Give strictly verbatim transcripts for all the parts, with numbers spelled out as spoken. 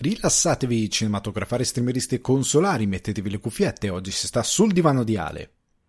Rilassatevi cinematografari, streameristi e consolari, mettetevi le cuffiette, oggi si sta sul divano di Ale.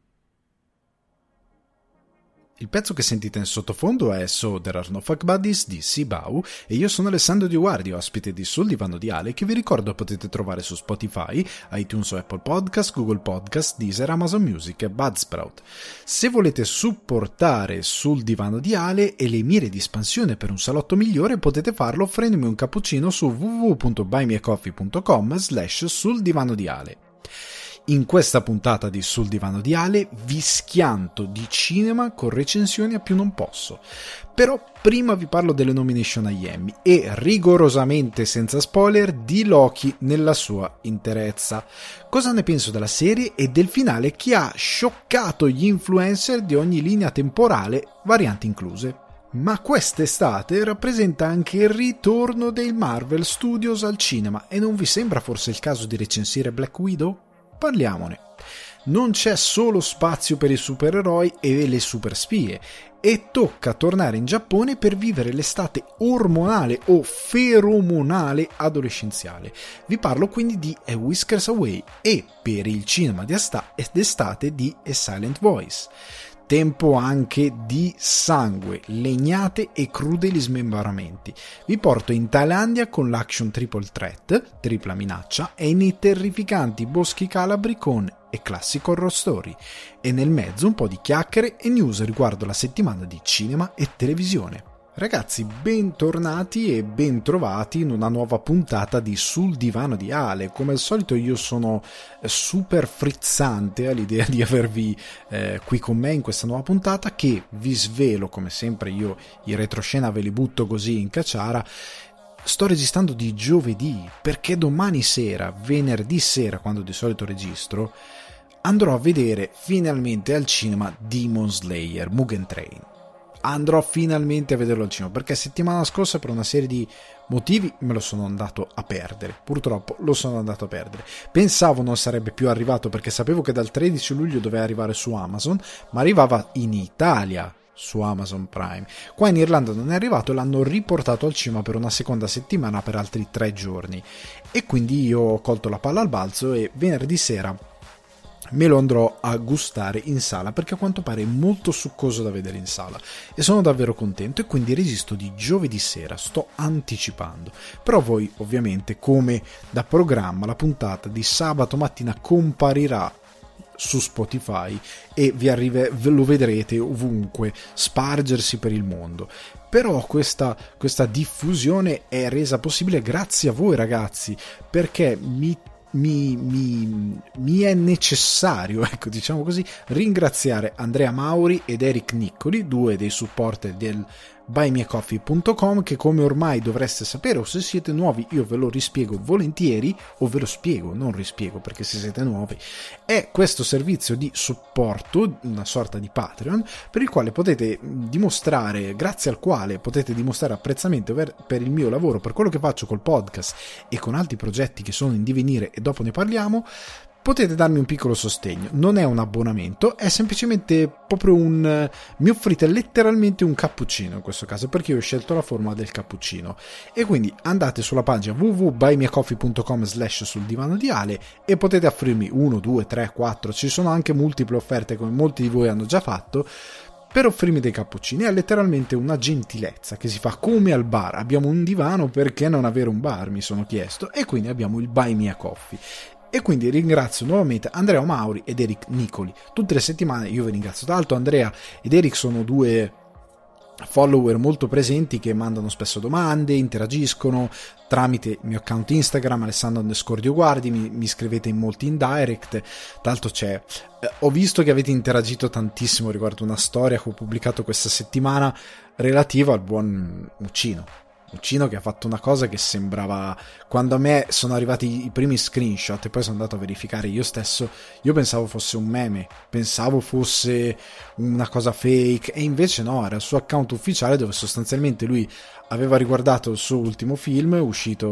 Il pezzo che sentite in sottofondo è So There Are No Fuck Buddies di Sibau e io sono Alessandro Di Guardi, ospite di Sul Divano di Ale, che vi ricordo potete trovare su Spotify, iTunes o Apple Podcast, Google Podcast, Deezer, Amazon Music e Buzzsprout. Se volete supportare Sul Divano di Ale e le mire di espansione per un salotto migliore, potete farlo offrendomi un cappuccino su w w w punto buy me a coffee punto com slash sul divano di Ale. In questa puntata di Sul Divano di Ale vi schianto di cinema con recensioni a più non posso. Però prima vi parlo delle nomination agli Emmy e rigorosamente senza spoiler di Loki nella sua interezza. Cosa ne penso della serie e del finale che ha scioccato gli influencer di ogni linea temporale, varianti incluse. Ma quest'estate rappresenta anche il ritorno dei Marvel Studios al cinema e non vi sembra forse il caso di recensire Black Widow? Parliamone. Non c'è solo spazio per i supereroi e le superspie e tocca tornare in Giappone per vivere l'estate ormonale o feromonale adolescenziale. Vi parlo quindi di A Whiskers Away e per il cinema di d'estate di A Silent Voice. Tempo anche di sangue, legnate e crudeli smembramenti. Vi porto in Thailandia con l'action triple threat, tripla minaccia, e nei terrificanti boschi calabri con A Classic Horror Story. E nel mezzo un po' di chiacchiere e news riguardo la settimana di cinema e televisione. Ragazzi, bentornati e bentrovati in una nuova puntata di Sul Divano di Ale. Come al solito io sono super frizzante all'idea di avervi eh, qui con me in questa nuova puntata che vi svelo, come sempre io i retroscena ve li butto così in cacciara. Sto registrando di giovedì perché domani sera, venerdì sera, quando di solito registro, andrò a vedere finalmente al cinema Demon Slayer Mugen Train. Andrò finalmente a vederlo al cinema perché settimana scorsa per una serie di motivi me lo sono andato a perdere, purtroppo lo sono andato a perdere. Pensavo non sarebbe più arrivato perché sapevo che dal tredici luglio doveva arrivare su Amazon, ma arrivava in Italia su Amazon Prime. Qua in Irlanda non è arrivato e l'hanno riportato al cinema per una seconda settimana per altri tre giorni e quindi io ho colto la palla al balzo e venerdì sera me lo andrò a gustare in sala perché a quanto pare è molto succoso da vedere in sala e sono davvero contento e quindi registro di giovedì sera, sto anticipando. Però voi ovviamente come da programma la puntata di sabato mattina comparirà su Spotify e vi arriva, ve lo vedrete ovunque spargersi per il mondo. Però questa, questa diffusione è resa possibile grazie a voi ragazzi, perché mi Mi, mi, mi è necessario, ecco diciamo così, ringraziare Andrea Mauri ed Eric Niccoli, due dei supporter del buy me a coffee punto com, che come ormai dovreste sapere, o se siete nuovi io ve lo rispiego volentieri, o ve lo spiego, non rispiego perché se siete nuovi, è questo servizio di supporto, una sorta di Patreon, per il quale potete dimostrare, grazie al quale potete dimostrare apprezzamento per, per il mio lavoro, per quello che faccio col podcast e con altri progetti che sono in divenire e dopo ne parliamo. Potete darmi un piccolo sostegno, non è un abbonamento, è semplicemente proprio un... mi offrite letteralmente un cappuccino in questo caso, perché io ho scelto la forma del cappuccino. E quindi andate sulla pagina w w w punto buy me a coffee punto com slash sul divano di Ale e potete offrirmi uno, due, tre, quattro, ci sono anche multiple offerte come molti di voi hanno già fatto, per offrirmi dei cappuccini. È letteralmente una gentilezza che si fa come al bar. Abbiamo un divano, perché non avere un bar, mi sono chiesto, e quindi abbiamo il Buy Me a Coffee. E quindi ringrazio nuovamente Andrea Mauri ed Eric Niccoli. Tutte le settimane io vi ringrazio tanto. Andrea ed Eric sono due follower molto presenti che mandano spesso domande, interagiscono tramite il mio account Instagram Alessandro underscore Dioguardi, mi, mi scrivete in molti in direct. Tra l'altro c'è eh, ho visto che avete interagito tantissimo riguardo una storia che ho pubblicato questa settimana relativa al buon Uccino Uccino che ha fatto una cosa che sembrava, quando a me sono arrivati i primi screenshot e poi sono andato a verificare io stesso, io pensavo fosse un meme, pensavo fosse una cosa fake, e invece no, era il suo account ufficiale dove sostanzialmente lui aveva riguardato il suo ultimo film uscito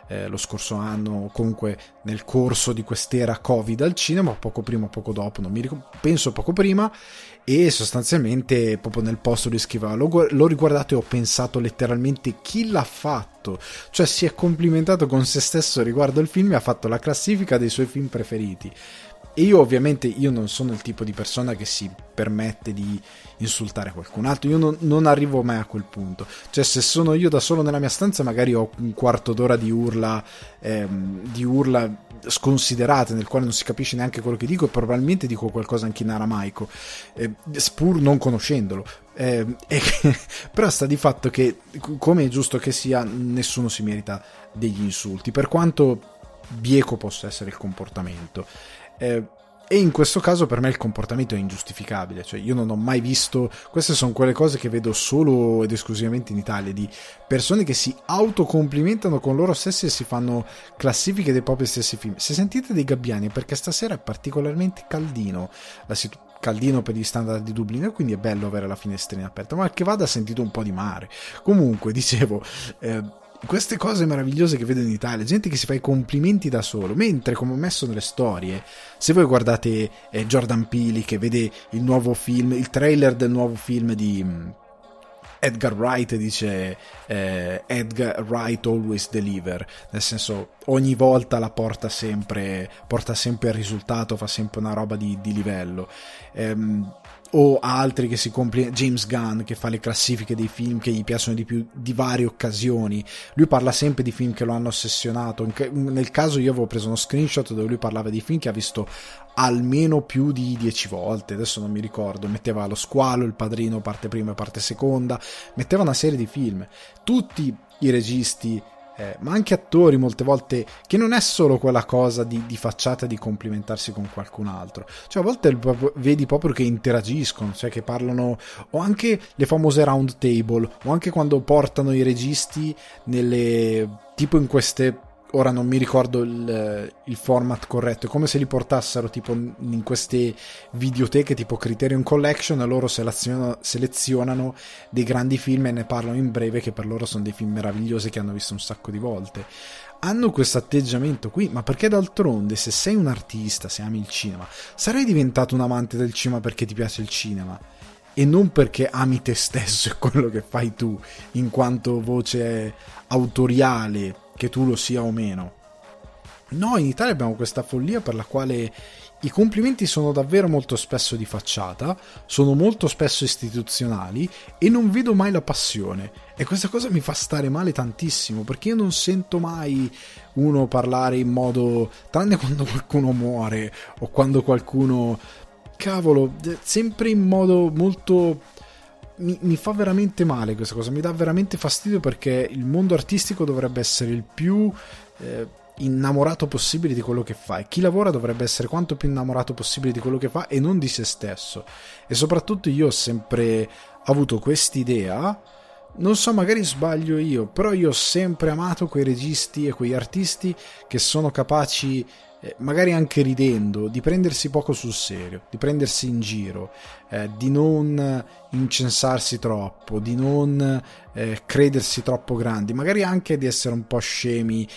eh, lo scorso anno, comunque nel corso di quest'era Covid al cinema, poco prima o poco dopo, non mi ricordo, penso poco prima, e sostanzialmente proprio nel post lui scriveva: l'ho, l'ho riguardato e ho pensato letteralmente chi l'ha fatto, cioè si è complimentato con se stesso riguardo il film e ha fatto la classifica dei suoi film preferiti. E io ovviamente io non sono il tipo di persona che si permette di insultare qualcun altro, io non, non arrivo mai a quel punto, cioè se sono io da solo nella mia stanza magari ho un quarto d'ora di urla ehm, di urla sconsiderate nel quale non si capisce neanche quello che dico e probabilmente dico qualcosa anche in aramaico, eh, pur non conoscendolo, eh, e però sta di fatto che, come è giusto che sia, nessuno si merita degli insulti, per quanto bieco possa essere il comportamento. Eh, e in questo caso per me il comportamento è ingiustificabile, cioè io non ho mai visto, queste sono quelle cose che vedo solo ed esclusivamente in Italia, di persone che si autocomplimentano con loro stessi e si fanno classifiche dei propri stessi film. Se sentite dei gabbiani perché stasera è particolarmente caldino, la situ- caldino per gli standard di Dublino, quindi è bello avere la finestrina aperta, ma che vada sentito un po' di mare. Comunque dicevo, eh, queste cose meravigliose che vedo in Italia, gente che si fa i complimenti da solo, mentre, come ho messo nelle storie, se voi guardate eh, Jordan Peele che vede il nuovo film, il trailer del nuovo film di um, Edgar Wright, dice eh, Edgar Wright always deliver, nel senso ogni volta la porta sempre porta sempre il risultato, fa sempre una roba di, di livello. ehm, o altri che si compli, James Gunn che fa le classifiche dei film che gli piacciono di più di varie occasioni, lui parla sempre di film che lo hanno ossessionato. Nel caso io avevo preso uno screenshot dove lui parlava di film che ha visto almeno più di dieci volte, adesso non mi ricordo, metteva Lo Squalo, Il Padrino parte prima e parte seconda, metteva una serie di film, tutti i registi Eh, ma anche attori molte volte, che non è solo quella cosa di, di facciata di complimentarsi con qualcun altro, cioè a volte vedi proprio che interagiscono, cioè che parlano, o anche le famose round table, o anche quando portano i registi nelle, tipo in queste, ora non mi ricordo il, il format corretto, è come se li portassero tipo in queste videoteche tipo Criterion Collection e loro selezionano, selezionano dei grandi film e ne parlano in breve, che per loro sono dei film meravigliosi che hanno visto un sacco di volte. Hanno questo atteggiamento qui, ma perché d'altronde se sei un artista, se ami il cinema, sarai diventato un amante del cinema perché ti piace il cinema e non perché ami te stesso e quello che fai tu in quanto voce autoriale, che tu lo sia o meno. Noi in Italia abbiamo questa follia per la quale i complimenti sono davvero molto spesso di facciata, sono molto spesso istituzionali e non vedo mai la passione, e questa cosa mi fa stare male tantissimo, perché io non sento mai uno parlare in modo, tranne quando qualcuno muore o quando qualcuno, cavolo, sempre in modo molto... Mi, mi fa veramente male questa cosa, mi dà veramente fastidio, perché il mondo artistico dovrebbe essere il più eh, innamorato possibile di quello che fa, e chi lavora dovrebbe essere quanto più innamorato possibile di quello che fa e non di se stesso. E soprattutto io ho sempre avuto quest'idea, non so, magari sbaglio io, però io ho sempre amato quei registi e quei artisti che sono capaci, eh, magari anche ridendo, di prendersi poco sul serio, di prendersi in giro, eh, di non incensarsi troppo, di non eh, credersi troppo grandi, magari anche di essere un po' scemi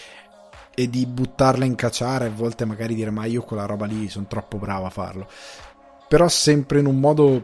e di buttarla in caciara, e a volte magari dire ma io quella roba lì sono troppo bravo a farlo, però sempre in un modo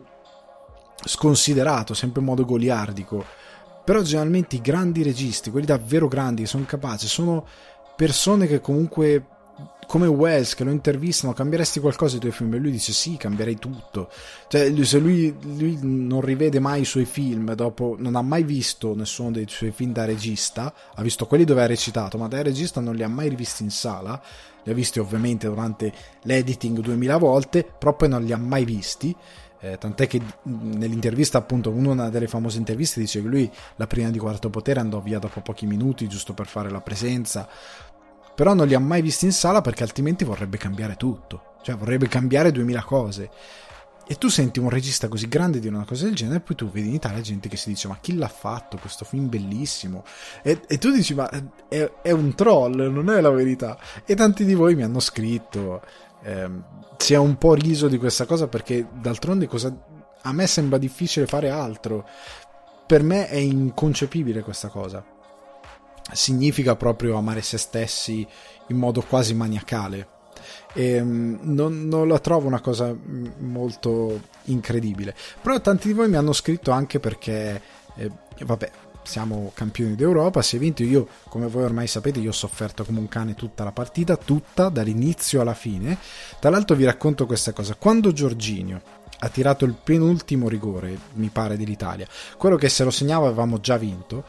sconsiderato, sempre in modo goliardico. Però generalmente i grandi registi, quelli davvero grandi, che sono capaci, sono persone che comunque, come Wells, che lo intervistano, cambieresti qualcosa ai tuoi film? E lui dice sì, cambierei tutto. Cioè, se lui, lui non rivede mai i suoi film, dopo non ha mai visto nessuno dei suoi film da regista, ha visto quelli dove ha recitato, ma da regista non li ha mai rivisti in sala, li ha visti ovviamente durante l'editing duemila volte, però poi non li ha mai visti. Eh, tant'è che nell'intervista, appunto, una delle famose interviste dice che lui la prima di Quarto Potere andò via dopo pochi minuti giusto per fare la presenza, però non li ha mai visti in sala perché altrimenti vorrebbe cambiare tutto, cioè vorrebbe cambiare duemila cose. E tu senti un regista così grande dire una cosa del genere, e poi tu vedi in Italia gente che si dice ma chi l'ha fatto questo film bellissimo, e, e tu dici ma è, è un troll, non è la verità. E tanti di voi mi hanno scritto, eh, si è un po' riso di questa cosa, perché d'altronde cosa, a me sembra difficile fare altro, per me è inconcepibile questa cosa. significa proprio amare se stessi in modo quasi maniacale. E non, non la trovo una cosa molto incredibile, però tanti di voi mi hanno scritto anche perché eh, vabbè, siamo campioni d'Europa, si è vinto, io come voi ormai sapete io ho sofferto come un cane tutta la partita, tutta dall'inizio alla fine. Tra l'altro vi racconto questa cosa: quando Jorginho ha tirato il penultimo rigore, mi pare, dell'Italia, quello che se lo segnava avevamo già vinto,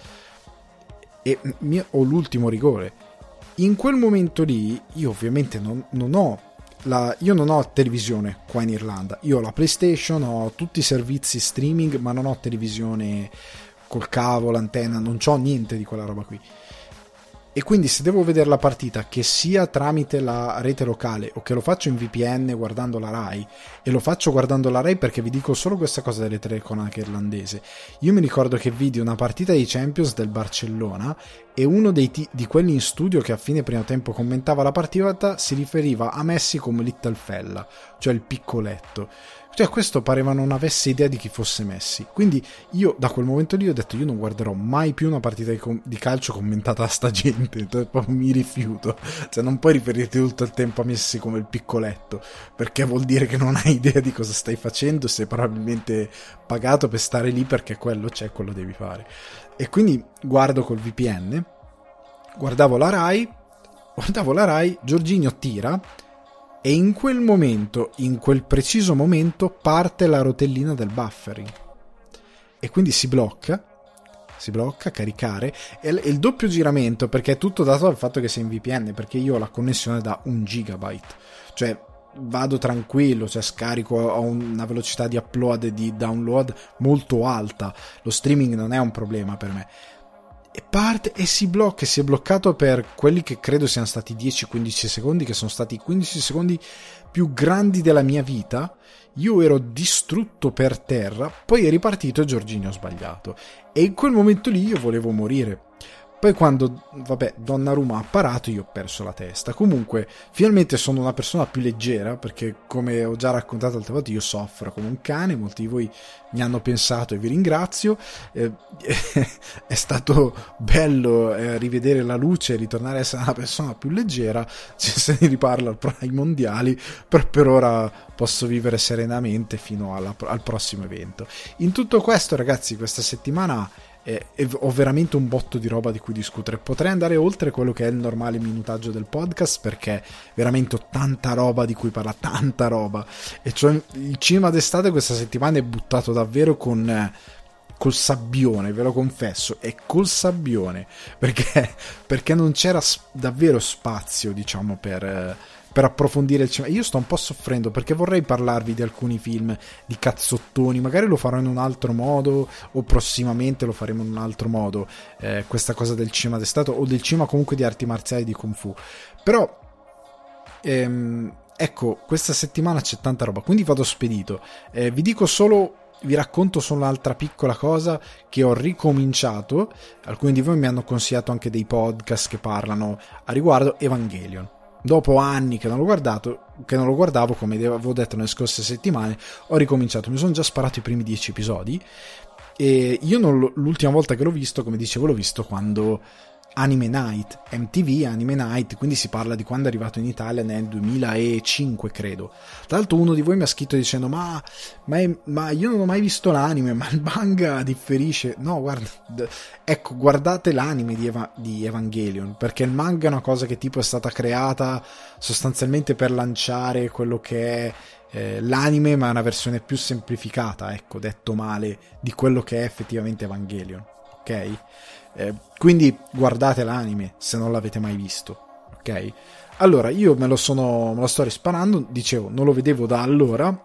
e mio, o l'ultimo rigore, in quel momento lì io ovviamente non, non ho la, io non ho televisione qua in Irlanda, io ho la PlayStation, ho tutti i servizi streaming, ma non ho televisione col cavo, l'antenna, non c'ho niente di quella roba qui. E quindi se devo vedere la partita, che sia tramite la rete locale o che lo faccio in V P N guardando la Rai, e lo faccio guardando la Rai perché vi dico solo questa cosa delle telecronache irlandese, io mi ricordo che vidi una partita di Champions del Barcellona e uno dei t- di quelli in studio che a fine primo tempo commentava la partita si riferiva a Messi come Little Fella, cioè il piccoletto. Cioè questo pareva non avesse idea di chi fosse Messi. Quindi io da quel momento lì ho detto io non guarderò mai più una partita di, com- di calcio commentata da sta gente, mi rifiuto. Cioè non puoi riferirti tutto il tempo a Messi come il piccoletto, perché vuol dire che non hai idea di cosa stai facendo, sei probabilmente pagato per stare lì perché quello c'è, quello devi fare. E quindi guardo col V P N, guardavo la Rai, guardavo la Rai, Jorginho tira, e in quel momento, in quel preciso momento, parte la rotellina del buffering e quindi si blocca, si blocca, caricare, e il doppio giramento, perché è tutto dato dal fatto che sei in V P N, perché io ho la connessione da un gigabyte, cioè vado tranquillo, cioè scarico, ho una velocità di upload e di download molto alta, lo streaming non è un problema per me. E parte e si blocca, e si è bloccato per quelli che credo siano stati dieci quindici secondi, che sono stati i quindici secondi più grandi della mia vita. Io ero distrutto per terra, poi è ripartito e Jorginho ha sbagliato, e in quel momento lì io volevo morire. Poi quando, vabbè, Donnarumma ha parato, io ho perso la testa. Comunque, finalmente sono una persona più leggera, perché come ho già raccontato altre volte, io soffro come un cane, molti di voi mi hanno pensato e vi ringrazio. Eh, è stato bello eh, rivedere la luce e ritornare a essere una persona più leggera, se ne riparla ai mondiali, però per ora posso vivere serenamente fino alla, al prossimo evento. In tutto questo, ragazzi, questa settimana Eh, ho veramente un botto di roba di cui discutere. Potrei andare oltre quello che è il normale minutaggio del podcast, perché veramente ho tanta roba di cui parlare, tanta roba. E cioè il cinema d'estate questa settimana è buttato davvero con eh, col sabbione, ve lo confesso, è col sabbione, perché perché non c'era sp- davvero spazio, diciamo, per eh, per approfondire il cinema. Io sto un po' soffrendo perché vorrei parlarvi di alcuni film di cazzottoni, magari lo farò in un altro modo o prossimamente lo faremo in un altro modo, eh, questa cosa del cinema d'estate o del cinema comunque di arti marziali, di Kung Fu. Però ehm, ecco, questa settimana c'è tanta roba, quindi vado spedito. Eh, vi dico solo vi racconto solo un'altra piccola cosa che ho ricominciato. Alcuni di voi mi hanno consigliato anche dei podcast che parlano a riguardo. Evangelion, dopo anni che non l'ho guardato, che non lo guardavo, come avevo detto nelle scorse settimane, ho ricominciato. Mi sono già sparato i primi dieci episodi e io non l'ultima volta che l'ho visto, come dicevo, l'ho visto quando Anime Night, M T V Anime Night, quindi si parla di quando è arrivato in Italia nel duemilacinque, credo. Tra l'altro uno di voi mi ha scritto dicendo ma, ma, è, ma io non ho mai visto l'anime, ma il manga differisce. No, guarda, ecco, guardate l'anime di, Eva, di Evangelion, perché il manga è una cosa che tipo è stata creata sostanzialmente per lanciare quello che è eh, l'anime, ma è una versione più semplificata, ecco, detto male, di quello che è effettivamente Evangelion, ok? Eh, quindi guardate l'anime se non l'avete mai visto, ok? Allora io me lo sono me lo sto risparando, dicevo, non lo vedevo da allora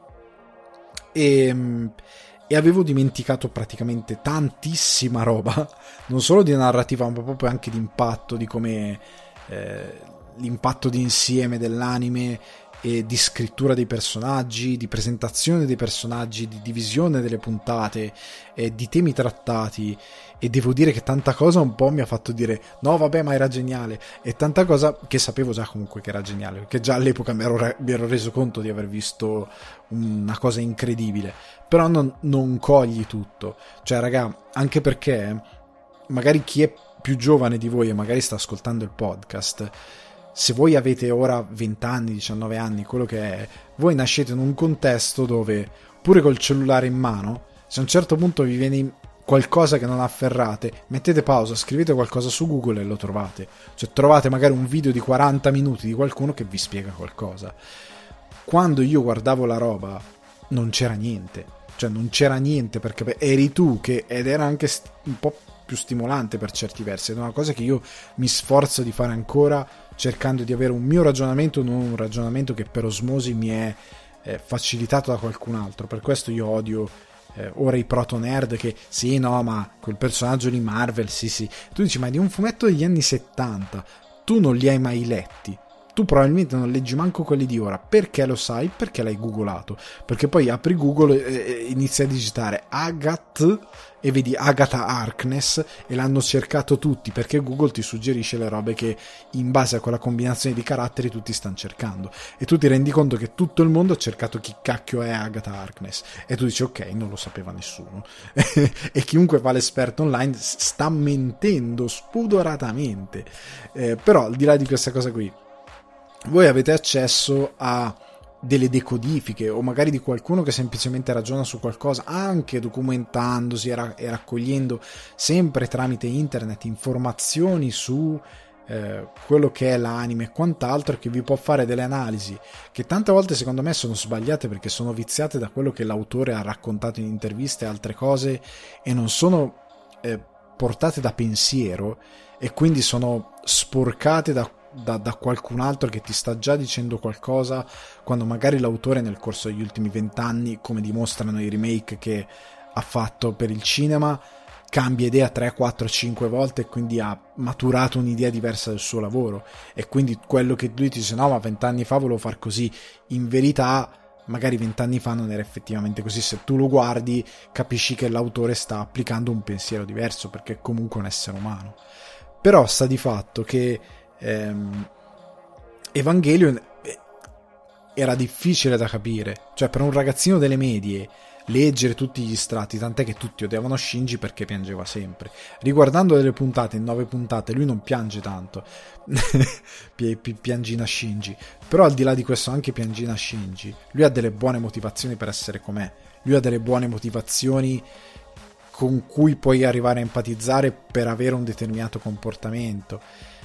e, e avevo dimenticato praticamente tantissima roba, non solo di narrativa ma proprio anche di impatto, di come eh, l'impatto di insieme dell'anime e di scrittura dei personaggi, di presentazione dei personaggi, di divisione delle puntate, e di temi trattati. E devo dire che tanta cosa un po' mi ha fatto dire no vabbè, ma era geniale, e tanta cosa che sapevo già comunque che era geniale, perché già all'epoca mi ero, re- mi ero reso conto di aver visto una cosa incredibile, però non, non cogli tutto, cioè raga, anche perché magari chi è più giovane di voi e magari sta ascoltando il podcast, se voi avete ora venti anni, diciannove anni, quello che è, voi nascete in un contesto dove pure col cellulare in mano, se a un certo punto vi viene qualcosa che non afferrate, mettete pausa, scrivete qualcosa su Google e lo trovate. Cioè trovate magari un video di quaranta minuti di qualcuno che vi spiega qualcosa. Quando io guardavo la roba non c'era niente, cioè non c'era niente, perché eri tu che, ed era anche un po' più stimolante per certi versi, ed è una cosa che io mi sforzo di fare ancora, cercando di avere un mio ragionamento, non un ragionamento che per osmosi mi è eh, facilitato da qualcun altro. Per questo io odio eh, ora i proto nerd che sì no ma quel personaggio di Marvel, sì sì, tu dici ma è di un fumetto degli anni settanta, tu non li hai mai letti, tu probabilmente non leggi manco quelli di ora. Perché lo sai? Perché l'hai googolato, perché poi apri Google e inizi a digitare Agatha e vedi Agatha Harkness e l'hanno cercato tutti, perché Google ti suggerisce le robe che in base a quella combinazione di caratteri tutti stanno cercando, e tu ti rendi conto che tutto il mondo ha cercato chi cacchio è Agatha Harkness e tu dici ok, non lo sapeva nessuno e chiunque fa l'esperto online sta mentendo spudoratamente. Eh, però al di là di questa cosa qui, voi avete accesso a delle decodifiche o magari di qualcuno che semplicemente ragiona su qualcosa, anche documentandosi e, ra- e raccogliendo sempre tramite internet informazioni su eh, quello che è l'anime e quant'altro, che vi può fare delle analisi che tante volte secondo me sono sbagliate perché sono viziate da quello che l'autore ha raccontato in interviste e altre cose, e non sono eh, portate da pensiero, e quindi sono sporcate da Da, da qualcun altro che ti sta già dicendo qualcosa, quando magari l'autore nel corso degli ultimi vent'anni, come dimostrano i remake che ha fatto per il cinema, cambia idea tre, quattro, cinque volte e quindi ha maturato un'idea diversa del suo lavoro, e quindi quello che lui ti dice no ma vent'anni fa volevo far così, in verità magari vent'anni fa non era effettivamente così. Se tu lo guardi capisci che l'autore sta applicando un pensiero diverso, perché è comunque un essere umano. Però sta di fatto che ehm, Evangelion era difficile da capire, cioè per un ragazzino delle medie leggere tutti gli strati, tant'è che tutti odiavano Shinji perché piangeva sempre. Riguardando delle puntate, in nove puntate lui non piange tanto Pi- pi- piangina Shinji, però al di là di questo anche piangina Shinji, lui ha delle buone motivazioni per essere com'è, lui ha delle buone motivazioni con cui puoi arrivare a empatizzare per avere un determinato comportamento.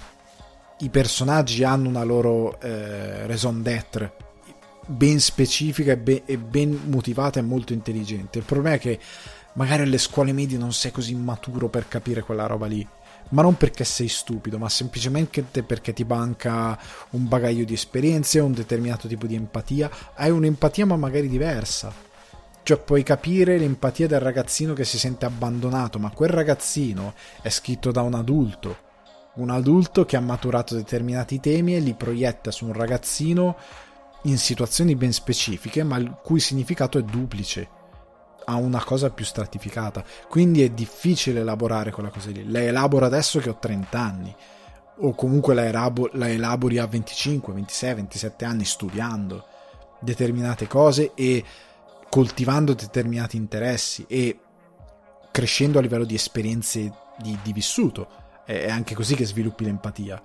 I personaggi hanno una loro eh, raison d'être ben specifica e ben, e ben motivata e molto intelligente. Il problema è che magari alle scuole medie non sei così maturo per capire quella roba lì, ma non perché sei stupido, ma semplicemente perché ti manca un bagaglio di esperienze, un determinato tipo di empatia. Hai un'empatia ma magari diversa, cioè puoi capire l'empatia del ragazzino che si sente abbandonato, ma quel ragazzino è scritto da un adulto un adulto che ha maturato determinati temi e li proietta su un ragazzino in situazioni ben specifiche, ma il cui significato è duplice, ha una cosa più stratificata, quindi è difficile elaborare quella cosa lì. La elaboro adesso che ho trenta anni, o comunque la, elabo- la elabori a venticinque, ventisei, ventisette anni, studiando determinate cose e coltivando determinati interessi e crescendo a livello di esperienze di, di vissuto. È anche così che sviluppi l'empatia.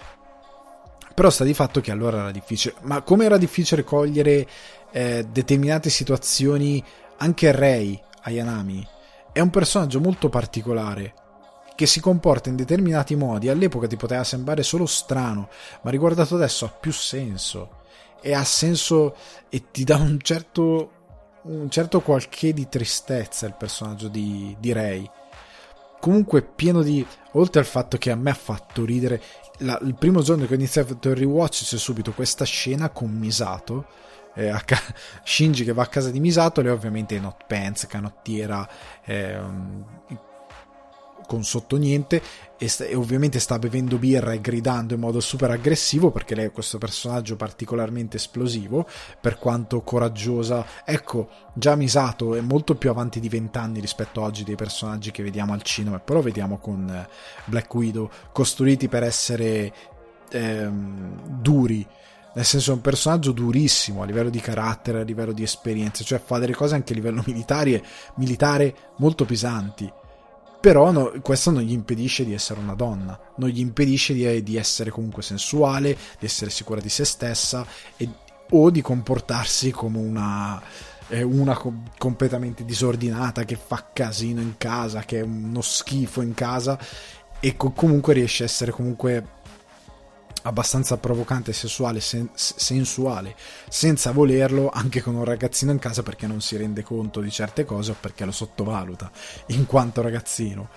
Però sta di fatto che allora era difficile. Ma come era difficile cogliere eh, determinate situazioni, anche Rei Ayanami è un personaggio molto particolare che si comporta in determinati modi. All'epoca ti poteva sembrare solo strano, ma riguardato adesso ha più senso, e ha senso e ti dà un certo un certo qualche di tristezza il personaggio di, di Rei. Comunque pieno di, oltre al fatto che a me ha fatto ridere la, il primo giorno che ho iniziato il rewatch, c'è subito questa scena con Misato, eh, a ca- Shinji che va a casa di Misato, lei ovviamente in hot pants, canottiera, eh, con sotto niente, e, st- e ovviamente sta bevendo birra e gridando in modo super aggressivo, perché lei è questo personaggio particolarmente esplosivo, per quanto coraggiosa. Ecco, già Misato è molto più avanti di vent'anni rispetto a oggi dei personaggi che vediamo al cinema, però vediamo con Black Widow, costruiti per essere ehm, duri, nel senso è un personaggio durissimo a livello di carattere, a livello di esperienze, cioè fa delle cose anche a livello militare, militare molto pesanti. Però no, questo non gli impedisce di essere una donna, non gli impedisce di, di essere comunque sensuale, di essere sicura di se stessa e, o di comportarsi come una, eh, una com- completamente disordinata che fa casino in casa, che è uno schifo in casa e co- comunque riesce a essere comunque abbastanza provocante, sessuale, sen- sensuale, senza volerlo, anche con un ragazzino in casa, perché non si rende conto di certe cose o perché lo sottovaluta in quanto ragazzino,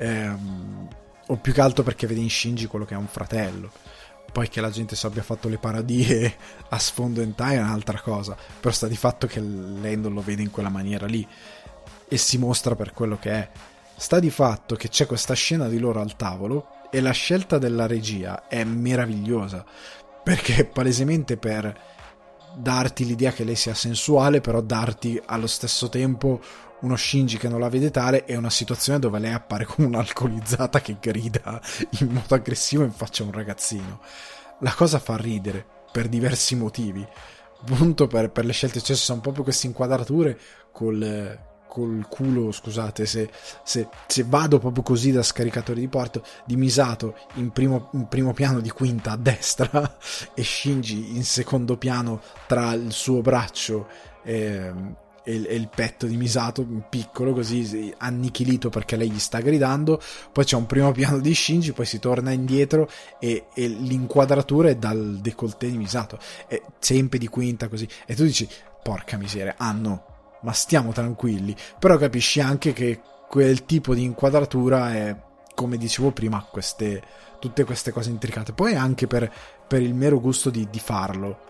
ehm, o più che altro perché vede in Shinji quello che è un fratello. Poi che la gente si abbia fatto le parodie a sfondo hentai è un'altra cosa, però sta di fatto che lei non lo vede in quella maniera lì e si mostra per quello che è. Sta di fatto che c'è questa scena di loro al tavolo e la scelta della regia è meravigliosa, perché è palesemente per darti l'idea che lei sia sensuale, però darti allo stesso tempo uno Shinji che non la vede tale e una situazione dove lei appare come un'alcolizzata che grida in modo aggressivo in faccia a un ragazzino. La cosa fa ridere per diversi motivi, appunto per, per le scelte, cioè ci sono proprio queste inquadrature col col culo, scusate se, se, se vado proprio così da scaricatore di porto, di Misato in primo, in primo piano di quinta a destra e Shinji in secondo piano tra il suo braccio e, e, e il petto di Misato piccolo così annichilito perché lei gli sta gridando, poi c'è un primo piano di Shinji, poi si torna indietro e, e l'inquadratura è dal décolleté di Misato, è sempre di quinta così e tu dici porca miseria, ah no, ma stiamo tranquilli, però capisci anche che quel tipo di inquadratura è, come dicevo prima, queste, tutte queste cose intricate, poi anche per, per il mero gusto di, di farlo,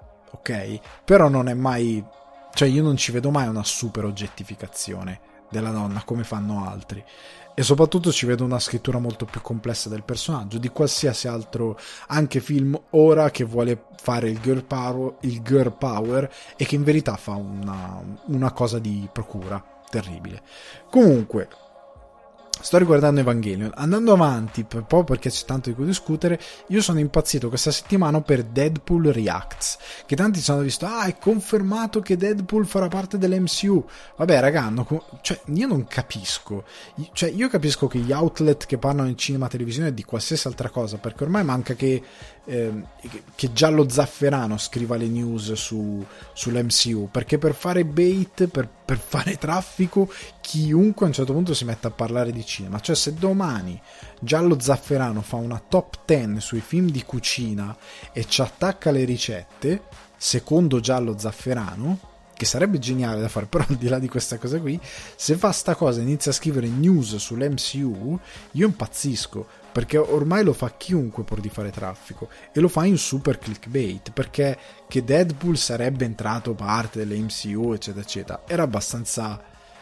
ok? Però non è mai, cioè io non ci vedo mai una super oggettificazione della donna come fanno altri, e soprattutto ci vedo una scrittura molto più complessa del personaggio di qualsiasi altro anche film ora che vuole fare il girl power, il girl power e che in verità fa una, una cosa di procura terribile. Comunque sto riguardando Evangelion, andando avanti proprio perché c'è tanto di cui discutere. Io sono impazzito questa settimana per Deadpool Reacts, che tanti si hanno visto, ah è confermato che Deadpool farà parte dell'M C U. Vabbè raga, no, cioè io non capisco, cioè io capisco che gli outlet che parlano in cinema, televisione e di qualsiasi altra cosa, perché ormai manca che eh, che Giallo Zafferano scriva le news su, sull'M C U, perché per fare bait, per, per fare traffico, chiunque a un certo punto si mette a parlare di cinema. Cioè se domani Giallo Zafferano fa una top dieci sui film di cucina e ci attacca le ricette secondo Giallo Zafferano, che sarebbe geniale da fare, però al di là di questa cosa qui, se fa sta cosa e inizia a scrivere news sull'M C U, io impazzisco, perché ormai lo fa chiunque pur di fare traffico, e lo fa in super clickbait, perché che Deadpool sarebbe entrato parte dell'M C U eccetera eccetera era abbastanza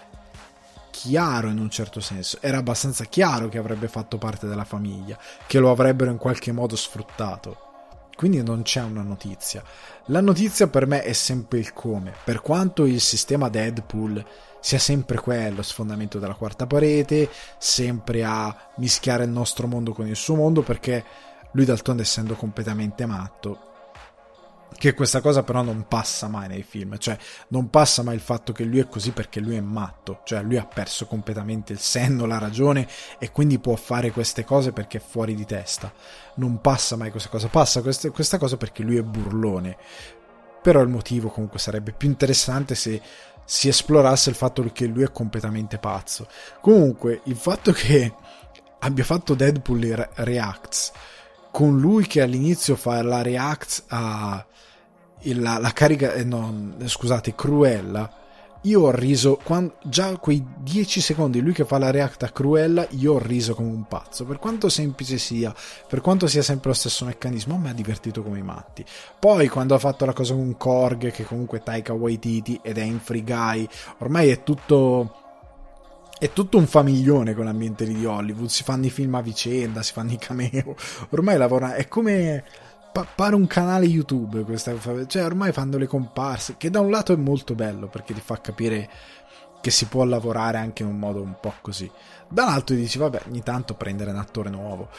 chiaro in un certo senso, era abbastanza chiaro che avrebbe fatto parte della famiglia, che lo avrebbero in qualche modo sfruttato. Quindi non c'è una notizia. La notizia per me è sempre il come. Per quanto il sistema Deadpool sia sempre quello, sfondamento della quarta parete, sempre a mischiare il nostro mondo con il suo mondo, perché lui d'altronde essendo completamente matto, che questa cosa però non passa mai nei film, cioè non passa mai il fatto che lui è così perché lui è matto, cioè lui ha perso completamente il senno, la ragione e quindi può fare queste cose perché è fuori di testa. Non passa mai questa cosa, passa questa, questa cosa perché lui è burlone. Però il motivo comunque sarebbe più interessante se si esplorasse il fatto che lui è completamente pazzo. Comunque il fatto che abbia fatto Deadpool Reacts con lui che all'inizio fa la react a la, la carica eh, no, scusate, Cruella, io ho riso quando, già quei dieci secondi lui che fa la react a Cruella, io ho riso come un pazzo, per quanto semplice sia, per quanto sia sempre lo stesso meccanismo, mi ha divertito come i matti. Poi quando ha fatto la cosa con Korg, che comunque è Taika Waititi ed è in Free Guy, ormai è tutto è tutto un famiglione con l'ambiente di Hollywood, si fanno i film a vicenda, si fanno i cameo, ormai lavora, è come pa- pare un canale YouTube questa, cioè ormai fanno le comparse, che da un lato è molto bello perché ti fa capire che si può lavorare anche in un modo un po' così. Dall'altro dici, vabbè, ogni tanto prendere un attore nuovo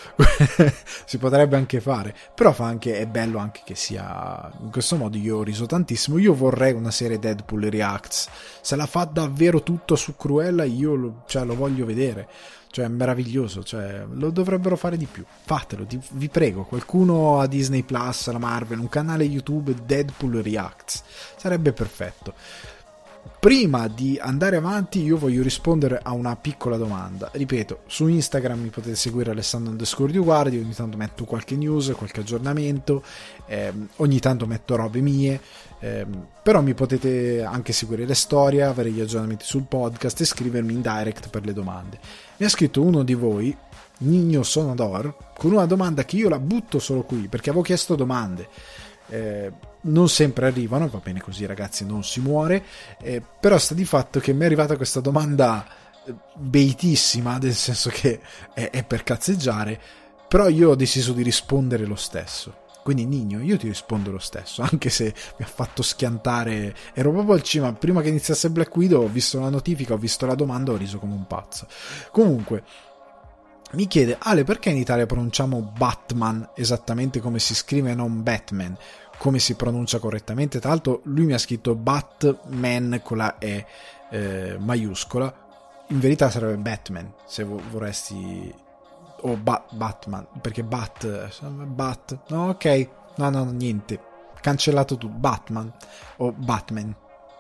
si potrebbe anche fare, però fa anche, è bello anche che sia in questo modo. Io ho riso tantissimo. Io vorrei una serie Deadpool Reacts, se la fa davvero tutto su Cruella io lo, cioè, lo voglio vedere, cioè è meraviglioso, cioè lo dovrebbero fare di più, fatelo, di, vi prego, qualcuno a Disney Plus, alla Marvel, un canale YouTube Deadpool Reacts, sarebbe perfetto. Prima di andare avanti io voglio rispondere a una piccola domanda. Ripeto, su Instagram mi potete seguire Alessandro underscore di Guardi, ogni tanto metto qualche news, qualche aggiornamento, ehm, ogni tanto metto robe mie, ehm, però mi potete anche seguire le storie, avere gli aggiornamenti sul podcast e scrivermi in direct per le domande. Mi ha scritto uno di voi, Nino Sonador, con una domanda che io la butto solo qui perché avevo chiesto domande. Eh, non sempre arrivano, va bene così ragazzi, non si muore, eh, però sta di fatto che mi è arrivata questa domanda beitissima, nel senso che è, è per cazzeggiare, però io ho deciso di rispondere lo stesso. Quindi Nino, io ti rispondo lo stesso, anche se mi ha fatto schiantare, ero proprio al cima, prima che iniziasse Black Widow ho visto la notifica, ho visto la domanda, ho riso come un pazzo. Comunque mi chiede, Ale, perché in Italia pronunciamo Batman esattamente come si scrive, non Batman, come si pronuncia correttamente? Tra l'altro lui mi ha scritto Batman con la E eh, maiuscola, in verità sarebbe Batman se vorresti, o ba- Batman, perché Bat, Bat, no ok, no no niente, cancellato tutto, Batman o Batman,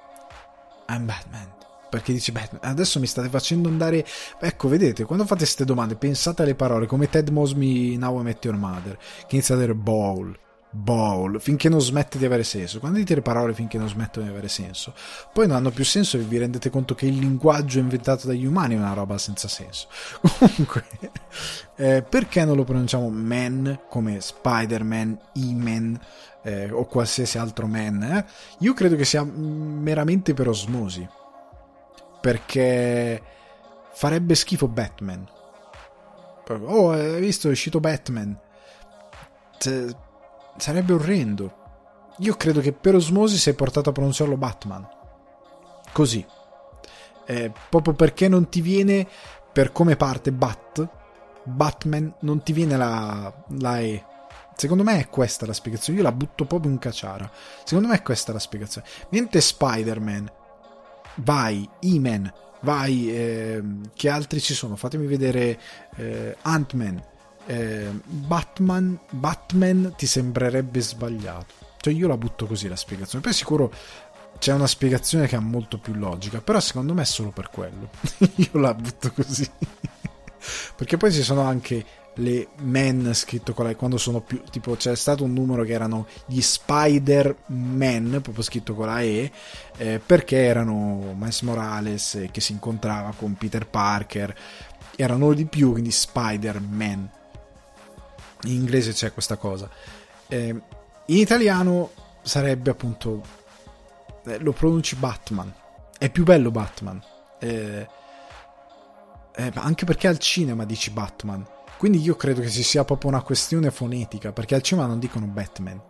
I'm Batman. Perché dici, beh, adesso mi state facendo andare, ecco, vedete, quando fate queste domande pensate alle parole come Ted Mosby in How I Met Your Mother, che inizia a dire bowl, bowl, finché non smette di avere senso. Quando dite le parole finché non smettono di avere senso, poi non hanno più senso e vi rendete conto che il linguaggio inventato dagli umani è una roba senza senso. Comunque eh, perché non lo pronunciamo man come Spider-Man, E-Man eh, o qualsiasi altro man? Eh? Io credo che sia meramente per osmosi, perché farebbe schifo Batman. Oh, hai visto, è uscito Batman, C- sarebbe orrendo. Io credo che per osmosi sei portato a pronunciarlo Batman così, eh, proprio perché non ti viene, per come parte Bat Batman, non ti viene la, la E. Secondo me è questa la spiegazione, io la butto proprio in caciara, secondo me è questa la spiegazione. Mentre Spider-Man, vai, E-Man, vai, eh, che altri ci sono? Fatemi vedere, eh, Ant-Man, eh, Batman, Batman ti sembrerebbe sbagliato. Cioè io la butto così la spiegazione, poi sicuro c'è una spiegazione che ha molto più logica, però secondo me è solo per quello. Io la butto così. Perché poi ci sono anche le men scritto con la, quando sono più, tipo c'è stato un numero che erano gli Spider-Man proprio scritto con la E, eh, perché erano Miles Morales eh, che si incontrava con Peter Parker, erano di più, quindi Spider-Man in inglese c'è questa cosa, eh, in italiano sarebbe appunto eh, lo pronunci Batman, è più bello Batman, eh, eh, anche perché al cinema dici Batman. Quindi io credo che ci sia proprio una questione fonetica, perché al cinema non dicono Batman.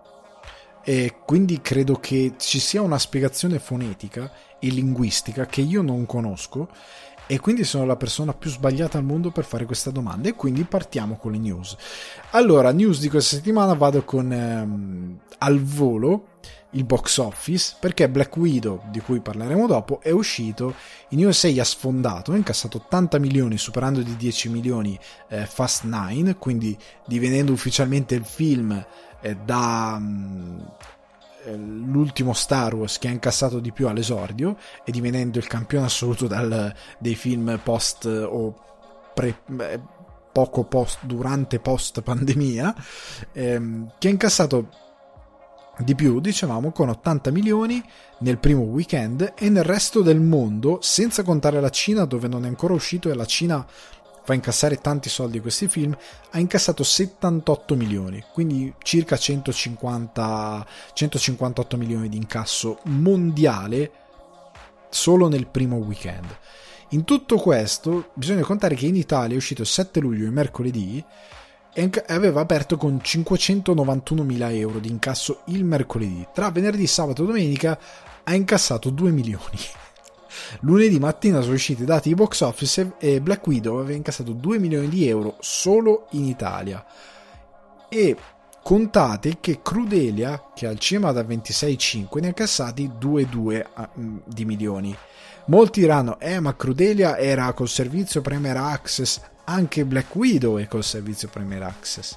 E quindi credo che ci sia una spiegazione fonetica e linguistica che io non conosco, e quindi sono la persona più sbagliata al mondo per fare questa domanda. E quindi partiamo con le news. Allora, news di questa settimana, vado con ehm, al volo il box office, perché Black Widow, di cui parleremo dopo, è uscito in U S A, ha sfondato, ha incassato ottanta milioni, superando di dieci milioni eh, Fast nove, quindi divenendo ufficialmente il film eh, da mh, l'ultimo Star Wars che ha incassato di più all'esordio, e divenendo il campione assoluto dal, dei film post o pre, eh, poco post, durante post pandemia, ehm, che ha incassato di più, dicevamo, con ottanta milioni nel primo weekend, e nel resto del mondo, senza contare la Cina dove non è ancora uscito, e la Cina fa incassare tanti soldi questi film, ha incassato settantotto milioni, quindi circa centocinquanta centocinquantotto milioni di incasso mondiale solo nel primo weekend. In tutto questo bisogna contare che in Italia è uscito il sette luglio, il mercoledì, e aveva aperto con cinquecentonovantunomila euro di incasso il mercoledì. Tra venerdì, sabato e domenica ha incassato due milioni. Lunedì mattina sono usciti i dati di box office e Black Widow aveva incassato due milioni di euro solo in Italia. E contate che Crudelia, che al cinema da ventisei virgola cinque, ne ha incassati due virgola due di milioni. Molti diranno, eh ma Crudelia era col servizio Premier Access, anche Black Widow è col servizio Premier Access.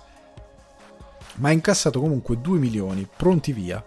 Ma ha incassato comunque due milioni, pronti via.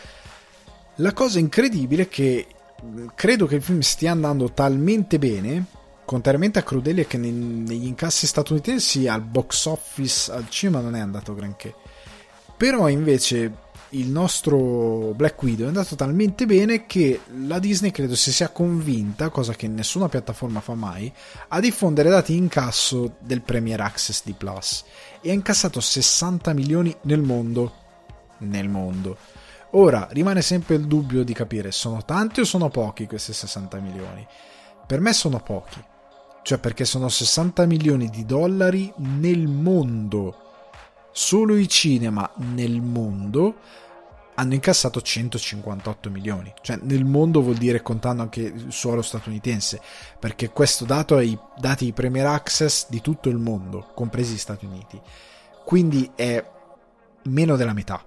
La cosa incredibile è che credo che il film stia andando talmente bene, contrariamente a Crudelia che negli incassi statunitensi al box office al cinema non è andato granché, però invece il nostro Black Widow è andato talmente bene che la Disney credo si sia convinta, cosa che nessuna piattaforma fa mai, a diffondere dati in incasso del Premier Access di Plus, e ha incassato sessanta milioni nel mondo nel mondo. Ora rimane sempre il dubbio di capire, sono tanti o sono pochi questi sessanta milioni? Per me sono pochi, cioè perché sono sessanta milioni di dollari nel mondo. Solo i cinema nel mondo hanno incassato centocinquantotto milioni, cioè nel mondo vuol dire contando anche il suolo statunitense, perché questo dato è i dati di Premier Access di tutto il mondo, compresi gli Stati Uniti, quindi è meno della metà.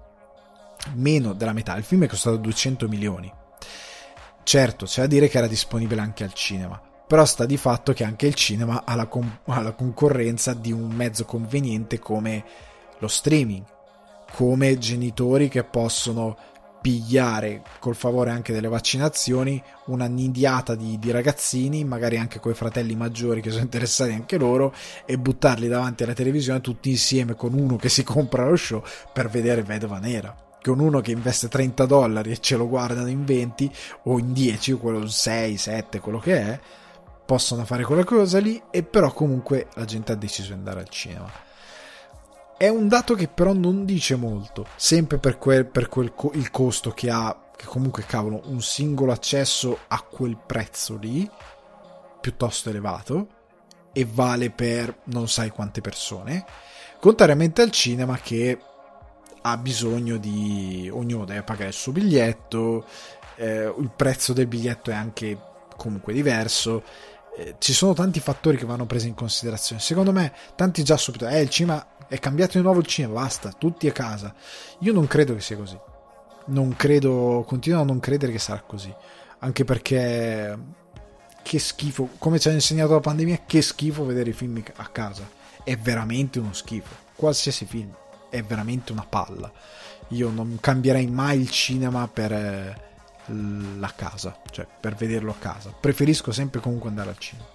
Meno della metà. Il film è costato duecento milioni. Certo, c'è da dire che era disponibile anche al cinema, però sta di fatto che anche il cinema ha la, com- ha la concorrenza di un mezzo conveniente come lo streaming, come genitori che possono pigliare col favore anche delle vaccinazioni una nidiata di, di ragazzini, magari anche coi fratelli maggiori che sono interessati anche loro, e buttarli davanti alla televisione tutti insieme con uno che si compra lo show per vedere Vedova Nera, con uno che investe trenta dollari e ce lo guardano in venti o in dieci o quello sei, sette, quello che è, possono fare quella cosa lì, e però comunque la gente ha deciso di andare al cinema. È un dato che però non dice molto, sempre per quel, per quel co- il costo che ha, che comunque cavolo, un singolo accesso a quel prezzo lì piuttosto elevato, e vale per non sai quante persone, contrariamente al cinema che ha bisogno di, ognuno deve pagare il suo biglietto, eh, il prezzo del biglietto è anche comunque diverso, eh, ci sono tanti fattori che vanno presi in considerazione. Secondo me tanti già subito, eh il cinema è cambiato di nuovo, il cinema, basta, tutti a casa. Io non credo che sia così, non credo, continuo a non credere che sarà così, anche perché che schifo, come ci ha insegnato la pandemia, che schifo vedere i film a casa, è veramente uno schifo, qualsiasi film è veramente una palla. Io non cambierei mai il cinema per eh, la casa, cioè per vederlo a casa, preferisco sempre comunque andare al cinema.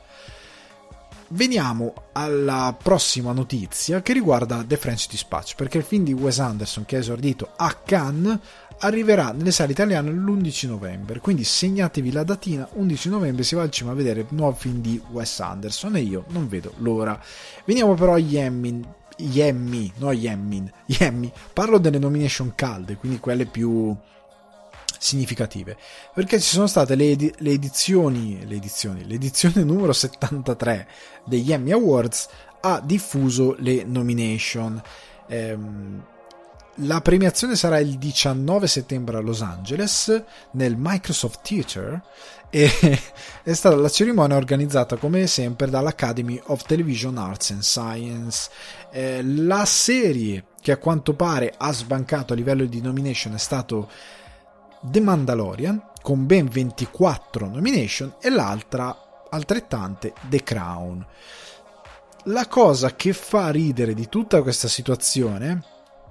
Veniamo alla prossima notizia che riguarda The French Dispatch, perché il film di Wes Anderson, che è esordito a Cannes, arriverà nelle sale italiane l'undici novembre, quindi segnatevi la datina, undici novembre si va al cinema a vedere il nuovo film di Wes Anderson, e io non vedo l'ora. Veniamo però agli Emmy, gli Emmy, no gli Emmy, gli Emmy, parlo delle nomination calde, quindi quelle più significative, perché ci sono state le, edi- le edizioni le edizioni l'edizione numero settantatré degli Emmy Awards ha diffuso le nomination. Ehm, la premiazione sarà il diciannove settembre a Los Angeles nel Microsoft Theater, e è stata la cerimonia organizzata come sempre dall'Academy of Television Arts and Science. Eh, la serie che a quanto pare ha sbancato a livello di nomination è stato The Mandalorian, con ben ventiquattro nomination, e l'altra altrettante The Crown. La cosa che fa ridere di tutta questa situazione,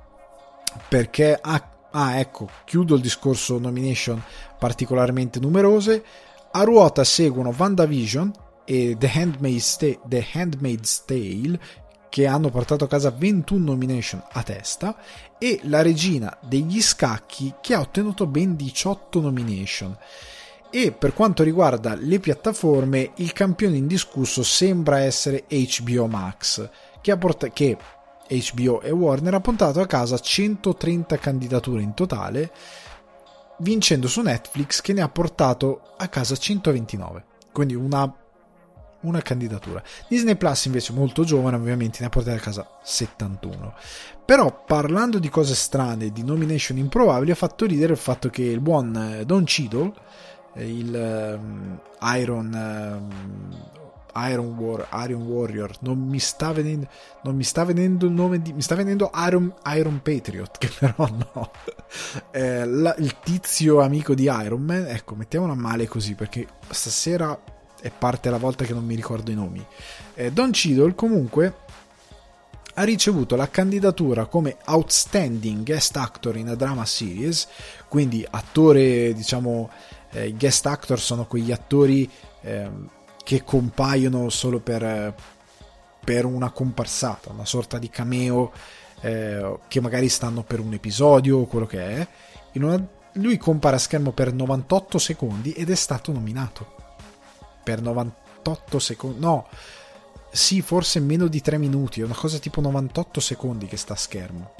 perché ah, ah ecco, chiudo il discorso nomination particolarmente numerose, a ruota seguono WandaVision e The Handmaid's Tale, The Handmaid's Tale, che hanno portato a casa ventuno nomination a testa, e La Regina degli Scacchi, che ha ottenuto ben diciotto nomination. E per quanto riguarda le piattaforme, il campione indiscusso sembra essere H B O Max, che, ha port- che H B O e Warner ha portato a casa centotrenta candidature in totale, vincendo su Netflix, che ne ha portato a casa centoventinove, quindi una una candidatura. Disney Plus invece, molto giovane, ovviamente ne ha portato a casa settantuno. Però parlando di cose strane, di nomination improbabili, ha fatto ridere il fatto che il buon Don Cheadle, il um, Iron um, Iron, War, Iron Warrior, non mi sta venendo non mi sta venendo il nome di, mi sta venendo Iron, Iron Patriot, che però no, eh, la, il tizio amico di Iron Man, ecco, mettiamola male così, perché stasera è parte la volta che non mi ricordo i nomi. eh, Don Cheadle comunque ha ricevuto la candidatura come Outstanding Guest Actor in a Drama Series, quindi attore, diciamo, eh, guest actor sono quegli attori eh, che compaiono solo per, per una comparsata, una sorta di cameo, eh, che magari stanno per un episodio o quello che è. In una, lui compare a schermo per novantotto secondi ed è stato nominato per novantotto secondi, no, sì, forse meno di tre minuti, è una cosa tipo novantotto secondi che sta a schermo,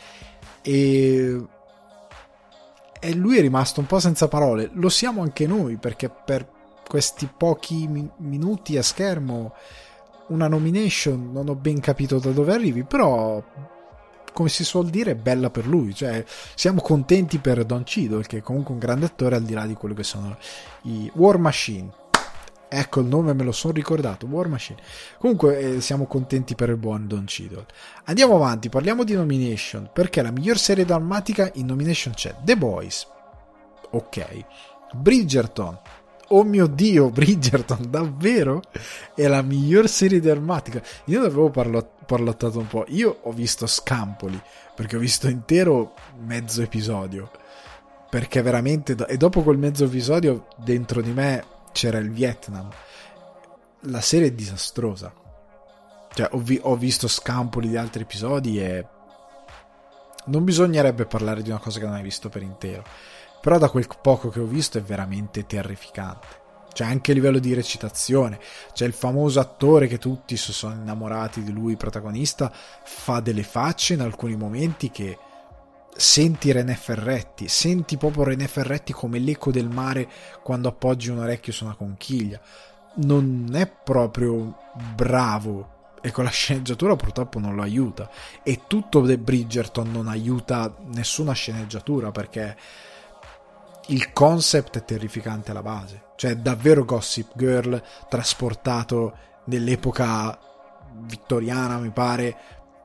e e lui è rimasto un po' senza parole. Lo siamo anche noi, perché per questi pochi mi- minuti a schermo una nomination non ho ben capito da dove arrivi, però come si suol dire è bella per lui, cioè siamo contenti per Don Cheadle, che è comunque un grande attore, al di là di quello che sono i War Machine. Ecco, il nome me lo sono ricordato, War Machine. Comunque eh, siamo contenti per il buon Don Cheadle. Andiamo avanti, parliamo di nomination, perché la miglior serie drammatica in nomination c'è The Boys, ok, Bridgerton, oh mio Dio, Bridgerton, davvero? È la miglior serie drammatica. Io ne avevo parlo- parlato un po', io ho visto scampoli, perché ho visto intero mezzo episodio, perché veramente, e dopo quel mezzo episodio dentro di me c'era il Vietnam. La serie è disastrosa, cioè ho, vi- ho visto scampoli di altri episodi e non bisognerebbe parlare di una cosa che non hai visto per intero, però da quel poco che ho visto è veramente terrificante, cioè anche a livello di recitazione. C'è il famoso attore che tutti si sono innamorati di lui, protagonista, fa delle facce in alcuni momenti che senti René Ferretti, senti proprio René Ferretti come l'eco del mare quando appoggi un orecchio su una conchiglia. Non è proprio bravo, e con la sceneggiatura purtroppo non lo aiuta, e tutto The Bridgerton non aiuta nessuna sceneggiatura, perché il concept è terrificante alla base, cioè è davvero Gossip Girl trasportato nell'epoca vittoriana, mi pare,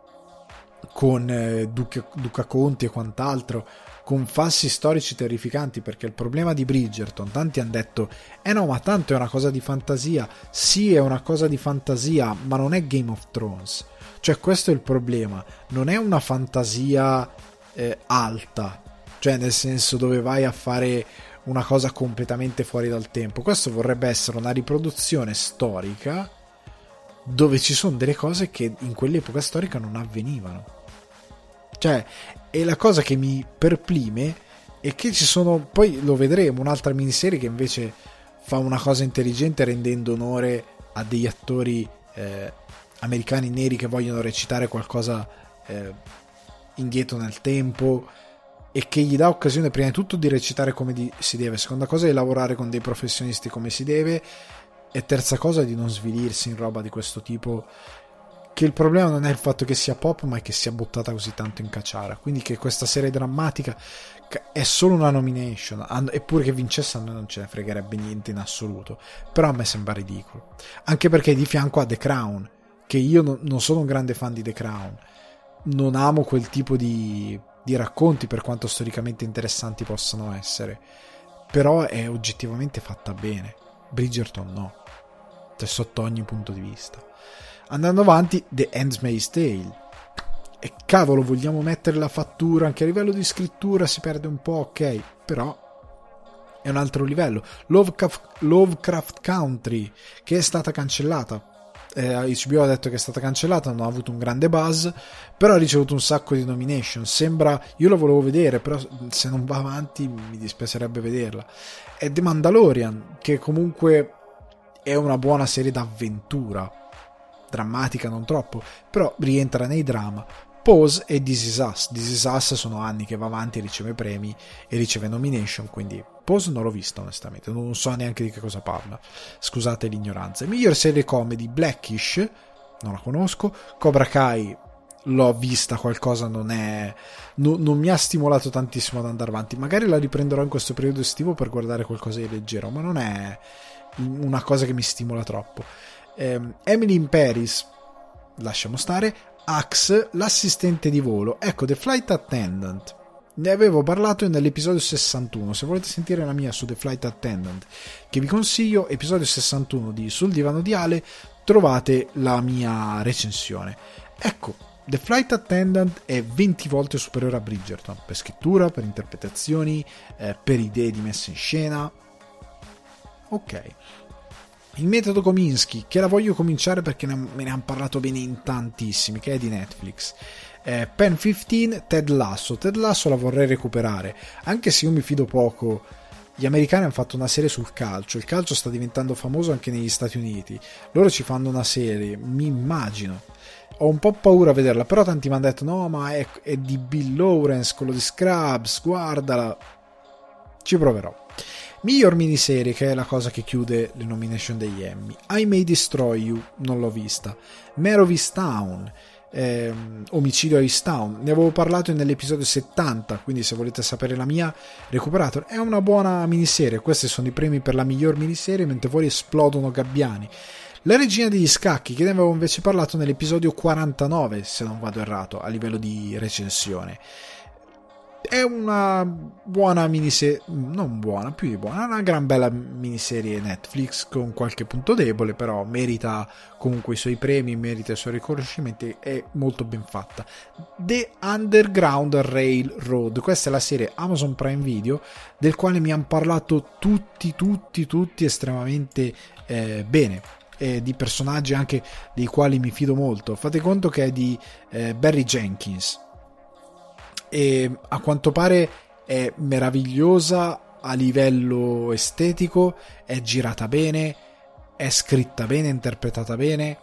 con eh, Duca, Duca Conti e quant'altro, con falsi storici terrificanti. Perché il problema di Bridgerton, tanti hanno detto eh no, ma tanto è una cosa di fantasia. Sì, è una cosa di fantasia, ma non è Game of Thrones, cioè questo è il problema, non è una fantasia eh, alta, cioè nel senso dove vai a fare una cosa completamente fuori dal tempo. Questo vorrebbe essere una riproduzione storica dove ci sono delle cose che in quell'epoca storica non avvenivano. Cioè, e la cosa che mi perplime è che ci sono, poi lo vedremo, un'altra miniserie che invece fa una cosa intelligente, rendendo onore a degli attori eh, americani neri che vogliono recitare qualcosa eh, indietro nel tempo, e che gli dà occasione prima di tutto di recitare come di, si deve, seconda cosa di lavorare con dei professionisti come si deve, e terza cosa di non svilirsi in roba di questo tipo, che il problema non è il fatto che sia pop, ma è che sia buttata così tanto in cacciara. Quindi che questa serie drammatica è solo una nomination, eppure che vincesse a noi non ce ne fregherebbe niente in assoluto, però a me sembra ridicolo, anche perché di fianco a The Crown, che io no, non sono un grande fan di The Crown, non amo quel tipo di, di racconti, per quanto storicamente interessanti possano essere, però è oggettivamente fatta bene. Bridgerton no, cioè sotto ogni punto di vista. Andando avanti, The Handmaid's Tale, e cavolo, vogliamo mettere la fattura anche a livello di scrittura, si perde un po', ok, però è un altro livello. Lovecraft, Lovecraft Country, che è stata cancellata, eh, H B O ha detto che è stata cancellata, non ha avuto un grande buzz, però ha ricevuto un sacco di nomination. Sembra, io lo volevo vedere, però se non va avanti mi dispiacerebbe vederla. E The Mandalorian, che comunque è una buona serie d'avventura, drammatica non troppo, però rientra nei drama. Pose e This Is Us. This Is Us sono anni che va avanti, riceve premi e riceve nomination, quindi Pose non l'ho vista onestamente, non so neanche di che cosa parla, scusate l'ignoranza. Miglior serie comedy, Blackish, non la conosco. Cobra Kai l'ho vista qualcosa, non è no, non mi ha stimolato tantissimo ad andare avanti. Magari la riprenderò in questo periodo estivo per guardare qualcosa di leggero, ma non è una cosa che mi stimola troppo. eh, Emily in Paris lasciamo stare. Axe, l'assistente di volo, ecco, The Flight Attendant ne avevo parlato nell'episodio sessantuno. Se volete sentire la mia su The Flight Attendant, che vi consiglio, episodio sessantuno di Sul divano di Ale, trovate la mia recensione. Ecco, The Flight Attendant è venti volte superiore a Bridgerton, per scrittura, per interpretazioni, eh, per idee di messa in scena. Ok. Il metodo Kominsky, che la voglio cominciare perché me ne hanno parlato bene in tantissimi, che è di Netflix. eh, Pen quindici, Ted Lasso. Ted Lasso la vorrei recuperare, anche se io mi fido poco. Gli americani hanno fatto una serie sul calcio, il calcio sta diventando famoso anche negli Stati Uniti, loro ci fanno una serie, mi immagino. Ho un po' paura a vederla, però tanti mi hanno detto no, ma è, è di Bill Lawrence, quello di Scrubs, guardala. Ci proverò. Miglior miniserie, che è la cosa che chiude le nomination degli Emmy. I May Destroy You, non l'ho vista. Mare of Easttown, ehm, Omicidio a Easttown, ne avevo parlato nell'episodio settanta, quindi se volete sapere la mia, recuperatelo. È una buona miniserie, questi sono i premi per la miglior miniserie, mentre fuori esplodono gabbiani. La regina degli scacchi, che ne avevo invece parlato nell'episodio quarantanove, se non vado errato, a livello di recensione. È una buona miniserie, non buona, più di buona, una gran bella miniserie Netflix con qualche punto debole, però merita comunque i suoi premi, merita i suoi riconoscimenti, è molto ben fatta. The Underground Railroad, questa è la serie Amazon Prime Video, del quale mi hanno parlato tutti, tutti, tutti estremamente eh, bene. E di personaggi anche dei quali mi fido molto. Fate conto che è di eh, Barry Jenkins, e a quanto pare è meravigliosa a livello estetico, è girata bene, è scritta bene, interpretata bene,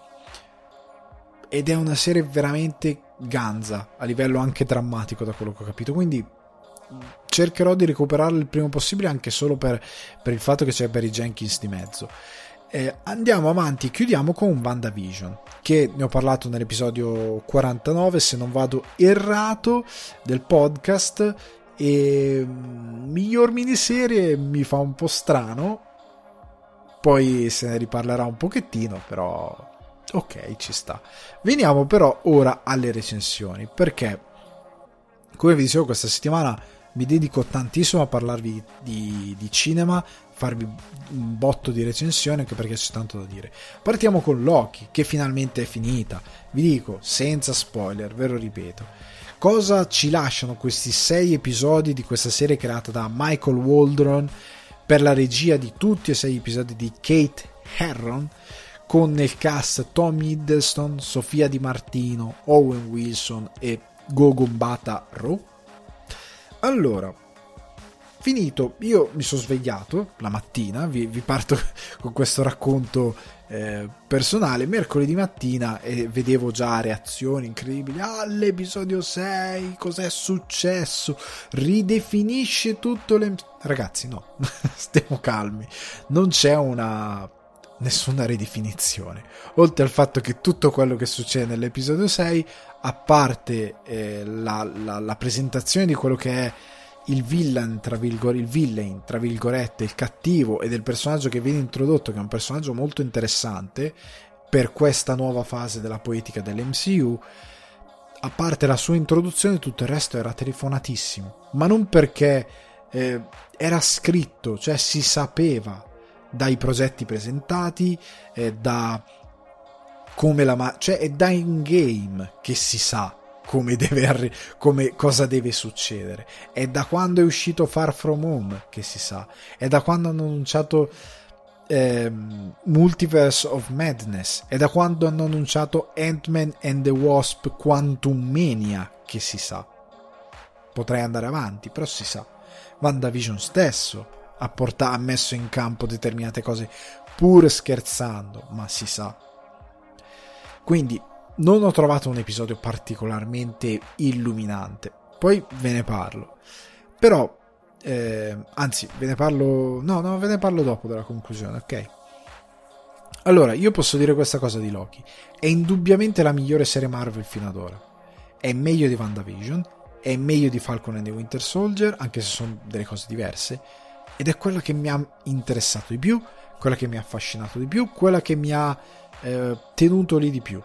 ed è una serie veramente ganza a livello anche drammatico, da quello che ho capito. Quindi cercherò di recuperarla il prima possibile, anche solo per, per il fatto che c'è Barry Jenkins di mezzo. Eh, andiamo avanti, chiudiamo con WandaVision, che ne ho parlato nell'episodio quarantanove, se non vado errato, del podcast. E miglior miniserie mi fa un po' strano, poi se ne riparlerà un pochettino, però ok, ci sta. Veniamo però ora alle recensioni, perché come vi dicevo, questa settimana mi dedico tantissimo a parlarvi di, di cinema, farvi un botto di recensione, anche perché c'è tanto da dire. Partiamo con Loki, che finalmente è finita. Vi dico senza spoiler, ve lo ripeto, cosa ci lasciano questi sei episodi di questa serie creata da Michael Waldron per la regia di tutti e sei episodi di Kate Herron, con nel cast Tom Hiddleston, Sofia Di Martino, Owen Wilson e Gogo Mbata-Raw. Allora, finito, io mi sono svegliato la mattina, vi, vi parto con questo racconto eh, personale, mercoledì mattina, e vedevo già reazioni incredibili. Ah, l'episodio sei, cos'è successo? Ridefinisce tutto le... Ragazzi, no, stiamo calmi, non c'è una... nessuna ridefinizione, oltre al fatto che tutto quello che succede nell'episodio sei, a parte eh, la, la, la presentazione di quello che è il villain, tra virgolette, il villain, tra virgolette, il cattivo, e del personaggio che viene introdotto, che è un personaggio molto interessante per questa nuova fase della poetica dell'M C U, a parte la sua introduzione, tutto il resto era telefonatissimo, ma non perché eh, era scritto, cioè si sapeva dai progetti presentati, eh, da come la ma- cioè è da in game che si sa come deve arri- come cosa deve succedere, è da quando è uscito Far From Home che si sa, è da quando hanno annunciato ehm, Multiverse of Madness, è da quando hanno annunciato Ant-Man and the Wasp Quantumania che si sa. Potrei andare avanti, però si sa. WandaVision stesso ha, portato, ha messo in campo determinate cose pur scherzando, ma si sa. Quindi non ho trovato un episodio particolarmente illuminante, poi ve ne parlo, però eh, anzi ve ne parlo no no ve ne parlo dopo della conclusione, ok? Allora, io posso dire questa cosa di Loki: è indubbiamente la migliore serie Marvel fino ad ora, è meglio di WandaVision, è meglio di Falcon and the Winter Soldier, anche se sono delle cose diverse, ed è quella che mi ha interessato di più, quella che mi ha affascinato di più, quella che mi ha eh, tenuto lì di più.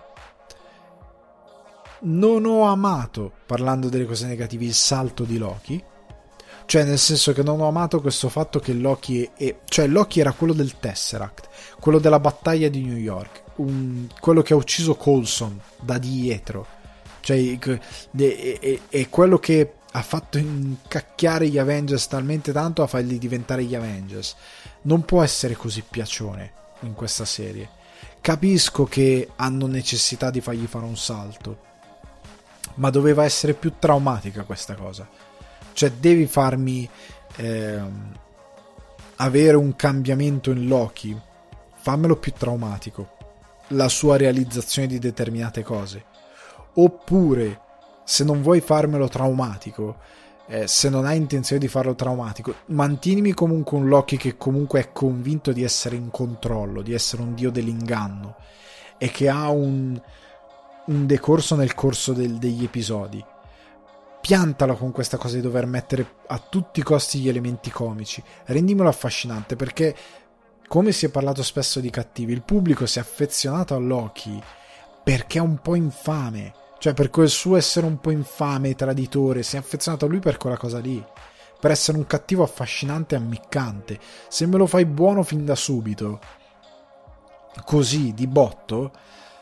Non ho amato, parlando delle cose negative, il salto di Loki, cioè nel senso che non ho amato questo fatto che Loki è, è, cioè Loki era quello del Tesseract, quello della battaglia di New York, un, quello che ha ucciso Coulson da dietro, cioè è, è, è quello che ha fatto incacchiare gli Avengers talmente tanto a farli diventare gli Avengers. Non può essere così piacione in questa serie. Capisco che hanno necessità di fargli fare un salto, ma doveva essere più traumatica questa cosa. Cioè devi farmi ehm, avere un cambiamento in Loki, fammelo più traumatico, la sua realizzazione di determinate cose. Oppure, se non vuoi farmelo traumatico, eh, se non hai intenzione di farlo traumatico, mantienimi comunque un Loki che comunque è convinto di essere in controllo, di essere un dio dell'inganno, e che ha un, un decorso nel corso del, degli episodi. Piantala con questa cosa di dover mettere a tutti i costi gli elementi comici, rendimelo affascinante, perché come si è parlato spesso di cattivi, il pubblico si è affezionato a Loki perché è un po' infame, cioè per quel suo essere un po' infame, traditore, si è affezionato a lui per quella cosa lì, per essere un cattivo affascinante e ammiccante. Se me lo fai buono fin da subito, così di botto,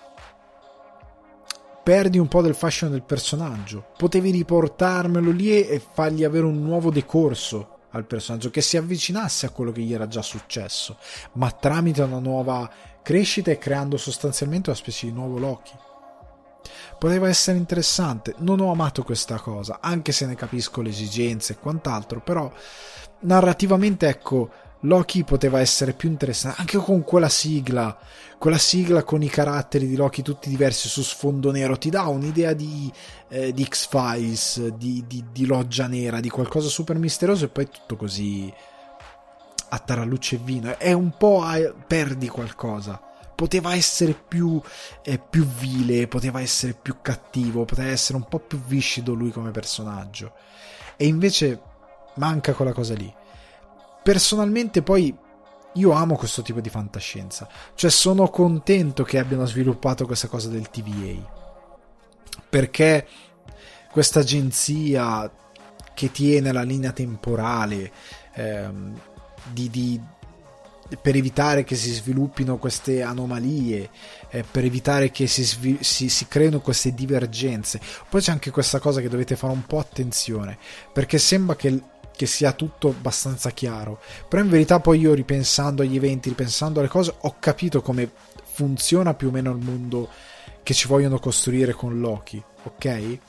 perdi un po' del fascino del personaggio. Potevi riportarmelo lì e fargli avere un nuovo decorso al personaggio, che si avvicinasse a quello che gli era già successo, ma tramite una nuova crescita e creando sostanzialmente una specie di nuovo Loki. Poteva essere interessante. Non ho amato questa cosa, anche se ne capisco le esigenze e quant'altro, però narrativamente, ecco, Loki poteva essere più interessante, anche con quella sigla, quella sigla con i caratteri di Loki tutti diversi su sfondo nero, ti dà un'idea di, eh, di X-Files, di, di, di Loggia Nera, di qualcosa super misterioso, e poi tutto così a tarallucce e vino. È un po' a, perdi qualcosa. Poteva essere più, eh, più vile, poteva essere più cattivo, poteva essere un po' più viscido lui come personaggio, e invece manca quella cosa lì. Personalmente poi io amo questo tipo di fantascienza, cioè sono contento che abbiano sviluppato questa cosa del T V A, perché questa agenzia che tiene la linea temporale ehm, di, di, per evitare che si sviluppino queste anomalie, eh, per evitare che si, svi- si, si creino queste divergenze. Poi c'è anche questa cosa che dovete fare un po' attenzione, perché sembra che che sia tutto abbastanza chiaro, però in verità poi io, ripensando agli eventi, ripensando alle cose, ho capito come funziona più o meno il mondo che ci vogliono costruire con Loki, ok? E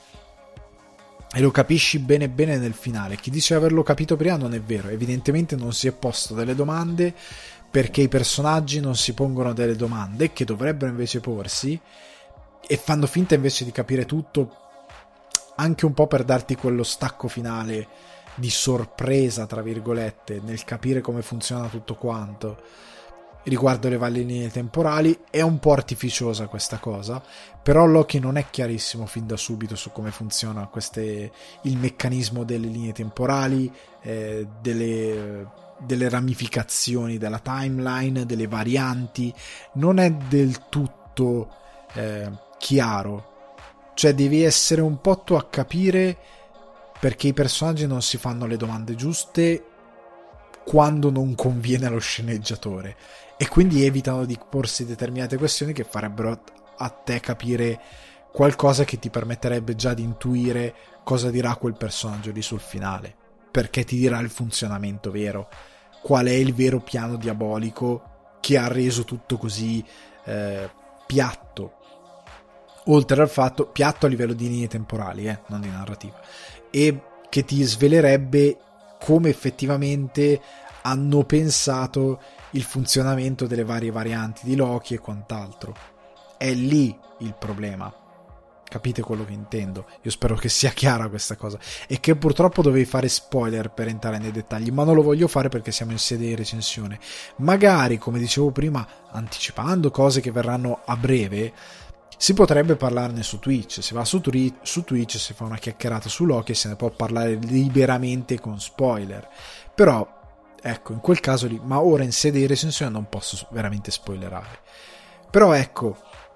lo capisci bene bene nel finale. Chi dice di averlo capito prima non è vero, evidentemente non si è posto delle domande, perché i personaggi non si pongono delle domande che dovrebbero invece porsi, e fanno finta invece di capire tutto, anche un po' per darti quello stacco finale di sorpresa, tra virgolette, nel capire come funziona tutto quanto riguardo le varie linee temporali. È un po' artificiosa questa cosa, però Loki non è chiarissimo fin da subito su come funziona queste, il meccanismo delle linee temporali, eh, delle, delle ramificazioni della timeline, delle varianti. Non è del tutto eh, chiaro, cioè devi essere un po' tu a capire, perché i personaggi non si fanno le domande giuste quando non conviene allo sceneggiatore, e quindi evitano di porsi determinate questioni che farebbero a te capire qualcosa che ti permetterebbe già di intuire cosa dirà quel personaggio lì sul finale, perché ti dirà il funzionamento vero, qual è il vero piano diabolico che ha reso tutto così eh, piatto, oltre al fatto piatto a livello di linee temporali, eh, non di narrativa, e che ti svelerebbe come effettivamente hanno pensato il funzionamento delle varie varianti di Loki e quant'altro. È lì il problema, capite quello che intendo? Io spero che sia chiara questa cosa, e che purtroppo dovevi fare spoiler per entrare nei dettagli, ma non lo voglio fare perché siamo in sede di recensione. Magari, come dicevo prima, anticipando cose che verranno a breve, Si potrebbe parlarne su Twitch, si va su, Twi- su Twitch, si fa una chiacchierata su Loki e se ne può parlare liberamente con spoiler, però ecco, in quel caso lì, ma ora in sede di recensione non posso veramente spoilerare. Però ecco,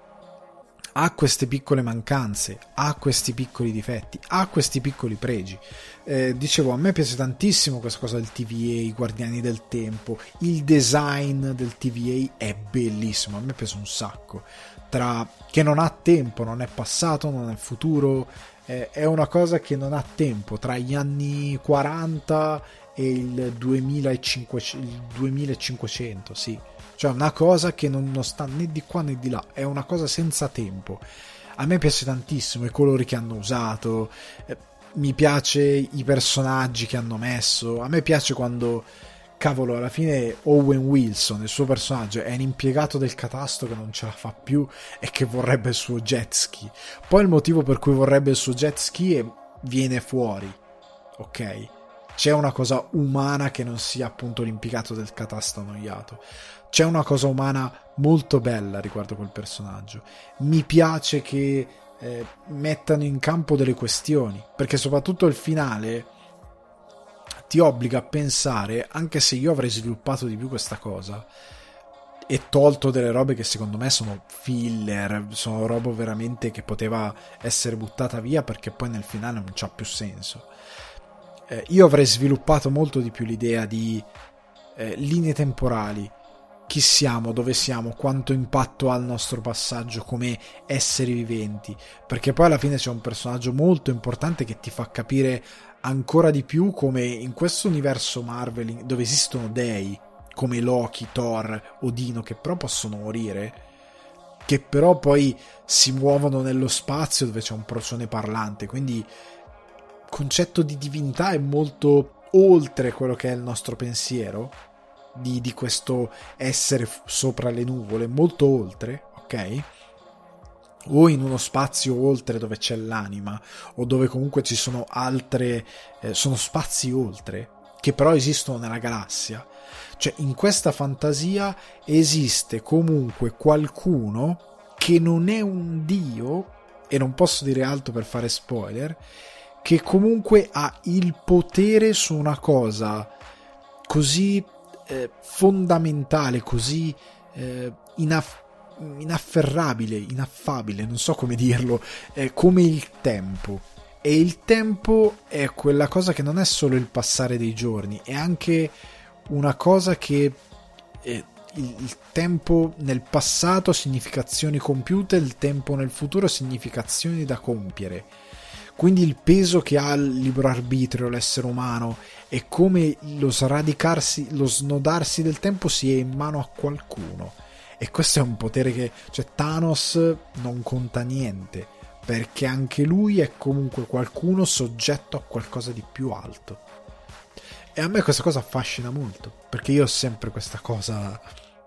ha queste piccole mancanze, ha questi piccoli difetti, ha questi piccoli pregi. Eh, dicevo, a me piace tantissimo questa cosa del T V A, i Guardiani del Tempo, il design del T V A è bellissimo, a me piace un sacco. Tra che non ha tempo, non è passato, non è futuro, eh, è una cosa che non ha tempo, tra gli anni quaranta e il duemilacinquecento, il duemilacinquecento, sì. Cioè una cosa che non, non sta né di qua né di là, è una cosa senza tempo. A me piace tantissimo i colori che hanno usato, eh, mi piace i personaggi che hanno messo, a me piace quando, cavolo, alla fine Owen Wilson, il suo personaggio, è un impiegato del catasto che non ce la fa più e che vorrebbe il suo jet ski. Poi il motivo per cui vorrebbe il suo jet ski è, viene fuori, ok? C'è una cosa umana che non sia appunto l'impiegato del catasto annoiato. C'è una cosa umana molto bella riguardo quel personaggio. Mi piace che eh, mettano in campo delle questioni, perché soprattutto il finale ti obbliga a pensare, anche se io avrei sviluppato di più questa cosa e tolto delle robe che secondo me sono filler, sono roba veramente che poteva essere buttata via perché poi nel finale non c'ha più senso. Eh, io avrei sviluppato molto di più l'idea di eh, linee temporali, chi siamo, dove siamo, quanto impatto ha il nostro passaggio come esseri viventi, perché poi alla fine c'è un personaggio molto importante che ti fa capire ancora di più come in questo universo Marvel dove esistono dei come Loki, Thor, Odino, che però possono morire, che però poi si muovono nello spazio dove c'è un procione parlante, quindi il concetto di divinità è molto oltre quello che è il nostro pensiero di, di questo essere sopra le nuvole, molto oltre, ok? O in uno spazio oltre dove c'è l'anima, o dove comunque ci sono altre, eh, sono spazi oltre, che però esistono nella galassia. Cioè in questa fantasia esiste comunque qualcuno che non è un dio, e non posso dire altro per fare spoiler, che comunque ha il potere su una cosa così eh, fondamentale, così eh, inaff- inafferrabile, inaffabile, non so come dirlo, eh, come il tempo. E il tempo è quella cosa che non è solo il passare dei giorni, è anche una cosa che eh, il, il tempo nel passato significazioni compiute, il tempo nel futuro significazioni da compiere. Quindi il peso che ha il libero arbitrio, l'essere umano, e come lo sradicarsi, lo snodarsi del tempo sia in mano a qualcuno. E questo è un potere che, cioè, Thanos non conta niente, perché anche lui è comunque qualcuno soggetto a qualcosa di più alto. E a me questa cosa affascina molto, perché io ho sempre questa cosa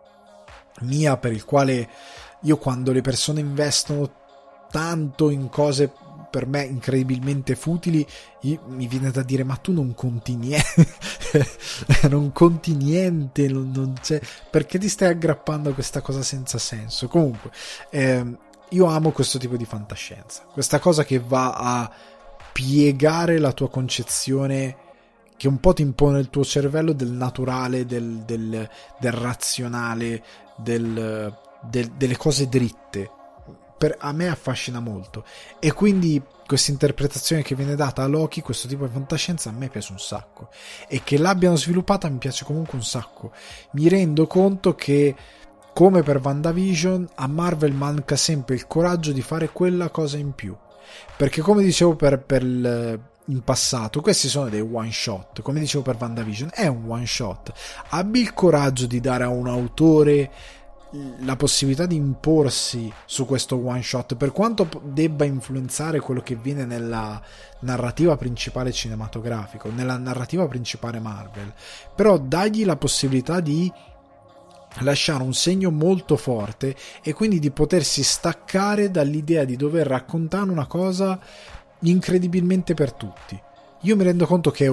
mia per il quale io, quando le persone investono tanto in cose per me incredibilmente futili, io, mi viene da dire: ma tu non conti niente, non conti niente, non, non c'è, perché ti stai aggrappando a questa cosa senza senso? Comunque ehm, io amo questo tipo di fantascienza, questa cosa che va a piegare la tua concezione, che un po' ti impone il tuo cervello, del naturale, del, del, del razionale, del, del, delle cose dritte. Per, a me affascina molto, e quindi questa interpretazione che viene data a Loki, questo tipo di fantascienza, a me piace un sacco, e che l'abbiano sviluppata mi piace comunque un sacco. Mi rendo conto che, come per WandaVision, a Marvel manca sempre il coraggio di fare quella cosa in più, perché come dicevo per, per il, in passato, questi sono dei one shot, come dicevo per WandaVision è un one shot. Abbi il coraggio di dare a un autore la possibilità di imporsi su questo one shot, per quanto debba influenzare quello che viene nella narrativa principale cinematografica, nella narrativa principale Marvel, però dagli la possibilità di lasciare un segno molto forte e quindi di potersi staccare dall'idea di dover raccontare una cosa incredibilmente per tutti. Io mi rendo conto che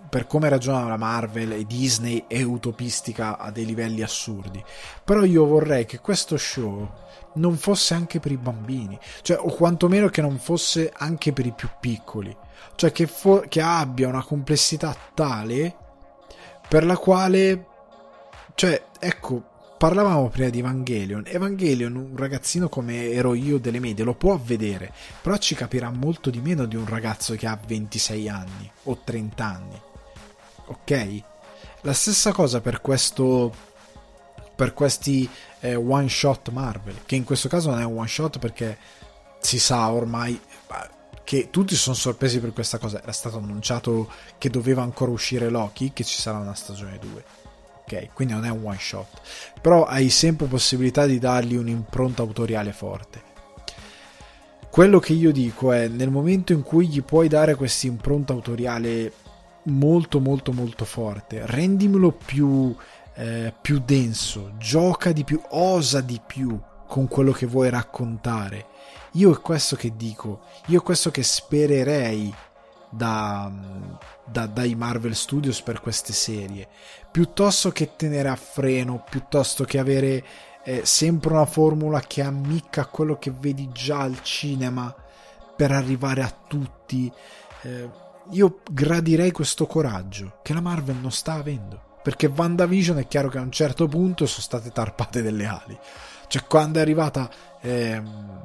per come ragiona la Marvel e Disney è utopistica a dei livelli assurdi, però io vorrei che questo show non fosse anche per i bambini, cioè, o quantomeno che non fosse anche per i più piccoli, cioè che, fo- che abbia una complessità tale per la quale, cioè, ecco, parlavamo prima di Evangelion. Evangelion, un ragazzino come ero io delle medie lo può vedere, però ci capirà molto di meno di un ragazzo che ha ventisei anni o trenta anni, ok? La stessa cosa per questo, per questi eh, one shot Marvel, che in questo caso non è un one shot perché si sa ormai che tutti sono sorpresi per questa cosa. Era stato annunciato che doveva ancora uscire Loki, che ci sarà una stagione due, ok? Quindi non è un one shot, però hai sempre possibilità di dargli un'impronta autoriale forte. Quello che io dico è, nel momento in cui gli puoi dare questa impronta autoriale molto molto molto forte, rendimelo più eh, più denso, gioca di più, osa di più con quello che vuoi raccontare. Io è questo che dico, io è questo che spererei da, da, dai Marvel Studios per queste serie, piuttosto che tenere a freno, piuttosto che avere eh, sempre una formula che ammicca a quello che vedi già al cinema per arrivare a tutti. eh, io gradirei questo coraggio che la Marvel non sta avendo, perché WandaVision è chiaro che a un certo punto sono state tarpate delle ali, cioè quando è arrivata ehm...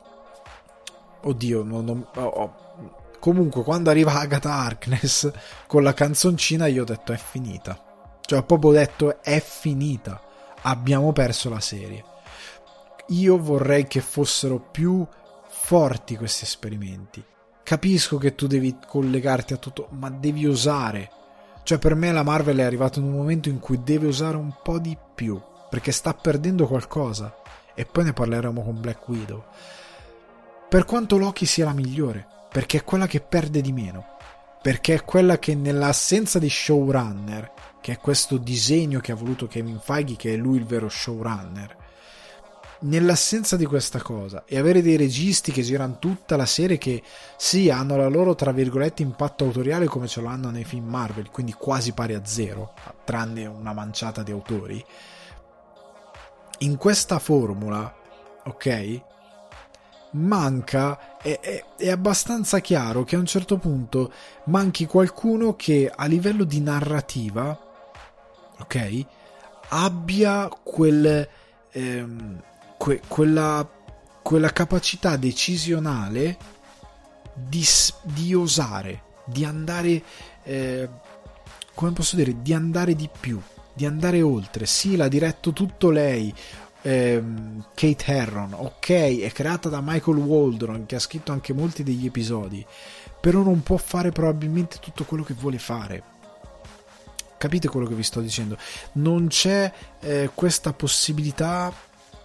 oddio non, non, oh, oh. comunque quando arriva Agatha Harkness con la canzoncina, io ho detto è finita, cioè ho proprio detto è finita, abbiamo perso la serie. Io vorrei che fossero più forti questi esperimenti. Capisco che tu devi collegarti a tutto, ma devi osare. Cioè per me la Marvel è arrivata in un momento in cui deve usare un po' di più, perché sta perdendo qualcosa, e poi ne parleremo con Black Widow. Per quanto Loki sia la migliore, perché è quella che perde di meno, perché è quella che nell'assenza di showrunner, che è questo disegno che ha voluto Kevin Feige, che è lui il vero showrunner, nell'assenza di questa cosa e avere dei registi che girano tutta la serie, che sì, hanno la loro tra virgolette impatto autoriale come ce l'hanno nei film Marvel, quindi quasi pari a zero, tranne una manciata di autori, in questa formula, ok, manca, è, è, è abbastanza chiaro che a un certo punto manchi qualcuno che a livello di narrativa, ok, abbia quel ehm, Que, quella, quella capacità decisionale di, di osare, di andare eh, come posso dire, di andare di più, di andare oltre. Sì, l'ha diretto tutto lei, ehm, Kate Herron, ok, è creata da Michael Waldron, che ha scritto anche molti degli episodi, però non può fare probabilmente tutto quello che vuole fare. Capite quello che vi sto dicendo? Non c'è eh, questa possibilità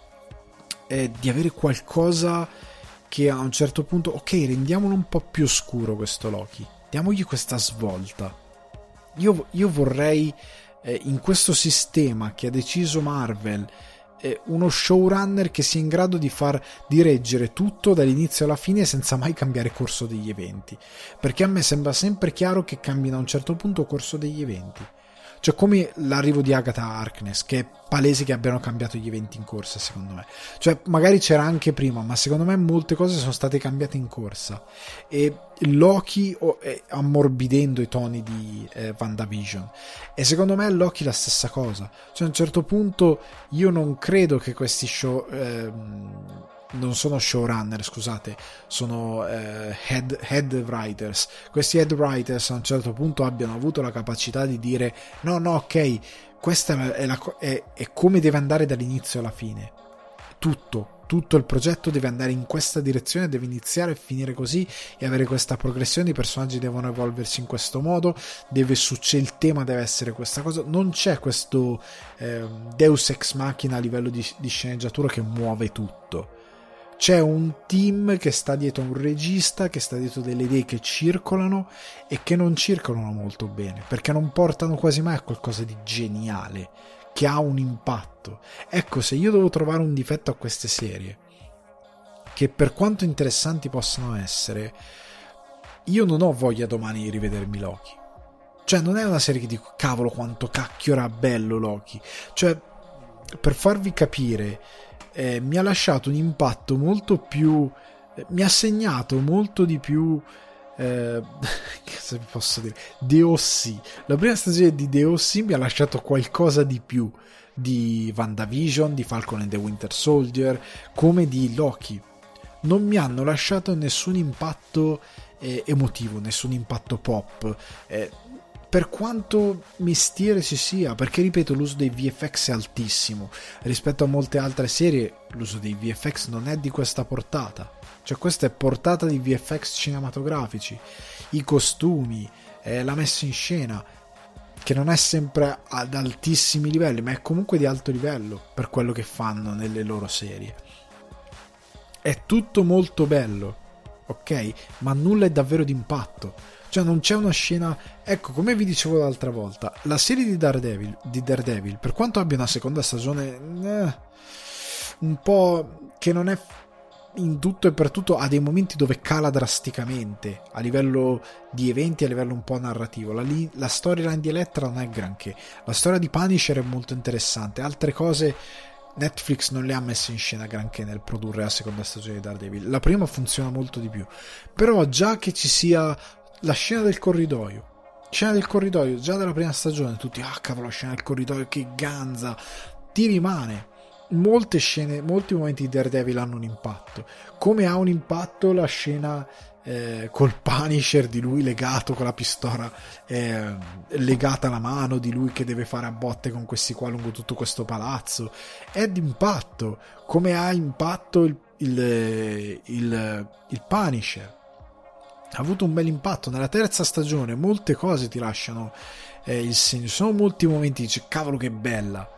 Eh, di avere qualcosa che a un certo punto, ok, rendiamolo un po' più oscuro questo Loki, diamogli questa svolta. Io, io vorrei eh, in questo sistema che ha deciso Marvel, eh, uno showrunner che sia in grado di far di reggere tutto dall'inizio alla fine senza mai cambiare corso degli eventi, perché a me sembra sempre chiaro che cambino a un certo punto corso degli eventi. Cioè come l'arrivo di Agatha Harkness, che è palese che abbiano cambiato gli eventi in corsa, secondo me. Cioè magari c'era anche prima, ma secondo me molte cose sono state cambiate in corsa, e Loki oh, eh, ammorbidendo i toni di eh, WandaVision, e secondo me Loki la stessa cosa. Cioè a un certo punto io non credo che questi show ehm, non sono showrunner, scusate, sono eh, head, head writers. Questi head writers a un certo punto abbiano avuto la capacità di dire no, no, ok, questa è, la, è, è come deve andare dall'inizio alla fine. Tutto, tutto il progetto deve andare in questa direzione, deve iniziare e finire così e avere questa progressione, i personaggi devono evolversi in questo modo, deve succedere, il tema deve essere questa cosa. Non c'è questo eh, Deus ex machina a livello di, di sceneggiatura che muove tutto. C'è un team che sta dietro un regista, che sta dietro delle idee che circolano e che non circolano molto bene, perché non portano quasi mai a qualcosa di geniale, che ha un impatto. Ecco, se io devo trovare un difetto a queste serie, che per quanto interessanti possano essere, io non ho voglia domani di rivedermi Loki. Cioè non è una serie che dico cavolo quanto cacchio era bello Loki, cioè per farvi capire eh, mi ha lasciato un impatto molto più eh, mi ha segnato molto di più eh, cosa vi posso dire, D O C, la prima stagione di D O C mi ha lasciato qualcosa di più di WandaVision, di Falcon and the Winter Soldier, come di Loki. Non mi hanno lasciato nessun impatto eh, emotivo, nessun impatto pop, eh, per quanto mestiere ci sia, perché ripeto l'uso dei V F X è altissimo rispetto a molte altre serie. L'uso dei V F X non è di questa portata, cioè questa è portata di V F X cinematografici, i costumi, eh, la messa in scena, che non è sempre ad altissimi livelli, ma è comunque di alto livello per quello che fanno nelle loro serie. È tutto molto bello, ok? Ma nulla è davvero d'impatto. Cioè non c'è una scena, ecco, come vi dicevo l'altra volta, la serie di Daredevil, di Daredevil per quanto abbia una seconda stagione eh, un po' che non è in tutto e per tutto, ha dei momenti dove cala drasticamente a livello di eventi, a livello un po' narrativo. La, la storyline di Elettra non è granché, la storia di Punisher è molto interessante, altre cose Netflix non le ha messe in scena granché nel produrre la seconda stagione di Daredevil. La prima funziona molto di più, però già che ci sia la scena del corridoio, scena del corridoio già dalla prima stagione, tutti ah cavolo, scena del corridoio, che ganza, ti rimane. Molte scene, molti momenti di Daredevil hanno un impatto, come ha un impatto la scena eh, col Punisher, di lui legato con la pistola eh, legata alla mano, di lui che deve fare a botte con questi qua lungo tutto questo palazzo, è d'impatto, come ha impatto il, il, il, il Punisher. Ha avuto un bel impatto nella terza stagione, molte cose ti lasciano eh, il segno, sono molti momenti dici cavolo che bella.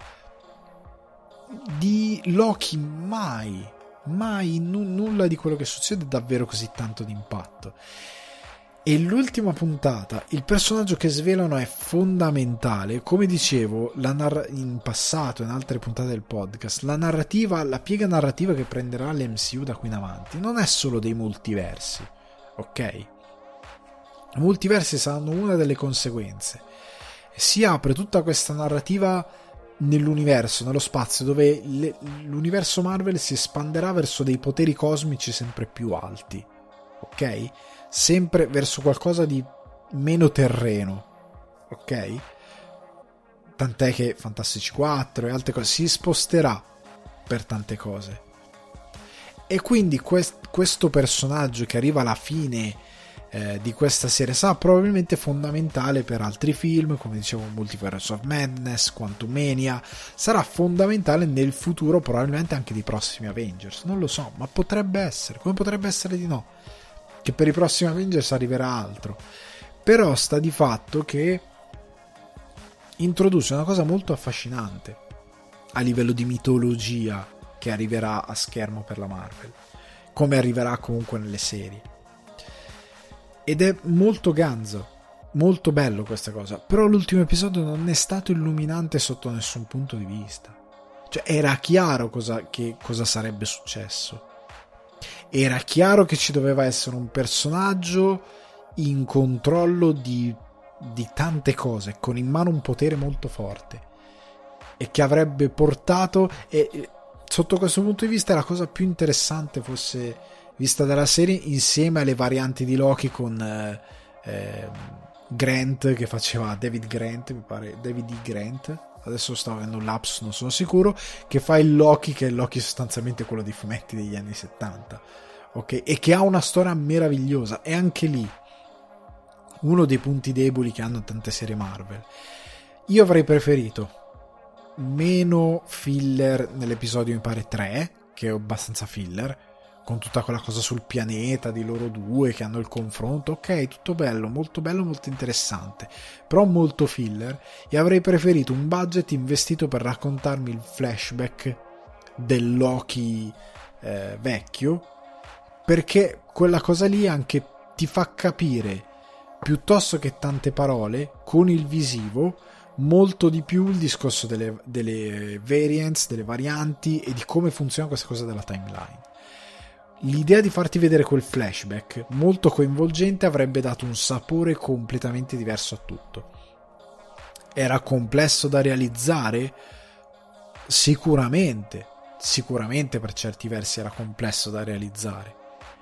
Di Loki mai mai n- nulla di quello che succede davvero così tanto d'impatto. E l'ultima puntata, il personaggio che svelano è fondamentale, come dicevo la narra- in passato in altre puntate del podcast, la narrativa, la piega narrativa che prenderà l'M C U da qui in avanti non è solo dei multiversi, ok? I multiversi saranno una delle conseguenze. Si apre tutta questa narrativa nell'universo, nello spazio, dove le, l'universo Marvel si espanderà verso dei poteri cosmici sempre più alti, ok? Sempre verso qualcosa di meno terreno, ok? Tant'è che Fantastici quattro e altre cose si sposterà per tante cose. E quindi quest, questo personaggio che arriva alla fine Eh, di questa serie sarà probabilmente fondamentale per altri film, come dicevo Multiverse of Madness, Quantumania, sarà fondamentale nel futuro probabilmente anche di prossimi Avengers, non lo so, ma potrebbe essere, come potrebbe essere di no, che per i prossimi Avengers arriverà altro. Però sta di fatto che introduce una cosa molto affascinante a livello di mitologia che arriverà a schermo per la Marvel, come arriverà comunque nelle serie. Ed è molto ganzo, molto bello questa cosa, però l'ultimo episodio non è stato illuminante sotto nessun punto di vista. Cioè era chiaro cosa, che, cosa sarebbe successo, era chiaro che ci doveva essere un personaggio in controllo di, di tante cose, con in mano un potere molto forte, e che avrebbe portato, e sotto questo punto di vista la cosa più interessante fosse vista dalla serie insieme alle varianti di Loki con eh, eh, Grant che faceva David Grant, mi pare David E. Grant, adesso sto avendo un lapsus, non sono sicuro, che fa il Loki, che è il Loki sostanzialmente quello dei fumetti degli anni settanta, ok, e che ha una storia meravigliosa. E anche lì uno dei punti deboli che hanno tante serie Marvel. Io avrei preferito meno filler nell'episodio, mi pare tre, che è abbastanza filler, con tutta quella cosa sul pianeta di loro due che hanno il confronto, ok, tutto bello, molto bello, molto interessante, però molto filler. E avrei preferito un budget investito per raccontarmi il flashback del Loki eh, vecchio, perché quella cosa lì anche ti fa capire, piuttosto che tante parole, con il visivo molto di più il discorso delle, delle variants, delle varianti e di come funziona questa cosa della timeline. L'idea di farti vedere quel flashback molto coinvolgente avrebbe dato un sapore completamente diverso a tutto. Era complesso da realizzare? Sicuramente, sicuramente per certi versi era complesso da realizzare,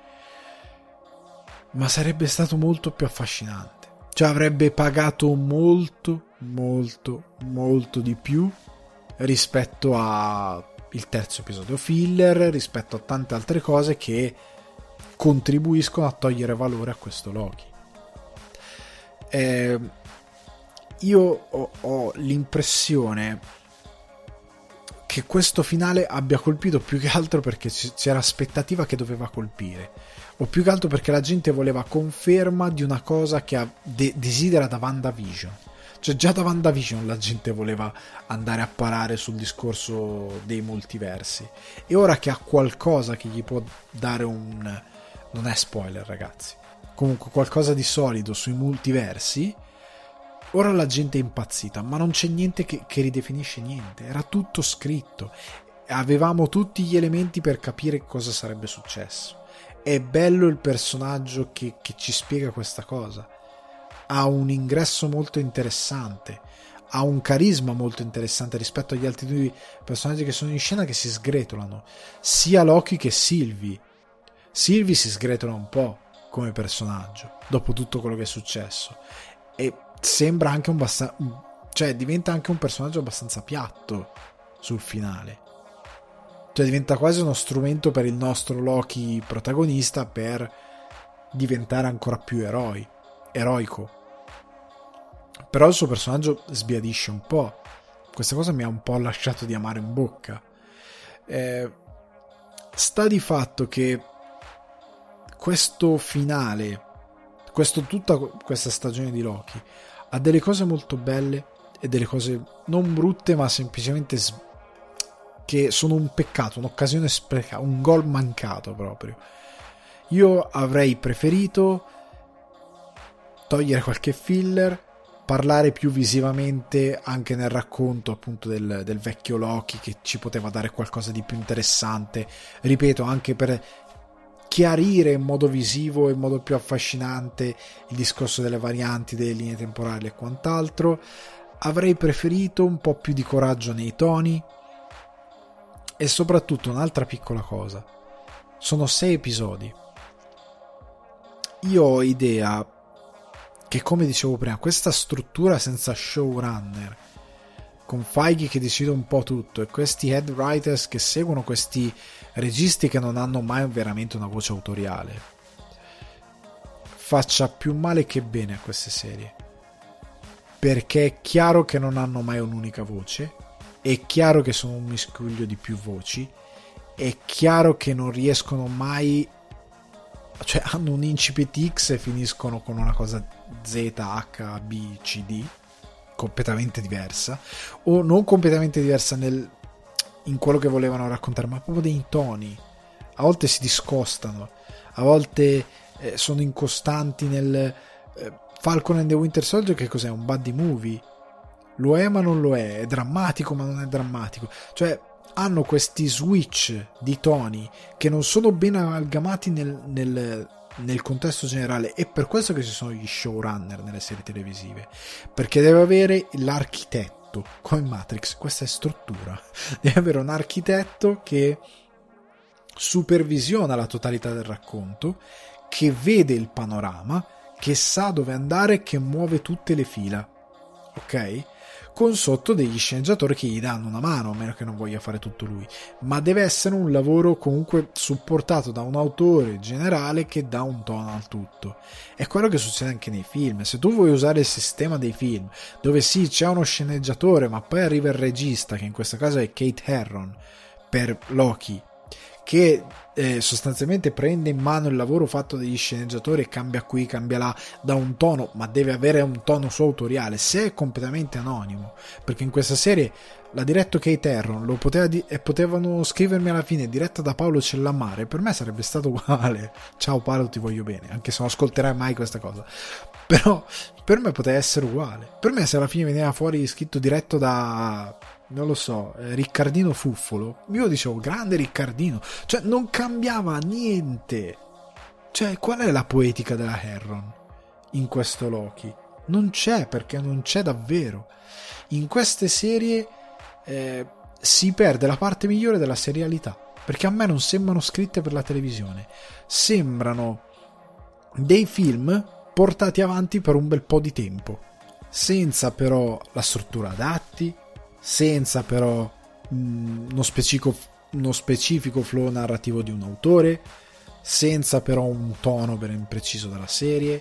ma sarebbe stato molto più affascinante. Cioè avrebbe pagato molto, molto, molto di più rispetto a il terzo episodio filler, rispetto a tante altre cose che contribuiscono a togliere valore a questo Loki. Eh, io ho, ho l'impressione che questo finale abbia colpito più che altro perché c'era aspettativa che doveva colpire, o più che altro perché la gente voleva conferma di una cosa che ha, de, desidera da WandaVision. Cioè già da WandaVision la gente voleva andare a parare sul discorso dei multiversi, e ora che ha qualcosa che gli può dare un... non è spoiler ragazzi, comunque qualcosa di solido sui multiversi, ora la gente è impazzita, ma non c'è niente che, che ridefinisce niente, era tutto scritto, avevamo tutti gli elementi per capire cosa sarebbe successo. È bello il personaggio che, che ci spiega questa cosa, ha un ingresso molto interessante, ha un carisma molto interessante rispetto agli altri due personaggi che sono in scena, che si sgretolano, sia Loki che Sylvie. Sylvie si sgretola un po' come personaggio dopo tutto quello che è successo, e sembra anche un basta- cioè diventa anche un personaggio abbastanza piatto sul finale, cioè diventa quasi uno strumento per il nostro Loki protagonista per diventare ancora più eroi, eroico. Però il suo personaggio sbiadisce un po', questa cosa mi ha un po' lasciato di amaro in bocca. Eh, sta di fatto che questo finale, questo, tutta questa stagione di Loki ha delle cose molto belle e delle cose non brutte, ma semplicemente s- che sono un peccato, un'occasione sprecata, un gol mancato proprio. Io avrei preferito togliere qualche filler, parlare più visivamente anche nel racconto appunto del, del vecchio Loki, che ci poteva dare qualcosa di più interessante, ripeto, anche per chiarire in modo visivo e in modo più affascinante il discorso delle varianti, delle linee temporali e quant'altro. Avrei preferito un po' più di coraggio nei toni, e soprattutto un'altra piccola cosa: sono sei episodi. Io ho idea che, come dicevo prima, questa struttura senza showrunner, con Feige che decide un po' tutto e questi head writers che seguono questi registi che non hanno mai veramente una voce autoriale, faccia più male che bene a queste serie, perché è chiaro che non hanno mai un'unica voce, è chiaro che sono un miscuglio di più voci, è chiaro che non riescono mai, cioè hanno un incipit X e finiscono con una cosa Z, H, B, C, D completamente diversa, o non completamente diversa nel, in quello che volevano raccontare, ma proprio dei toni. A volte si discostano, a volte eh, sono incostanti nel eh, Falcon and the Winter Soldier, che cos'è? Un buddy movie? Lo è ma non lo è, è drammatico ma non è drammatico, cioè hanno questi switch di toni che non sono ben amalgamati nel, nel, nel contesto generale. È per questo che ci sono gli showrunner nelle serie televisive, perché deve avere l'architetto, come in Matrix, questa è struttura, deve avere un architetto che supervisiona la totalità del racconto, che vede il panorama, che sa dove andare, che muove tutte le fila, ok? Con sotto degli sceneggiatori che gli danno una mano, a meno che non voglia fare tutto lui, ma deve essere un lavoro comunque supportato da un autore generale che dà un tono al tutto. È quello che succede anche nei film. Se tu vuoi usare il sistema dei film, dove sì, c'è uno sceneggiatore, ma poi arriva il regista, che in questo caso è Kate Herron per Loki, che eh, sostanzialmente prende in mano il lavoro fatto dagli sceneggiatori e cambia qui, cambia là, dà un tono, ma deve avere un tono suo autoriale, se è completamente anonimo, perché in questa serie l'ha diretto Kate Herron, lo poteva di- e potevano scrivermi alla fine diretta da Paolo Cellammare, per me sarebbe stato uguale. Ciao Paolo, ti voglio bene, anche se non ascolterai mai questa cosa, però per me poteva essere uguale. Per me, se alla fine veniva fuori scritto diretto da, non lo so, eh, Riccardino Fuffolo, io dicevo grande Riccardino, cioè non cambiava niente. Cioè, qual è la poetica della Herron in questo Loki? Non c'è, perché non c'è davvero. In queste serie eh, si perde la parte migliore della serialità, perché a me non sembrano scritte per la televisione, sembrano dei film portati avanti per un bel po' di tempo, senza però la struttura adatti, senza però mh, uno specifico, uno specifico flow narrativo di un autore, senza però un tono ben preciso della serie.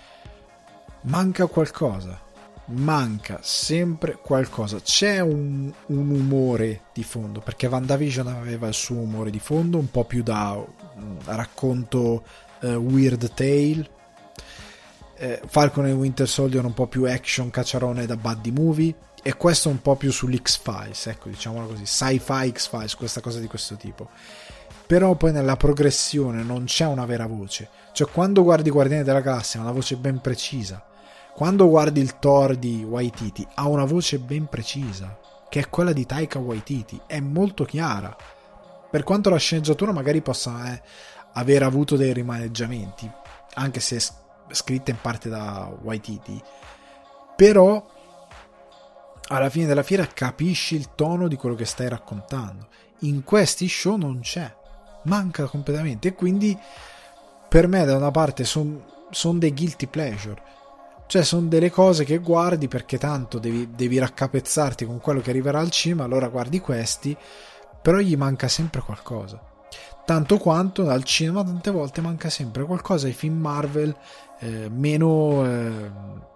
Manca qualcosa, manca sempre qualcosa. C'è un, un umore di fondo, perché WandaVision aveva il suo umore di fondo, un po' più da um, racconto uh, weird tale. eh, Falcon e Winter Soldier un po' più action cacciarone da buddy movie, e questo un po' più sull'X-Files, ecco, diciamolo così, sci-fi X-Files, questa cosa di questo tipo. Però poi nella progressione non c'è una vera voce. Cioè, quando guardi Guardiani della Galassia ha una voce ben precisa, quando guardi il Thor di Waititi ha una voce ben precisa, che è quella di Taika Waititi, è molto chiara, per quanto la sceneggiatura magari possa eh, aver avuto dei rimaneggiamenti, anche se è scritta in parte da Waititi, però alla fine della fiera capisci il tono di quello che stai raccontando. In questi show non c'è, manca completamente, e quindi per me da una parte sono son dei guilty pleasure, cioè sono delle cose che guardi perché tanto devi, devi raccapezzarti con quello che arriverà al cinema, allora guardi questi, però gli manca sempre qualcosa, tanto quanto al cinema tante volte manca sempre qualcosa ai film Marvel eh, meno eh,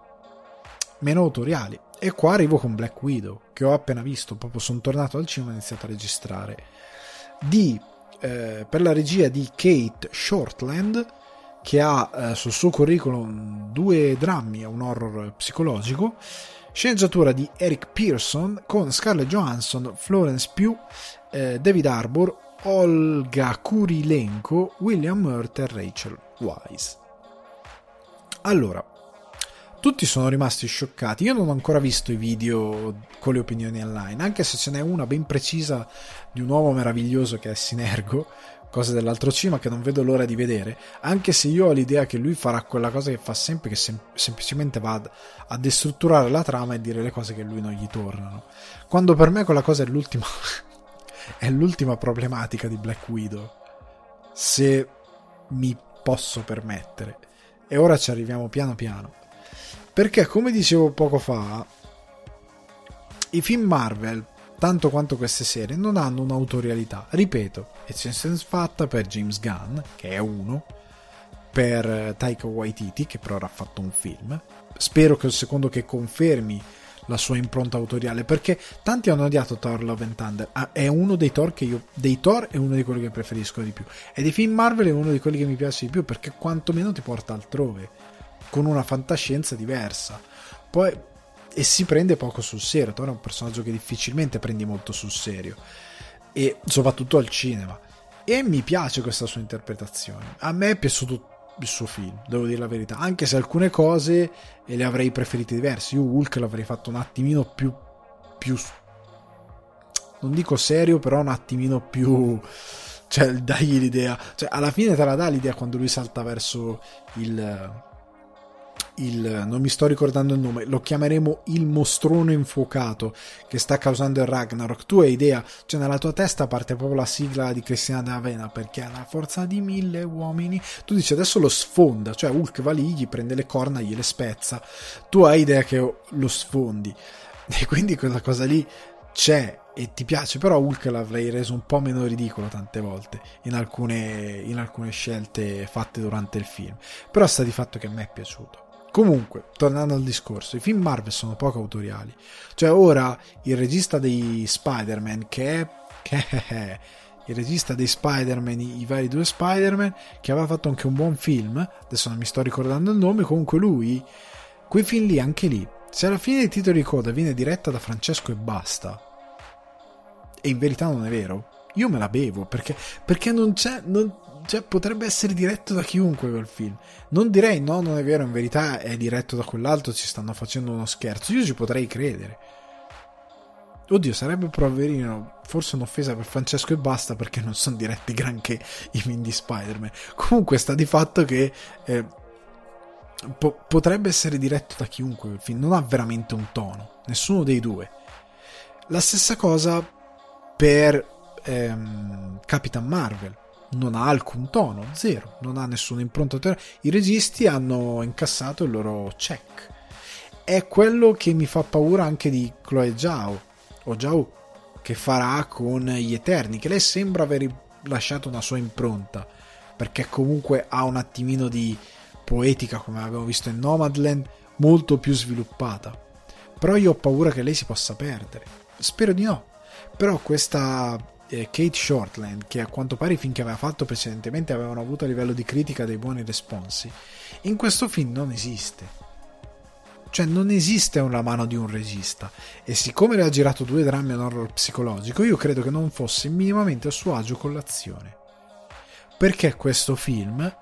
meno autoriali. E qua arrivo con Black Widow, che ho appena visto, proprio sono tornato al cinema e ho iniziato a registrare, di, eh, per la regia di Kate Shortland, che ha eh, sul suo curriculum due drammi e un horror psicologico, sceneggiatura di Eric Pearson, con Scarlett Johansson, Florence Pugh, eh, David Harbour, Olga Kurilenko, William Hurt e Rachel Weisz. Allora, tutti sono rimasti scioccati. Io non ho ancora visto i video con le opinioni online, anche se ce n'è una ben precisa di un uomo meraviglioso che è Sinergo, cose dell'altro cinema, che non vedo l'ora di vedere, anche se io ho l'idea che lui farà quella cosa che fa sempre, che sem- semplicemente va ad- a destrutturare la trama e dire le cose che lui non gli tornano, quando per me quella cosa è l'ultima è l'ultima problematica di Black Widow, se mi posso permettere. E ora ci arriviamo piano piano, perché come dicevo poco fa, i film Marvel, tanto quanto queste serie, non hanno un'autorialità. Ripeto, eccezione fatta per James Gunn, che è uno, per Taika Waititi, che però ha fatto un film. Spero che il secondo che confermi la sua impronta autoriale, perché tanti hanno odiato Thor Love and Thunder. Ah, è uno dei Thor che io dei Thor è uno di quelli che preferisco di più, e dei film Marvel è uno di quelli che mi piace di più, perché quantomeno ti porta altrove, con una fantascienza diversa. Poi e si prende poco sul serio. Thor è un personaggio che difficilmente prendi molto sul serio, e soprattutto al cinema, e mi piace questa sua interpretazione. A me è piaciuto il suo film, devo dire la verità, anche se alcune cose le avrei preferite diverse. Io Hulk l'avrei fatto un attimino più più non dico serio, però un attimino più, cioè dagli l'idea, cioè alla fine te la dà l'idea quando lui salta verso il il non mi sto ricordando il nome, lo chiameremo il mostrone infuocato che sta causando il Ragnarok. Tu hai idea, cioè nella tua testa parte proprio la sigla di Cristina D'Avena, perché ha la forza di mille uomini. Tu dici adesso lo sfonda, cioè Hulk va lì, gli prende le corna, gliele spezza. Tu hai idea che lo sfondi, e quindi quella cosa lì c'è e ti piace. Però Hulk l'avrei reso un po' meno ridicolo tante volte in alcune, in alcune scelte fatte durante il film, però sta di fatto che a me è piaciuto. Comunque, tornando al discorso, i film Marvel sono poco autoriali. Cioè ora il regista dei Spider-Man, che è, che è il regista dei Spider-Man, i, i vari due Spider-Man, che aveva fatto anche un buon film, adesso non mi sto ricordando il nome, comunque lui, quei film lì, anche lì, se alla fine dei titoli di coda viene diretta da Francesco e basta, e in verità non è vero, io me la bevo, perché, perché non c'è... Non, cioè potrebbe essere diretto da chiunque quel film. Non direi no, non è vero, in verità è diretto da quell'altro, ci stanno facendo uno scherzo. Io ci potrei credere. Oddio, sarebbe poverino, forse un'offesa per Francesco e basta, perché non sono diretti granché i film di Spider-Man. Comunque sta di fatto che eh, po- potrebbe essere diretto da chiunque quel film, non ha veramente un tono, nessuno dei due. La stessa cosa per ehm, Capitan Marvel, non ha alcun tono, zero, non ha nessuna impronta. I registi hanno incassato il loro check. È quello che mi fa paura anche di Chloe Zhao o Zhao, che farà con gli Eterni, che lei sembra aver lasciato una sua impronta, perché comunque ha un attimino di poetica, come abbiamo visto in Nomadland, molto più sviluppata. Però io ho paura che lei si possa perdere, spero di no. Però questa eh, Kate Shortland, che a quanto pare i film che aveva fatto precedentemente avevano avuto a livello di critica dei buoni responsi, in questo film non esiste. Cioè non esiste una mano di un regista, e siccome le ha girato due drammi un horror psicologico, io credo che non fosse minimamente a suo agio con l'azione, perché questo film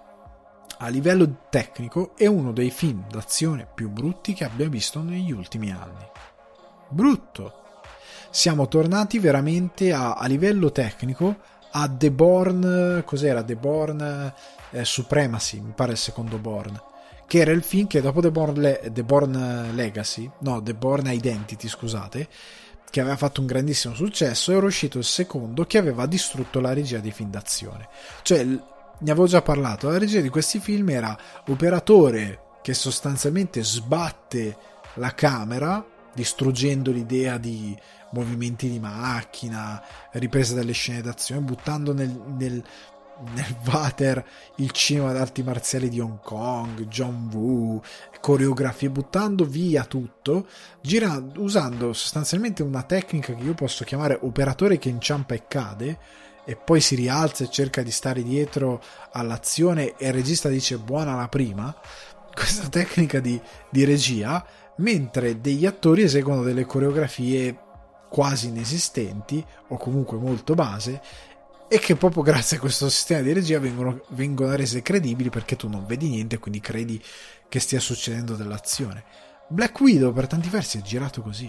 a livello tecnico è uno dei film d'azione più brutti che abbia visto negli ultimi anni. Brutto. Siamo tornati veramente a, a livello tecnico a The Bourne, cos'era? The Bourne eh, Supremacy, mi pare il secondo Bourne, che era il film che dopo The Bourne, Le- The Bourne Legacy, no, The Bourne Identity, scusate, che aveva fatto un grandissimo successo, era uscito il secondo che aveva distrutto la regia dei film d'azione. Cioè, ne avevo già parlato, la regia di questi film era operatore che sostanzialmente sbatte la camera, distruggendo l'idea di movimenti di macchina, ripresa delle scene d'azione, buttando nel, nel nel water il cinema d'arti marziali di Hong Kong, John Woo, coreografie, buttando via tutto, girando, usando sostanzialmente una tecnica che io posso chiamare operatore che inciampa e cade e poi si rialza e cerca di stare dietro all'azione e il regista dice buona la prima, questa tecnica di, di regia, mentre degli attori eseguono delle coreografie quasi inesistenti o comunque molto base, e che proprio grazie a questo sistema di regia vengono, vengono rese credibili, perché tu non vedi niente e quindi credi che stia succedendo dell'azione. Black Widow per tanti versi è girato così,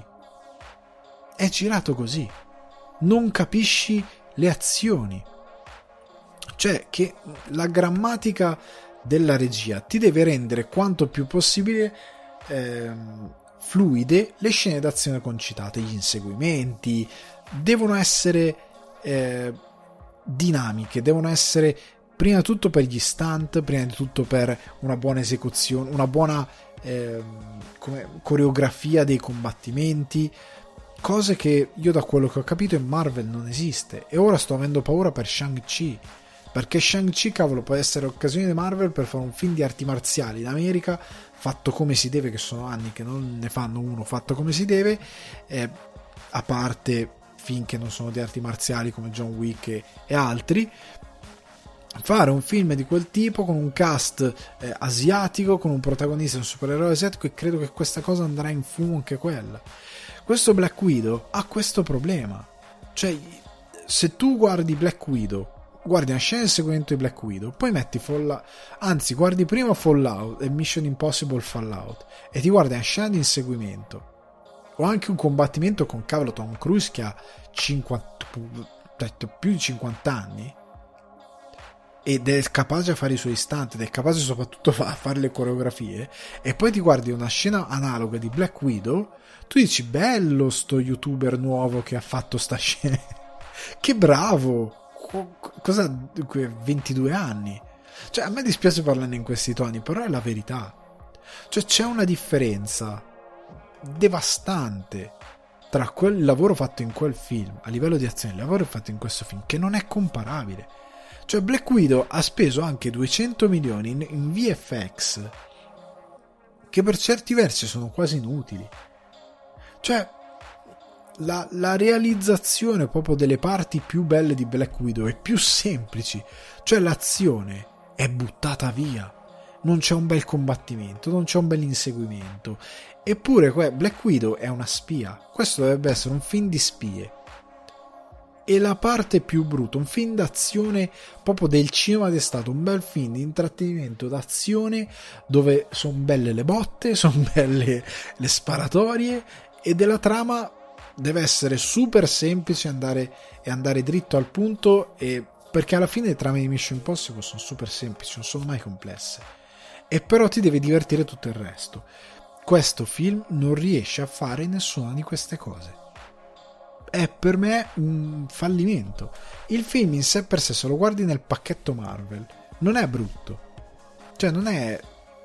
è girato così, non capisci le azioni, cioè che la grammatica della regia ti deve rendere quanto più possibile ehm, fluide le scene d'azione concitate, gli inseguimenti devono essere eh, dinamiche, devono essere prima di tutto per gli stunt, prima di tutto per una buona esecuzione, una buona eh, come, coreografia dei combattimenti, cose che io da quello che ho capito in Marvel non esiste, e ora sto avendo paura per Shang-Chi, perché Shang-Chi cavolo può essere occasione di Marvel per fare un film di arti marziali in America fatto come si deve, che sono anni che non ne fanno uno fatto come si deve, eh, a parte film che non sono di arti marziali come John Wick e, e altri. Fare un film di quel tipo con un cast eh, asiatico, con un protagonista, un supereroe asiatico, e credo che questa cosa andrà in fumo anche quella. Questo Black Widow ha questo problema, cioè se tu guardi Black Widow, guardi una scena di seguimento di Black Widow, poi metti Fallout, anzi guardi prima Fallout e Mission Impossible Fallout e ti guardi una scena di inseguimento o anche un combattimento con cavolo Tom Cruise che ha cinquanta, più di cinquanta anni ed è capace a fare i suoi stunt ed è capace soprattutto a fare le coreografie, e poi ti guardi una scena analoga di Black Widow, tu dici bello sto youtuber nuovo che ha fatto sta scena, che bravo, cosa, ventidue anni, cioè a me dispiace parlarne in questi toni, però è la verità, cioè c'è una differenza devastante tra quel lavoro fatto in quel film a livello di azione e il lavoro fatto in questo film, che non è comparabile. Cioè Black Widow ha speso anche duecento milioni in, in V F X che per certi versi sono quasi inutili, cioè la, la realizzazione proprio delle parti più belle di Black Widow è più semplici, cioè l'azione è buttata via, non c'è un bel combattimento, non c'è un bel inseguimento. Eppure Black Widow è una spia, questo dovrebbe essere un film di spie, e la parte più brutta, un film d'azione proprio del cinema ed è stato un bel film di intrattenimento d'azione dove sono belle le botte, sono belle le sparatorie, e della trama deve essere super semplice andare, e andare dritto al punto, e perché alla fine le trame di Mission Impossible sono super semplici, non sono mai complesse. e però ti deve divertire tutto il resto. Questo film non riesce a fare nessuna di queste cose. È per me un fallimento. Il film in sé per sé, se lo guardi nel pacchetto Marvel, non è brutto. Cioè non è,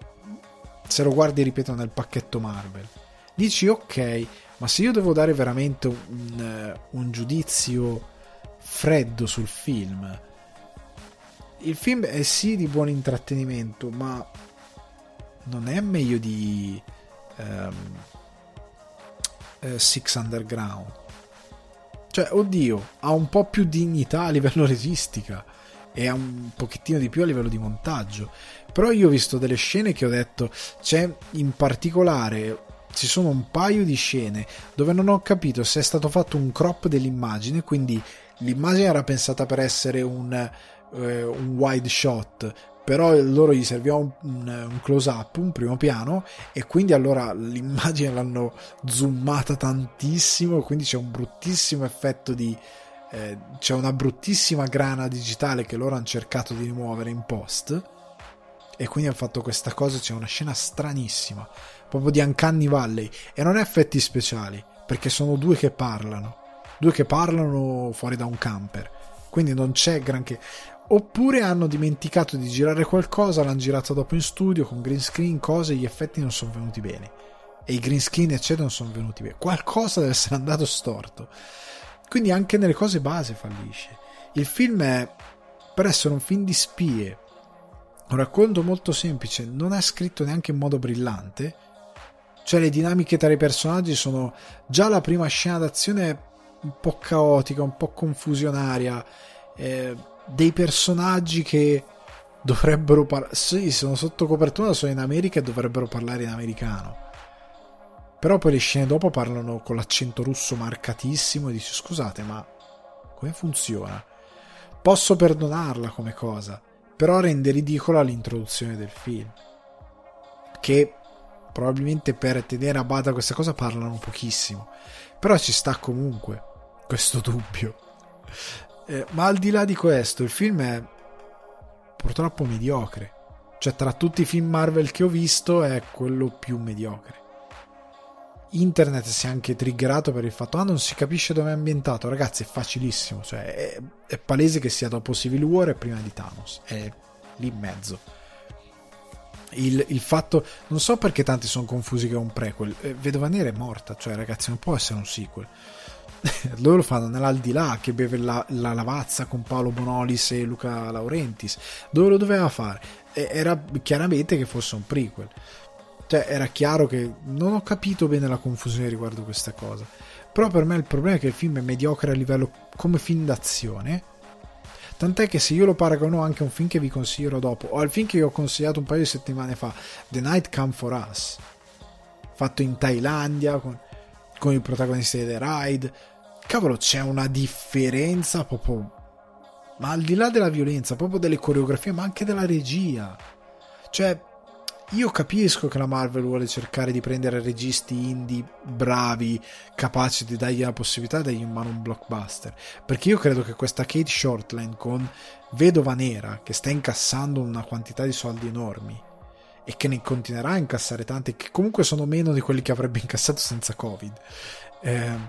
se lo guardi, ripeto, nel pacchetto Marvel, dici ok, ma se io devo dare veramente un, un giudizio freddo sul film, il film è sì di buon intrattenimento, ma non è meglio di um, uh, Six Underground. Cioè, oddio, ha un po' più dignità a livello registica e ha un pochettino di più a livello di montaggio. Però io ho visto delle scene che ho detto, c'è in particolare, ci sono un paio di scene dove non ho capito se è stato fatto un crop dell'immagine, quindi l'immagine era pensata per essere un, eh, un wide shot, però loro gli serviva un, un, un close up, un primo piano, e quindi allora l'immagine l'hanno zoomata tantissimo, quindi c'è un bruttissimo effetto di eh, c'è una bruttissima grana digitale che loro hanno cercato di rimuovere in post, e quindi hanno fatto questa cosa. C'è una scena stranissima proprio di Uncanny Valley, e non è effetti speciali, perché sono due che parlano due che parlano fuori da un camper, quindi non c'è granché. Oppure hanno dimenticato di girare qualcosa, l'hanno girato dopo in studio con green screen, cose, gli effetti non sono venuti bene, e i green screen eccetera non sono venuti bene, qualcosa deve essere andato storto, quindi anche nelle cose base fallisce. Il film è, per essere un film di spie, un racconto molto semplice, non è scritto neanche in modo brillante. Cioè le dinamiche tra i personaggi sono, già la prima scena d'azione un po' caotica, un po' confusionaria, eh, dei personaggi che dovrebbero parlare, sì, sono sotto copertura, sono in America e dovrebbero parlare in americano, però poi le scene dopo parlano con l'accento russo marcatissimo e dici scusate, ma come funziona? Posso perdonarla come cosa, però rende ridicola l'introduzione del film, che probabilmente per tenere a bada questa cosa parlano pochissimo, però ci sta comunque questo dubbio. Eh, ma al di là di questo, il film è purtroppo mediocre. Cioè, tra tutti i film Marvel che ho visto è quello più mediocre. Internet si è anche triggerato per il fatto ah non si capisce dove è ambientato. Ragazzi, è facilissimo, cioè è, è palese che sia dopo Civil War e prima di Thanos, è lì in mezzo. Il, il fatto, non so perché tanti sono confusi che è un prequel. eh, Vedova Nera è morta, cioè ragazzi non può essere un sequel. Loro lo fanno nell'aldilà, che beve la, la lavazza con Paolo Bonolis e Luca Laurentis. Dove lo doveva fare? E, era chiaramente che fosse un prequel, cioè era chiaro che non ho capito bene la confusione riguardo questa cosa. Però per me il problema è che il film è mediocre a livello come film d'azione, tant'è che se io lo paragono anche a un film che vi consiglierò dopo, o al film che vi ho consigliato un paio di settimane fa, The Night Come For Us, fatto in Thailandia con, con i protagonisti di The Ride, cavolo, c'è una differenza proprio, ma al di là della violenza, proprio delle coreografie, ma anche della regia. Cioè io capisco che la Marvel vuole cercare di prendere registi indie bravi, capaci di dargli la possibilità di dargli in mano un blockbuster, perché io credo che questa Kate Shortland con Vedova Nera, che sta incassando una quantità di soldi enormi e che ne continuerà a incassare tanti, che comunque sono meno di quelli che avrebbe incassato senza Covid, eh,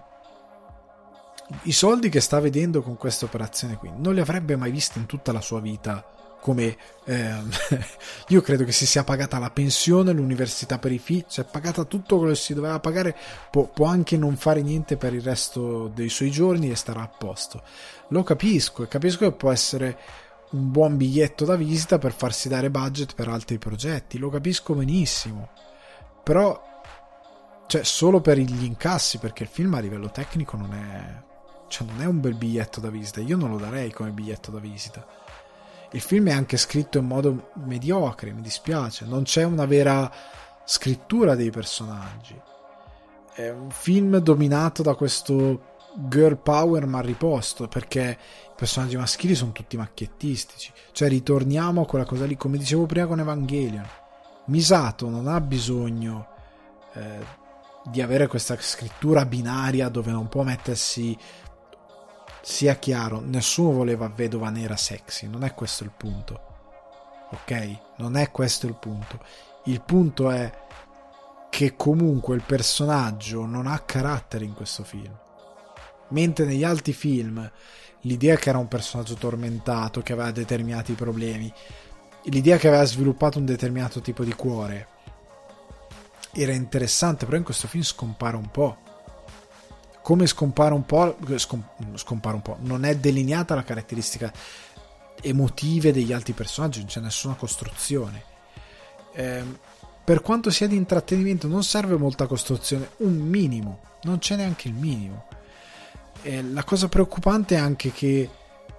i soldi che sta vedendo con questa operazione qui non li avrebbe mai visti in tutta la sua vita. Come eh, io credo che si sia pagata la pensione, l'università per i figli, si è pagata tutto quello che si doveva pagare, può, può anche non fare niente per il resto dei suoi giorni e starà a posto. Lo capisco, e capisco che può essere un buon biglietto da visita per farsi dare budget per altri progetti, lo capisco benissimo, però cioè solo per gli incassi, perché il film a livello tecnico non è, cioè non è un bel biglietto da visita, io non lo darei come biglietto da visita. Il film è anche scritto in modo mediocre, mi dispiace, non c'è una vera scrittura dei personaggi, è un film dominato da questo girl power mal riposto, perché i personaggi maschili sono tutti macchiettistici. Cioè ritorniamo a quella cosa lì, come dicevo prima con Evangelion. Misato non ha bisogno eh, di avere questa scrittura binaria dove non può mettersi. Sia chiaro, nessuno voleva Vedova Nera sexy, non è questo il punto. ok? Non è questo il punto. Il punto è che comunque il personaggio non ha carattere in questo film, mentre negli altri film l'idea che era un personaggio tormentato, che aveva determinati problemi, l'idea che aveva sviluppato un determinato tipo di cuore era interessante, però in questo film scompare un po'. Come scompare un po', scom- scompare un po', non è delineata la caratteristica emotive degli altri personaggi, non c'è nessuna costruzione. Eh, per quanto sia di intrattenimento, non serve molta costruzione, un minimo, non c'è neanche il minimo. Eh, la cosa preoccupante è anche che,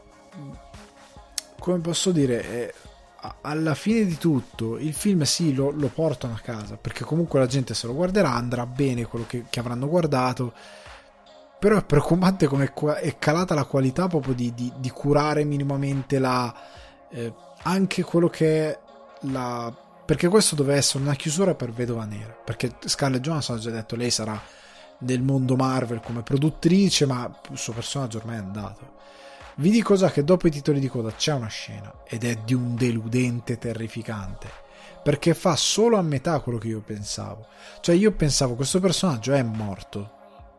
come posso dire, eh, alla fine di tutto il film sì lo, lo portano a casa, perché comunque la gente se lo guarderà, andrà bene quello che, che avranno guardato, però è preoccupante come è calata la qualità proprio di, di, di curare minimamente la eh, anche quello che è la, perché questo doveva essere una chiusura per Vedova Nera, perché Scarlett Johansson ha già detto lei sarà nel mondo Marvel come produttrice, ma il suo personaggio ormai è andato. Vi dico già che dopo i titoli di coda c'è una scena ed è di un deludente terrificante, perché fa solo a metà quello che io pensavo. Cioè io pensavo questo personaggio è morto,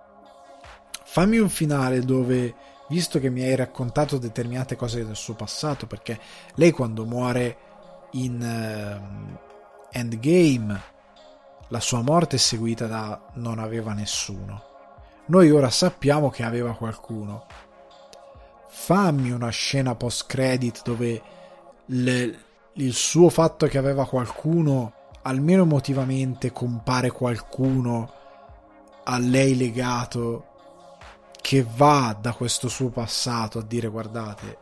fammi un finale dove, visto che mi hai raccontato determinate cose del suo passato, perché lei quando muore in uh, Endgame la sua morte è seguita da non aveva nessuno, noi ora sappiamo che aveva qualcuno. Fammi una scena post credit dove le, il suo fatto che aveva qualcuno, almeno emotivamente compare qualcuno a lei legato che va da questo suo passato a dire guardate,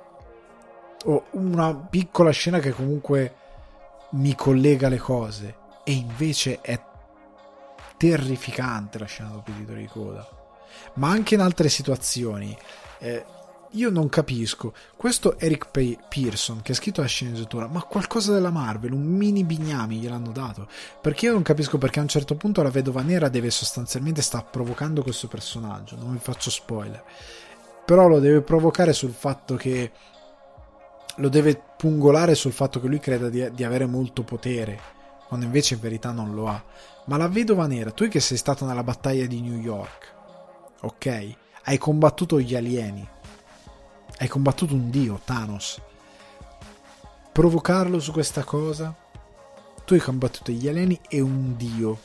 o una piccola scena che comunque mi collega le cose. E invece è terrificante la scena dopo i titoli di coda, ma anche in altre situazioni. eh, io non capisco questo Eric P- Pearson che ha scritto la sceneggiatura, ma qualcosa della Marvel, un mini bignami gliel'hanno dato, perché io non capisco perché a un certo punto la Vedova Nera deve sostanzialmente sta provocando questo personaggio, non vi faccio spoiler, però lo deve provocare sul fatto che lo deve pungolare sul fatto che lui creda di, di avere molto potere, quando invece in verità non lo ha. Ma la Vedova Nera, tu che sei stato nella battaglia di New York, ok, hai combattuto gli alieni, hai combattuto un dio, Thanos, provocarlo su questa cosa, tu hai combattuto gli alieni e un dio,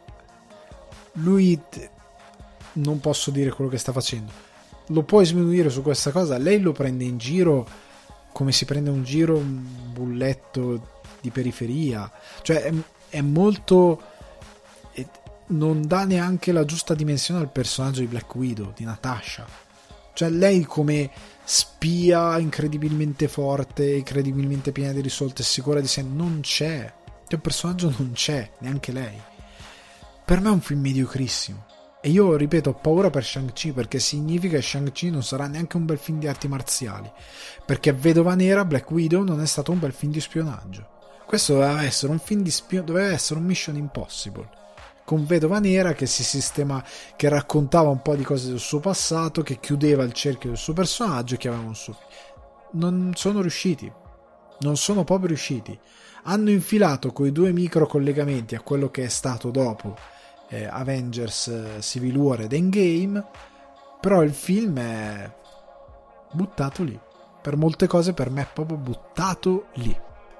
lui non posso dire quello che sta facendo, lo puoi sminuire su questa cosa, lei lo prende in giro come si prende un giro un bulletto di periferia, cioè è, è molto, è, non dà neanche la giusta dimensione al personaggio di Black Widow, di Natasha. Cioè lei come spia incredibilmente forte, incredibilmente piena di risolte e sicura di sé, non c'è, cioè il personaggio non c'è, neanche lei. Per me è un film mediocrissimo e io ripeto ho paura per Shang-Chi, perché significa che Shang-Chi non sarà neanche un bel film di arti marziali, perché Vedova Nera, Black Widow, non è stato un bel film di spionaggio. Questo doveva essere un film di spionaggio, doveva essere un Mission Impossible con Vedova Nera che si sistema, che raccontava un po' di cose del suo passato, che chiudeva il cerchio del suo personaggio e che aveva un suo film. Non sono riusciti, non sono proprio riusciti. Hanno infilato quei due micro collegamenti a quello che è stato dopo eh, Avengers eh, Civil War ed Endgame, però il film è buttato lì. Per molte cose per me è proprio buttato lì.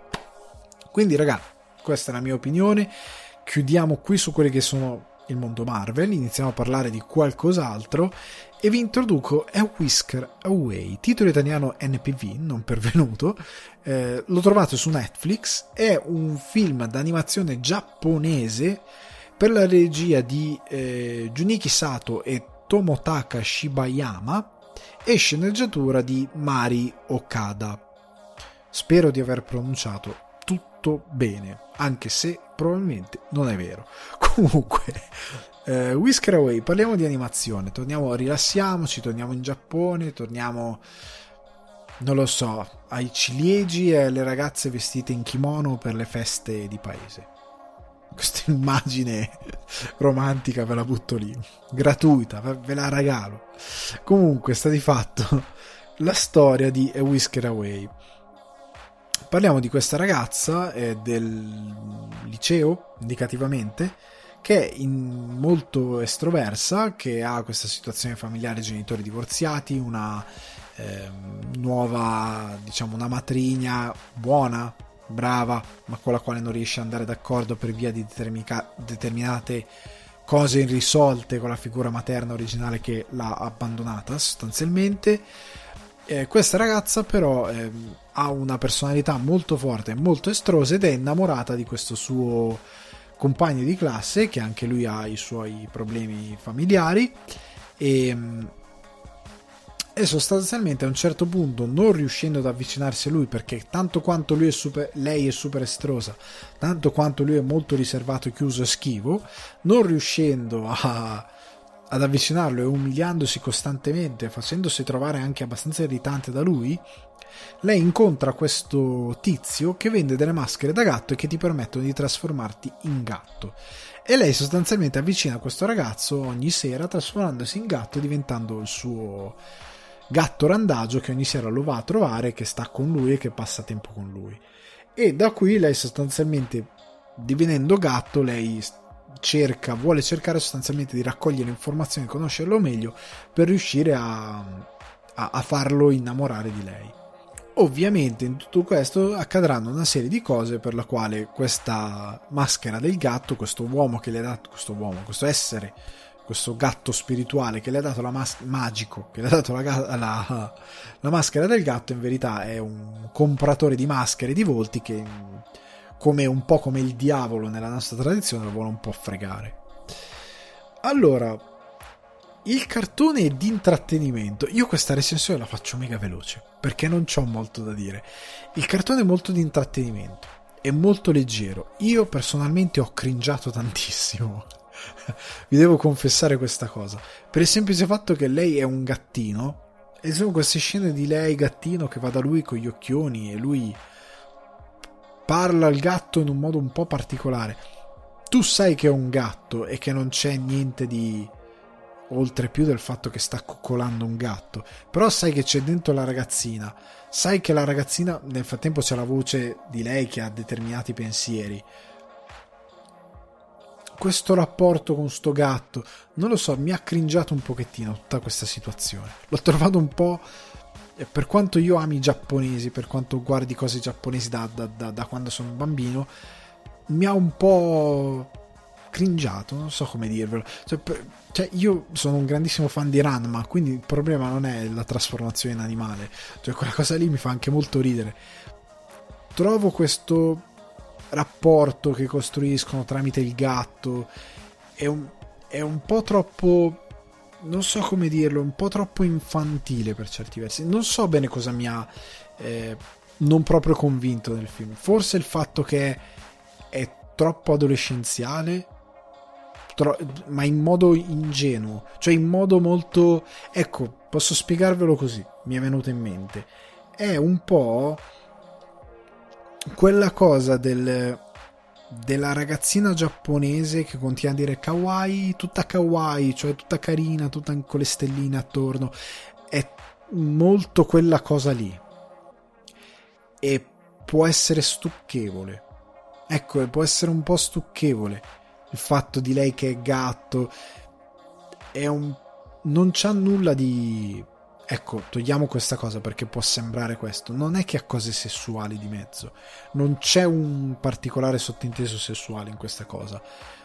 Quindi raga, questa è la mia opinione, chiudiamo qui su quelli che sono il mondo Marvel, iniziamo a parlare di qualcos'altro e vi introduco A Whisker Away, titolo italiano N P V, non pervenuto, eh, lo trovate su Netflix, è un film d'animazione giapponese per la regia di eh, Junichi Sato e Tomotaka Shibayama e sceneggiatura di Mari Okada. Spero di aver pronunciato tutto bene, anche se probabilmente non è vero. Comunque eh, Whisker Away, parliamo di animazione, torniamo, rilassiamoci, torniamo in Giappone, torniamo non lo so, ai ciliegi e alle ragazze vestite in kimono per le feste di paese. Questa immagine romantica ve la butto lì, gratuita, ve la regalo. Comunque sta di fatto la storia di A Whisker Away. Parliamo di questa ragazza eh, del liceo, indicativamente, che è in, molto estroversa, che ha questa situazione familiare, genitori divorziati, una eh, nuova, diciamo, una matrigna buona, brava, ma con la quale non riesce ad andare d'accordo per via di determica- determinate cose irrisolte con la figura materna originale che l'ha abbandonata sostanzialmente. Eh, questa ragazza però eh, ha una personalità molto forte, molto estrosa, ed è innamorata di questo suo compagno di classe, che anche lui ha i suoi problemi familiari, e, e sostanzialmente a un certo punto, non riuscendo ad avvicinarsi a lui, perché tanto quanto lui è super, lei è super estrosa, tanto quanto lui è molto riservato, chiuso e schivo, non riuscendo a ad avvicinarlo e umiliandosi costantemente, facendosi trovare anche abbastanza irritante da lui, lei incontra questo tizio che vende delle maschere da gatto e che ti permettono di trasformarti in gatto, e lei sostanzialmente avvicina questo ragazzo ogni sera trasformandosi in gatto, diventando il suo gatto randagio che ogni sera lo va a trovare, che sta con lui e che passa tempo con lui. E da qui lei sostanzialmente, divenendo gatto, lei cerca, vuole cercare sostanzialmente di raccogliere informazioni, conoscerlo meglio per riuscire a, a, a farlo innamorare di lei. Ovviamente in tutto questo accadranno una serie di cose per la quale questa maschera del gatto, questo uomo che le ha dato, questo uomo, questo essere, questo gatto spirituale che le ha dato la mas- magico, che le ha dato la, la, la maschera del gatto, in verità è un compratore di maschere, di volti, che come un po' come il diavolo nella nostra tradizione lo vuole un po' fregare. Allora, il cartone è di intrattenimento. Io questa recensione la faccio mega veloce perché non c'ho molto da dire. Il cartone è molto di intrattenimento, è molto leggero. Io personalmente ho cringiato tantissimo. Vi devo confessare questa cosa, per il semplice fatto che lei è un gattino e sono queste scene di lei gattino che va da lui con gli occhioni e lui parla al gatto in un modo un po' particolare. Tu sai che è un gatto e che non c'è niente di oltre più del fatto che sta coccolando un gatto, però sai che c'è dentro la ragazzina, sai che la ragazzina nel frattempo c'è la voce di lei che ha determinati pensieri. Questo rapporto con sto gatto, non lo so, mi ha cringiato un pochettino tutta questa situazione. L'ho trovato un po', per quanto io ami i giapponesi, per quanto guardi cose giapponesi da, da, da, da quando sono un bambino, mi ha un po' cringiato, non so come dirvelo. Cioè, per, cioè io sono un grandissimo fan di Ranma, quindi il problema non è la trasformazione in animale, cioè quella cosa lì mi fa anche molto ridere. Trovo questo rapporto che costruiscono tramite il gatto è un, è un po' troppo, non so come dirlo, un po' troppo infantile per certi versi. Non so bene cosa mi ha eh, non proprio convinto nel film. Forse il fatto che è troppo adolescenziale, tro- ma in modo ingenuo, cioè in modo molto, ecco, posso spiegarvelo così, mi è venuto in mente. È un po' quella cosa del della ragazzina giapponese che continua a dire kawaii, tutta kawaii, cioè tutta carina, tutta con le stelline attorno. È molto quella cosa lì e può essere stucchevole, ecco, può essere un po' stucchevole il fatto di lei che è gatto. È un, non c'ha nulla di, ecco, togliamo questa cosa perché può sembrare questo, non è che ha cose sessuali di mezzo, non c'è un particolare sottinteso sessuale in questa cosa,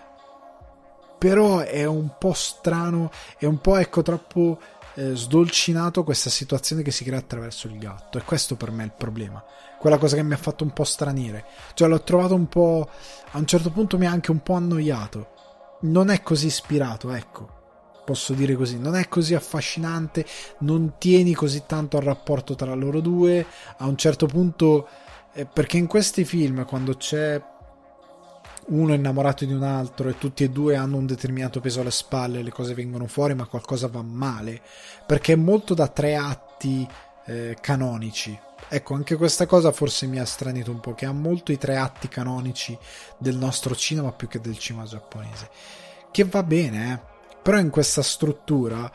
però è un po' strano, è un po', ecco, troppo eh, sdolcinato questa situazione che si crea attraverso il gatto, e questo per me è il problema, quella cosa che mi ha fatto un po' stranire, cioè l'ho trovato un po', a un certo punto mi ha anche un po' annoiato, non è così ispirato, ecco, posso dire così, non è così affascinante, non tieni così tanto al rapporto tra loro due a un certo punto, eh, perché in questi film quando c'è uno innamorato di un altro e tutti e due hanno un determinato peso alle spalle, le cose vengono fuori ma qualcosa va male, perché è molto da tre atti eh, canonici. Ecco, anche questa cosa forse mi ha stranito un po', che ha molto i tre atti canonici del nostro cinema più che del cinema giapponese, che va bene, eh però in questa struttura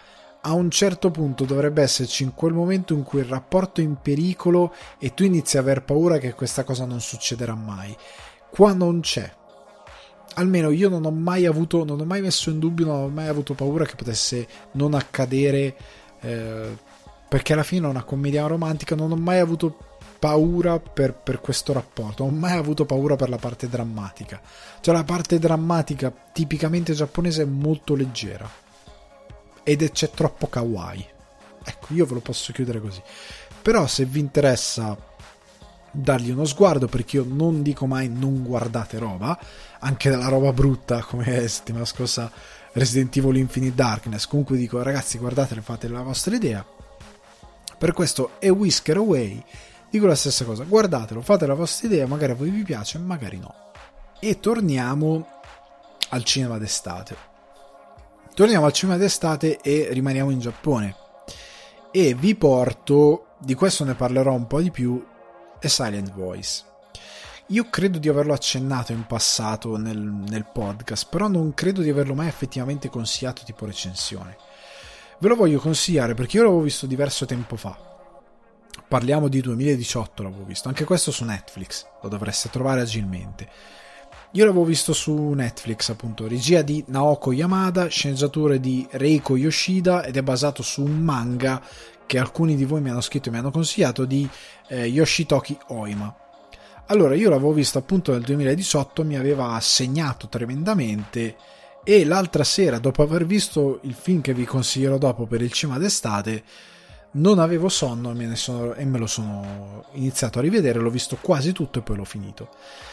a un certo punto dovrebbe esserci in quel momento in cui il rapporto è in pericolo e tu inizi a aver paura che questa cosa non succederà mai. Qua non c'è. Almeno io non ho mai avuto, non ho mai messo in dubbio, non ho mai avuto paura che potesse non accadere, eh, perché alla fine è una commedia romantica, non ho mai avuto paura per, per questo rapporto, non ho mai avuto paura per la parte drammatica. Cioè la parte drammatica tipicamente giapponese è molto leggera. Ed è, c'è troppo kawaii. Ecco, io ve lo posso chiudere così. Però se vi interessa dargli uno sguardo, perché io non dico mai non guardate roba, anche della roba brutta come settimana scorsa Resident Evil Infinite Darkness, comunque dico ragazzi guardatele, fate la vostra idea. Per questo e Whisker Away dico la stessa cosa, guardatelo, fate la vostra idea, magari a voi vi piace, magari no. E torniamo al cinema d'estate. Torniamo al cinema d'estate e rimaniamo in Giappone. E vi porto, di questo ne parlerò un po' di più, A Silent Voice. Io credo di averlo accennato in passato nel, nel podcast, però non credo di averlo mai effettivamente consigliato tipo recensione. Ve lo voglio consigliare perché io l'avevo visto diverso tempo fa. Parliamo di duemiladiciotto, l'avevo visto. Anche questo su Netflix, lo dovreste trovare agilmente. Io l'avevo visto su Netflix, appunto, regia di Naoko Yamada, sceneggiature di Reiko Yoshida ed è basato su un manga che alcuni di voi mi hanno scritto e mi hanno consigliato di eh, Yoshitoki Oima. Allora, io l'avevo visto appunto nel duemiladiciotto, mi aveva segnato tremendamente e l'altra sera, dopo aver visto il film che vi consiglierò dopo per il cinema d'estate, non avevo sonno e me, ne sono, e me lo sono iniziato a rivedere, l'ho visto quasi tutto e poi l'ho finito.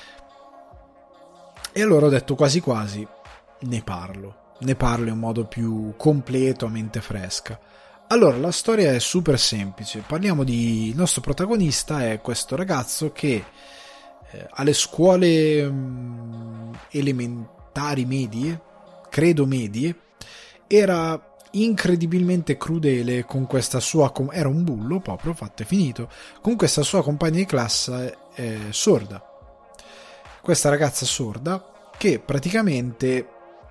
E allora ho detto quasi quasi ne parlo, ne parlo in modo più completo, a mente fresca. Allora, la storia è super semplice, parliamo di, il nostro protagonista è questo ragazzo che eh, alle scuole mh, elementari medie, credo medie, era incredibilmente crudele con questa sua, era un bullo proprio, fatto e finito, con questa sua compagna di classe eh, sorda. Questa ragazza sorda che praticamente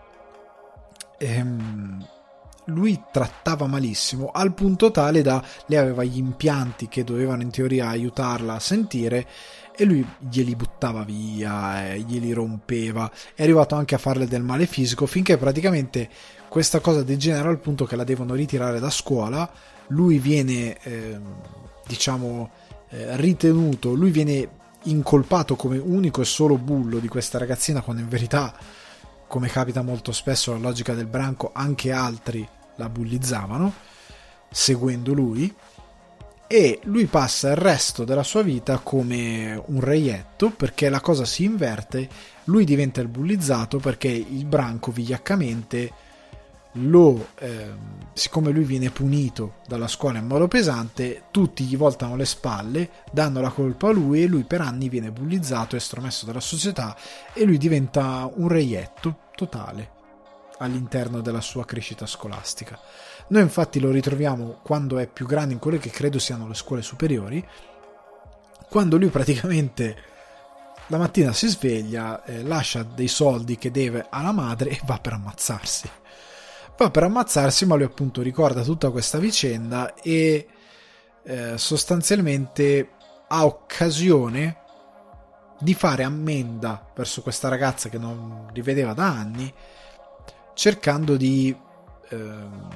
ehm, lui trattava malissimo al punto tale da lei aveva gli impianti che dovevano in teoria aiutarla a sentire e lui glieli buttava via, eh, glieli rompeva, è arrivato anche a farle del male fisico finché praticamente questa cosa degenera al punto che la devono ritirare da scuola. Lui viene eh, diciamo eh, ritenuto, lui viene incolpato come unico e solo bullo di questa ragazzina, quando in verità, come capita molto spesso, la logica del branco, anche altri la bullizzavano seguendo lui, e lui passa il resto della sua vita come un reietto perché la cosa si inverte, lui diventa il bullizzato perché il branco vigliaccamente lo eh, siccome lui viene punito dalla scuola in modo pesante, tutti gli voltano le spalle, danno la colpa a lui e lui per anni viene bullizzato, estromesso dalla società e lui diventa un reietto totale all'interno della sua crescita scolastica. Noi infatti lo ritroviamo quando è più grande, in quelle che credo siano le scuole superiori, quando lui praticamente la mattina si sveglia, eh, lascia dei soldi che deve alla madre e va per ammazzarsi. Va per ammazzarsi, ma lui appunto ricorda tutta questa vicenda e eh, sostanzialmente ha occasione di fare ammenda verso questa ragazza che non rivedeva da anni, cercando di eh,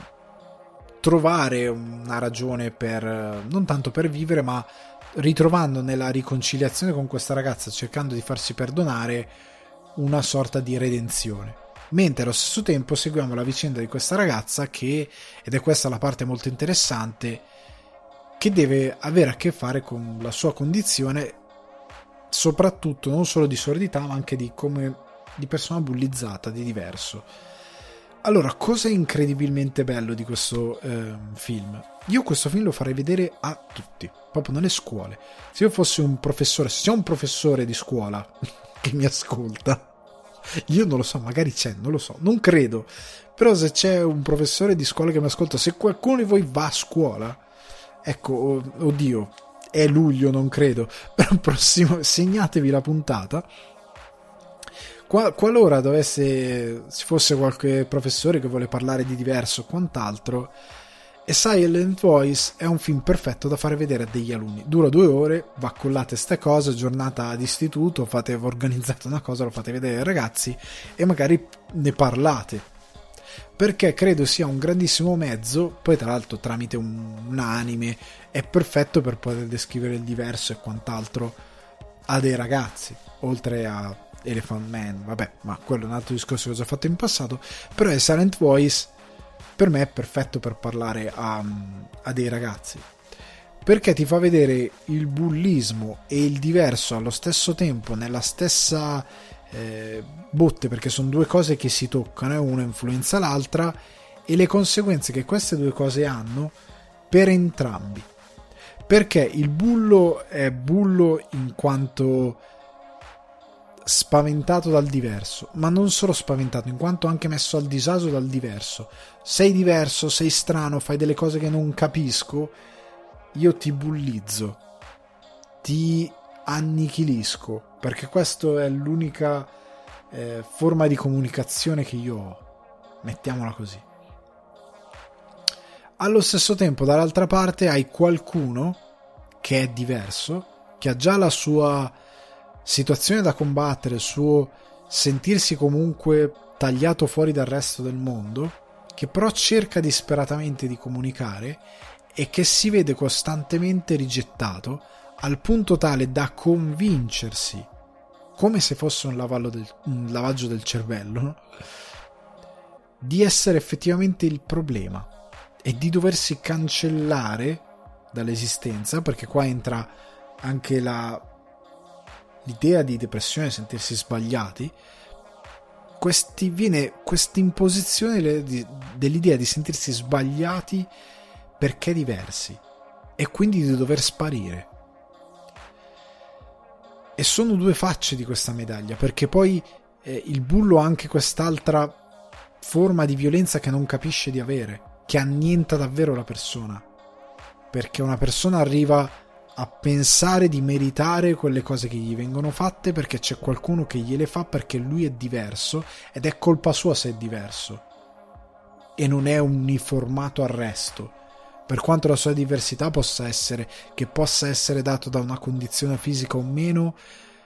trovare una ragione per, non tanto per vivere, ma ritrovando nella riconciliazione con questa ragazza, cercando di farsi perdonare, una sorta di redenzione. Mentre allo stesso tempo seguiamo la vicenda di questa ragazza che, ed è questa la parte molto interessante, che deve avere a che fare con la sua condizione, soprattutto non solo di sordità ma anche di come di persona bullizzata, di diverso. Allora, cosa è incredibilmente bello di questo eh, film? Io questo film lo farei vedere a tutti, proprio nelle scuole. Se io fossi un professore, se c'è un professore di scuola che mi ascolta, io non lo so, magari c'è, non lo so, non credo, però se c'è un professore di scuola che mi ascolta, se qualcuno di voi va a scuola, ecco, oddio, è luglio, non credo, però il prossimo, segnatevi la puntata. Qualora dovesse, ci fosse qualche professore che vuole parlare di diverso o quant'altro, E Silent Voice è un film perfetto da fare vedere a degli alunni. Dura due ore, va collate ste cose, giornata d'istituto, fate organizzate una cosa, lo fate vedere ai ragazzi e magari ne parlate. Perché credo sia un grandissimo mezzo, poi tra l'altro tramite un, un anime, è perfetto per poter descrivere il diverso e quant'altro a dei ragazzi, oltre a Elephant Man, vabbè, ma quello è un altro discorso che ho già fatto in passato. Però è Silent Voice per me è perfetto per parlare a, a dei ragazzi, perché ti fa vedere il bullismo e il diverso allo stesso tempo, nella stessa eh, botte, perché sono due cose che si toccano e una influenza l'altra, e le conseguenze che queste due cose hanno per entrambi. Perché il bullo è bullo in quanto spaventato dal diverso, ma non solo spaventato, in quanto anche messo al disagio dal diverso. Sei diverso, sei strano, fai delle cose che non capisco, io ti bullizzo, ti annichilisco, perché questa è l'unica eh, forma di comunicazione che io ho, mettiamola così. Allo stesso tempo, dall'altra parte hai qualcuno che è diverso, che ha già la sua situazione da combattere, il suo sentirsi comunque tagliato fuori dal resto del mondo, che però cerca disperatamente di comunicare e che si vede costantemente rigettato, al punto tale da convincersi, come se fosse un, lavallo del, un lavaggio del cervello, no? Di essere effettivamente il problema e di doversi cancellare dall'esistenza, perché qua entra anche la l'idea di depressione, sentirsi sbagliati. Questi viene questa imposizione dell'idea di sentirsi sbagliati perché diversi e quindi di dover sparire. E sono due facce di questa medaglia, perché poi eh, il bullo ha anche quest'altra forma di violenza che non capisce di avere, che annienta davvero la persona, perché una persona arriva a pensare di meritare quelle cose che gli vengono fatte perché c'è qualcuno che gliele fa, perché lui è diverso ed è colpa sua se è diverso e non è uniformato al resto, per quanto la sua diversità possa essere che possa essere dato da una condizione fisica o meno.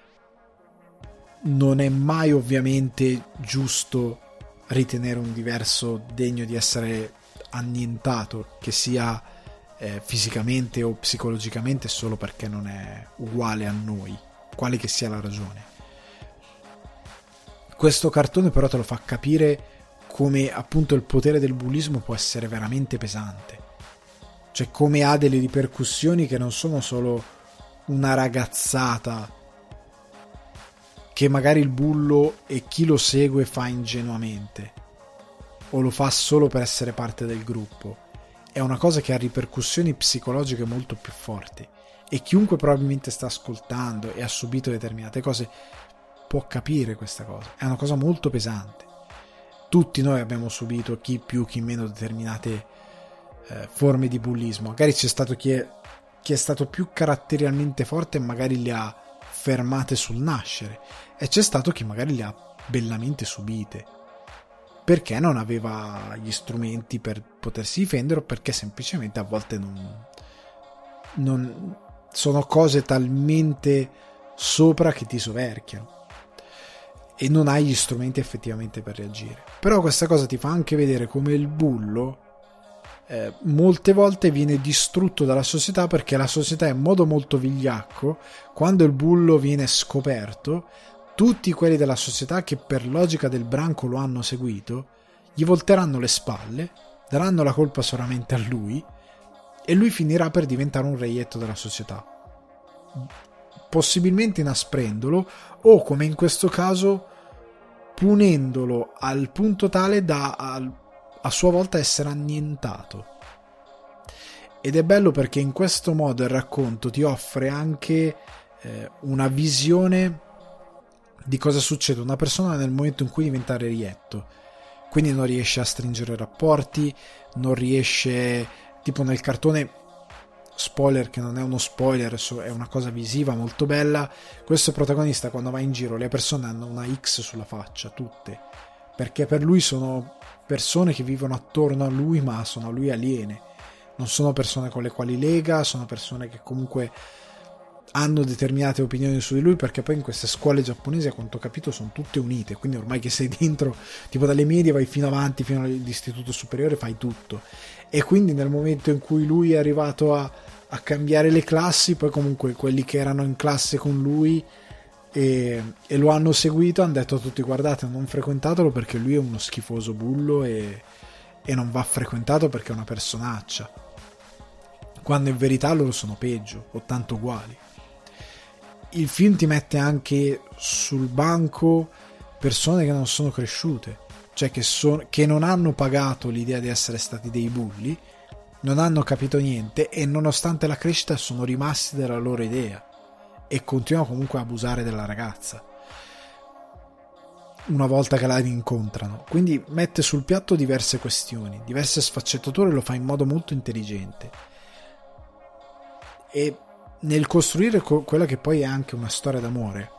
Non è mai ovviamente giusto ritenere un diverso degno di essere annientato, che sia Eh, fisicamente o psicologicamente, solo perché non è uguale a noi, quale che sia la ragione. Questo cartone però te lo fa capire come appunto il potere del bullismo può essere veramente pesante, cioè come ha delle ripercussioni che non sono solo una ragazzata che magari il bullo e chi lo segue fa ingenuamente o lo fa solo per essere parte del gruppo. È una cosa che ha ripercussioni psicologiche molto più forti, e chiunque probabilmente sta ascoltando e ha subito determinate cose può capire questa cosa. È una cosa molto pesante. Tutti noi abbiamo subito, chi più chi meno, determinate eh, forme di bullismo. Magari c'è stato chi è, chi è stato più caratterialmente forte e magari le ha fermate sul nascere, e c'è stato chi magari le ha bellamente subite perché non aveva gli strumenti per potersi difendere, o perché semplicemente a volte non, non sono cose talmente sopra che ti soverchiano e non hai gli strumenti effettivamente per reagire. Però questa cosa ti fa anche vedere come il bullo eh, molte volte viene distrutto dalla società, perché la società in modo molto vigliacco, quando il bullo viene scoperto, tutti quelli della società che per logica del branco lo hanno seguito gli volteranno le spalle, daranno la colpa solamente a lui e lui finirà per diventare un reietto della società, possibilmente inasprendolo o, come in questo caso, punendolo al punto tale da a, a sua volta essere annientato. Ed è bello perché in questo modo il racconto ti offre anche eh, una visione di cosa succede a una persona nel momento in cui diventa reietto, quindi non riesce a stringere rapporti, non riesce, tipo nel cartone, spoiler che non è uno spoiler, è una cosa visiva molto bella, questo protagonista quando va in giro le persone hanno una X sulla faccia, tutte, perché per lui sono persone che vivono attorno a lui ma sono a lui aliene, non sono persone con le quali lega, sono persone che comunque hanno determinate opinioni su di lui, perché poi in queste scuole giapponesi, a quanto ho capito, sono tutte unite, quindi ormai che sei dentro, tipo dalle medie vai fino avanti, fino all'istituto superiore, fai tutto. E quindi nel momento in cui lui è arrivato a, a cambiare le classi, poi comunque quelli che erano in classe con lui e, e lo hanno seguito hanno detto a tutti: guardate, non frequentatelo perché lui è uno schifoso bullo e, e non va frequentato perché è una personaccia, quando in verità loro sono peggio o tanto uguali. Il film ti mette anche sul banco persone che non sono cresciute, cioè che, so, che non hanno pagato l'idea di essere stati dei bulli, non hanno capito niente e nonostante la crescita sono rimasti della loro idea e continuano comunque a abusare della ragazza una volta che la incontrano. Quindi mette sul piatto diverse questioni, diverse sfaccettature, lo fa in modo molto intelligente. E nel costruire co- quella che poi è anche una storia d'amore,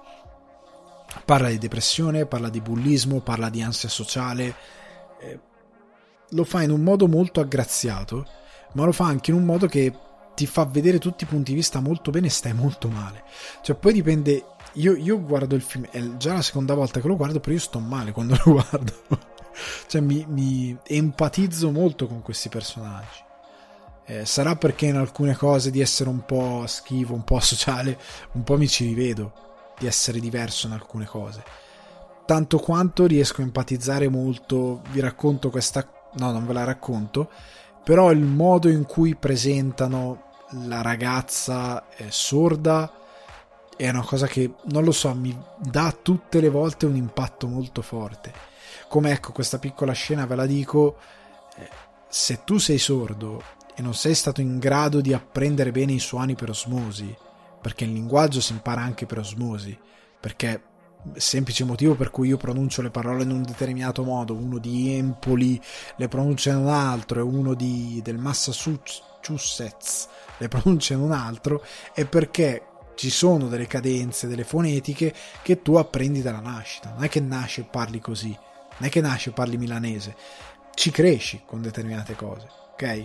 parla di depressione, parla di bullismo, parla di ansia sociale, eh, lo fa in un modo molto aggraziato, ma lo fa anche in un modo che ti fa vedere tutti i punti di vista molto bene e stai molto male. Cioè poi dipende, io, io guardo il film, è già la seconda volta che lo guardo, però io sto male quando lo guardo. Cioè mi, mi empatizzo molto con questi personaggi. Eh, sarà perché in alcune cose di essere un po' schivo, un po' sociale, un po' mi ci rivedo, di essere diverso in alcune cose, tanto quanto riesco a empatizzare molto. Vi racconto questa, no, non ve la racconto, però il modo in cui presentano la ragazza eh, sorda è una cosa che, non lo so, mi dà tutte le volte un impatto molto forte. Come, ecco, questa piccola scena, ve la dico, eh, se tu sei sordo e non sei stato in grado di apprendere bene i suoni per osmosi, perché il linguaggio si impara anche per osmosi, perché semplice motivo per cui io pronuncio le parole in un determinato modo, uno di Empoli le pronuncia in un altro e uno di, del Massachusetts le pronuncia in un altro, è perché ci sono delle cadenze, delle fonetiche che tu apprendi dalla nascita. Non è che nasci e parli così, non è che nasci e parli milanese, ci cresci con determinate cose, ok?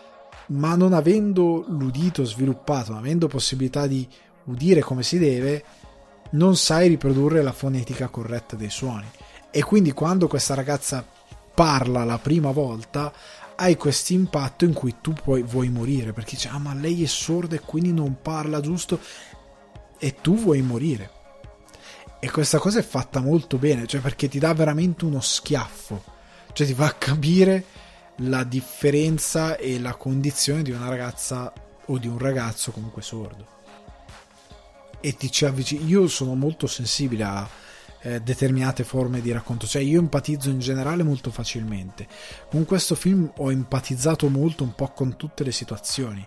Ma non avendo l'udito sviluppato, non avendo possibilità di udire come si deve, non sai riprodurre la fonetica corretta dei suoni, e quindi quando questa ragazza parla la prima volta hai questo impatto in cui tu puoi, vuoi morire, perché dici: ah, ma lei è sorda e quindi non parla giusto, e tu vuoi morire. E questa cosa è fatta molto bene, cioè perché ti dà veramente uno schiaffo, cioè ti fa capire la differenza e la condizione di una ragazza o di un ragazzo comunque sordo, e ti ci avvicini. Io sono molto sensibile a eh, determinate forme di racconto, cioè io empatizzo in generale molto facilmente. Con questo film ho empatizzato molto un po' con tutte le situazioni,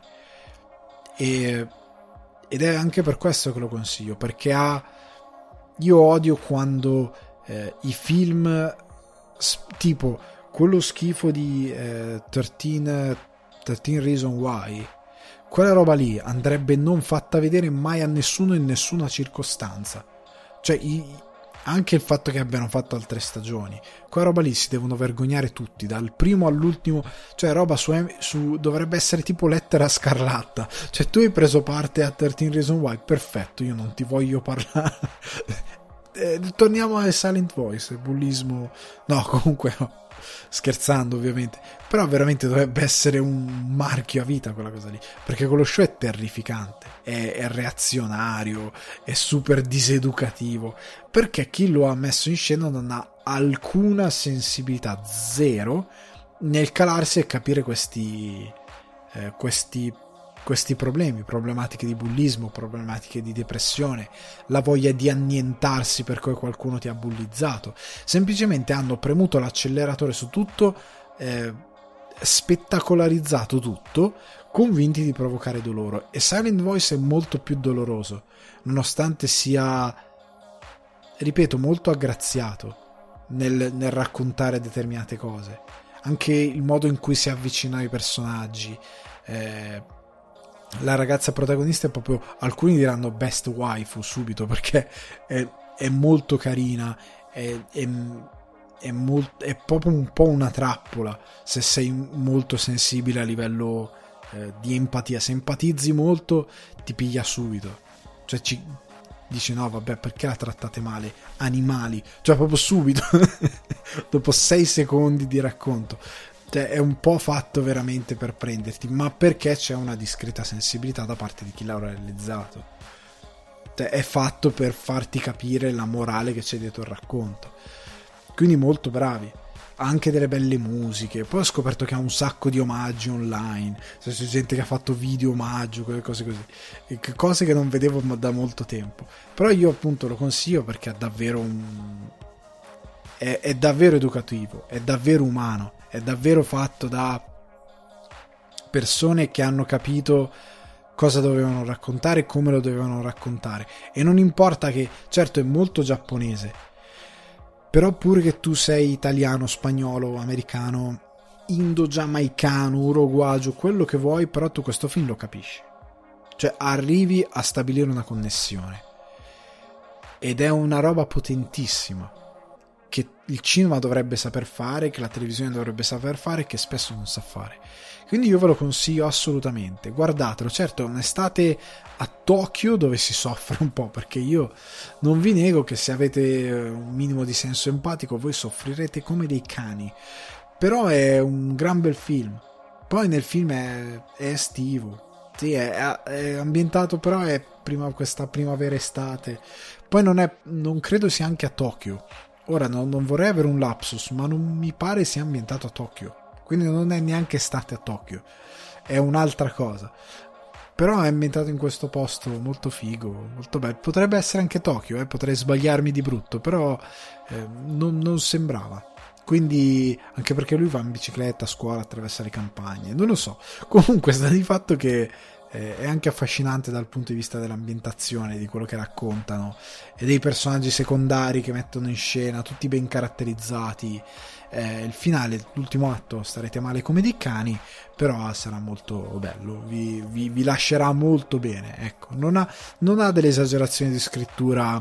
e, ed è anche per questo che lo consiglio, perché ha, io odio quando eh, i film tipo quello schifo di eh, tredici, tredici Reason Why, quella roba lì andrebbe non fatta vedere mai a nessuno in nessuna circostanza. Cioè i, anche il fatto che abbiano fatto altre stagioni, quella roba lì si devono vergognare tutti, dal primo all'ultimo. Cioè roba su, su dovrebbe essere tipo Lettera Scarlatta, cioè tu hai preso parte a tredici Reason Why, perfetto, io non ti voglio parlare. eh, torniamo a Silent Voice, bullismo, no, comunque no, scherzando ovviamente, però veramente dovrebbe essere un marchio a vita quella cosa lì, perché quello show è terrificante, è, è reazionario, è super diseducativo, perché chi lo ha messo in scena non ha alcuna sensibilità, zero, nel calarsi e capire questi eh, questi questi problemi, problematiche di bullismo, problematiche di depressione, la voglia di annientarsi perché qualcuno ti ha bullizzato. Semplicemente hanno premuto l'acceleratore su tutto, eh, spettacolarizzato tutto, convinti di provocare dolore. E Silent Voice è molto più doloroso, nonostante sia, ripeto, molto aggraziato nel, nel raccontare determinate cose. Anche il modo in cui si avvicina ai personaggi, eh, la ragazza protagonista è proprio, alcuni diranno best waifu subito, perché è, è molto carina, è, è, è, molt, è proprio un po' una trappola se sei molto sensibile a livello eh, di empatia. Se empatizzi molto ti piglia subito, cioè ci dici no vabbè, perché la trattate male, animali, cioè proprio subito dopo sei secondi di racconto. Cioè, è un po' fatto veramente per prenderti, ma perché c'è una discreta sensibilità da parte di chi l'ha realizzato. Cioè, è fatto per farti capire la morale che c'è dietro il racconto. Quindi molto bravi. Ha anche delle belle musiche. Poi ho scoperto che ha un sacco di omaggi online. C'è gente che ha fatto video omaggio, quelle cose così, e cose che non vedevo da molto tempo. Però io appunto lo consiglio perché è davvero un è, è davvero educativo, è davvero umano, è davvero fatto da persone che hanno capito cosa dovevano raccontare, come lo dovevano raccontare. E non importa che, certo, è molto giapponese, però pure che tu sei italiano, spagnolo, americano, indo-giamaicano, uruguagio, quello che vuoi, però tu questo film lo capisci. Cioè arrivi a stabilire una connessione. Ed è una roba potentissima, che il cinema dovrebbe saper fare, che la televisione dovrebbe saper fare, che spesso non sa fare. Quindi io ve lo consiglio assolutamente, guardatelo. Certo, è un'estate a Tokyo dove si soffre un po', perché io non vi nego che se avete un minimo di senso empatico voi soffrirete come dei cani, però è un gran bel film. Poi nel film è, è estivo, sì, è, è ambientato, però è prima, questa primavera-estate. Poi non è, non credo sia anche a Tokyo. Ora non, non vorrei avere un lapsus, ma non mi pare sia ambientato a Tokyo, quindi non è neanche estate a Tokyo, è un'altra cosa. Però è ambientato in questo posto molto figo, molto bello. Potrebbe essere anche Tokyo, eh? Potrei sbagliarmi di brutto, però eh, non, non sembrava. Quindi, anche perché lui va in bicicletta a scuola, attraversa le campagne, non lo so. Comunque sta di fatto che eh, è anche affascinante dal punto di vista dell'ambientazione, di quello che raccontano, e dei personaggi secondari che mettono in scena, tutti ben caratterizzati. Eh, il finale, l'ultimo atto, starete male come dei cani, però sarà molto bello, vi, vi, vi lascerà molto bene, ecco. Non ha, non ha delle esagerazioni di scrittura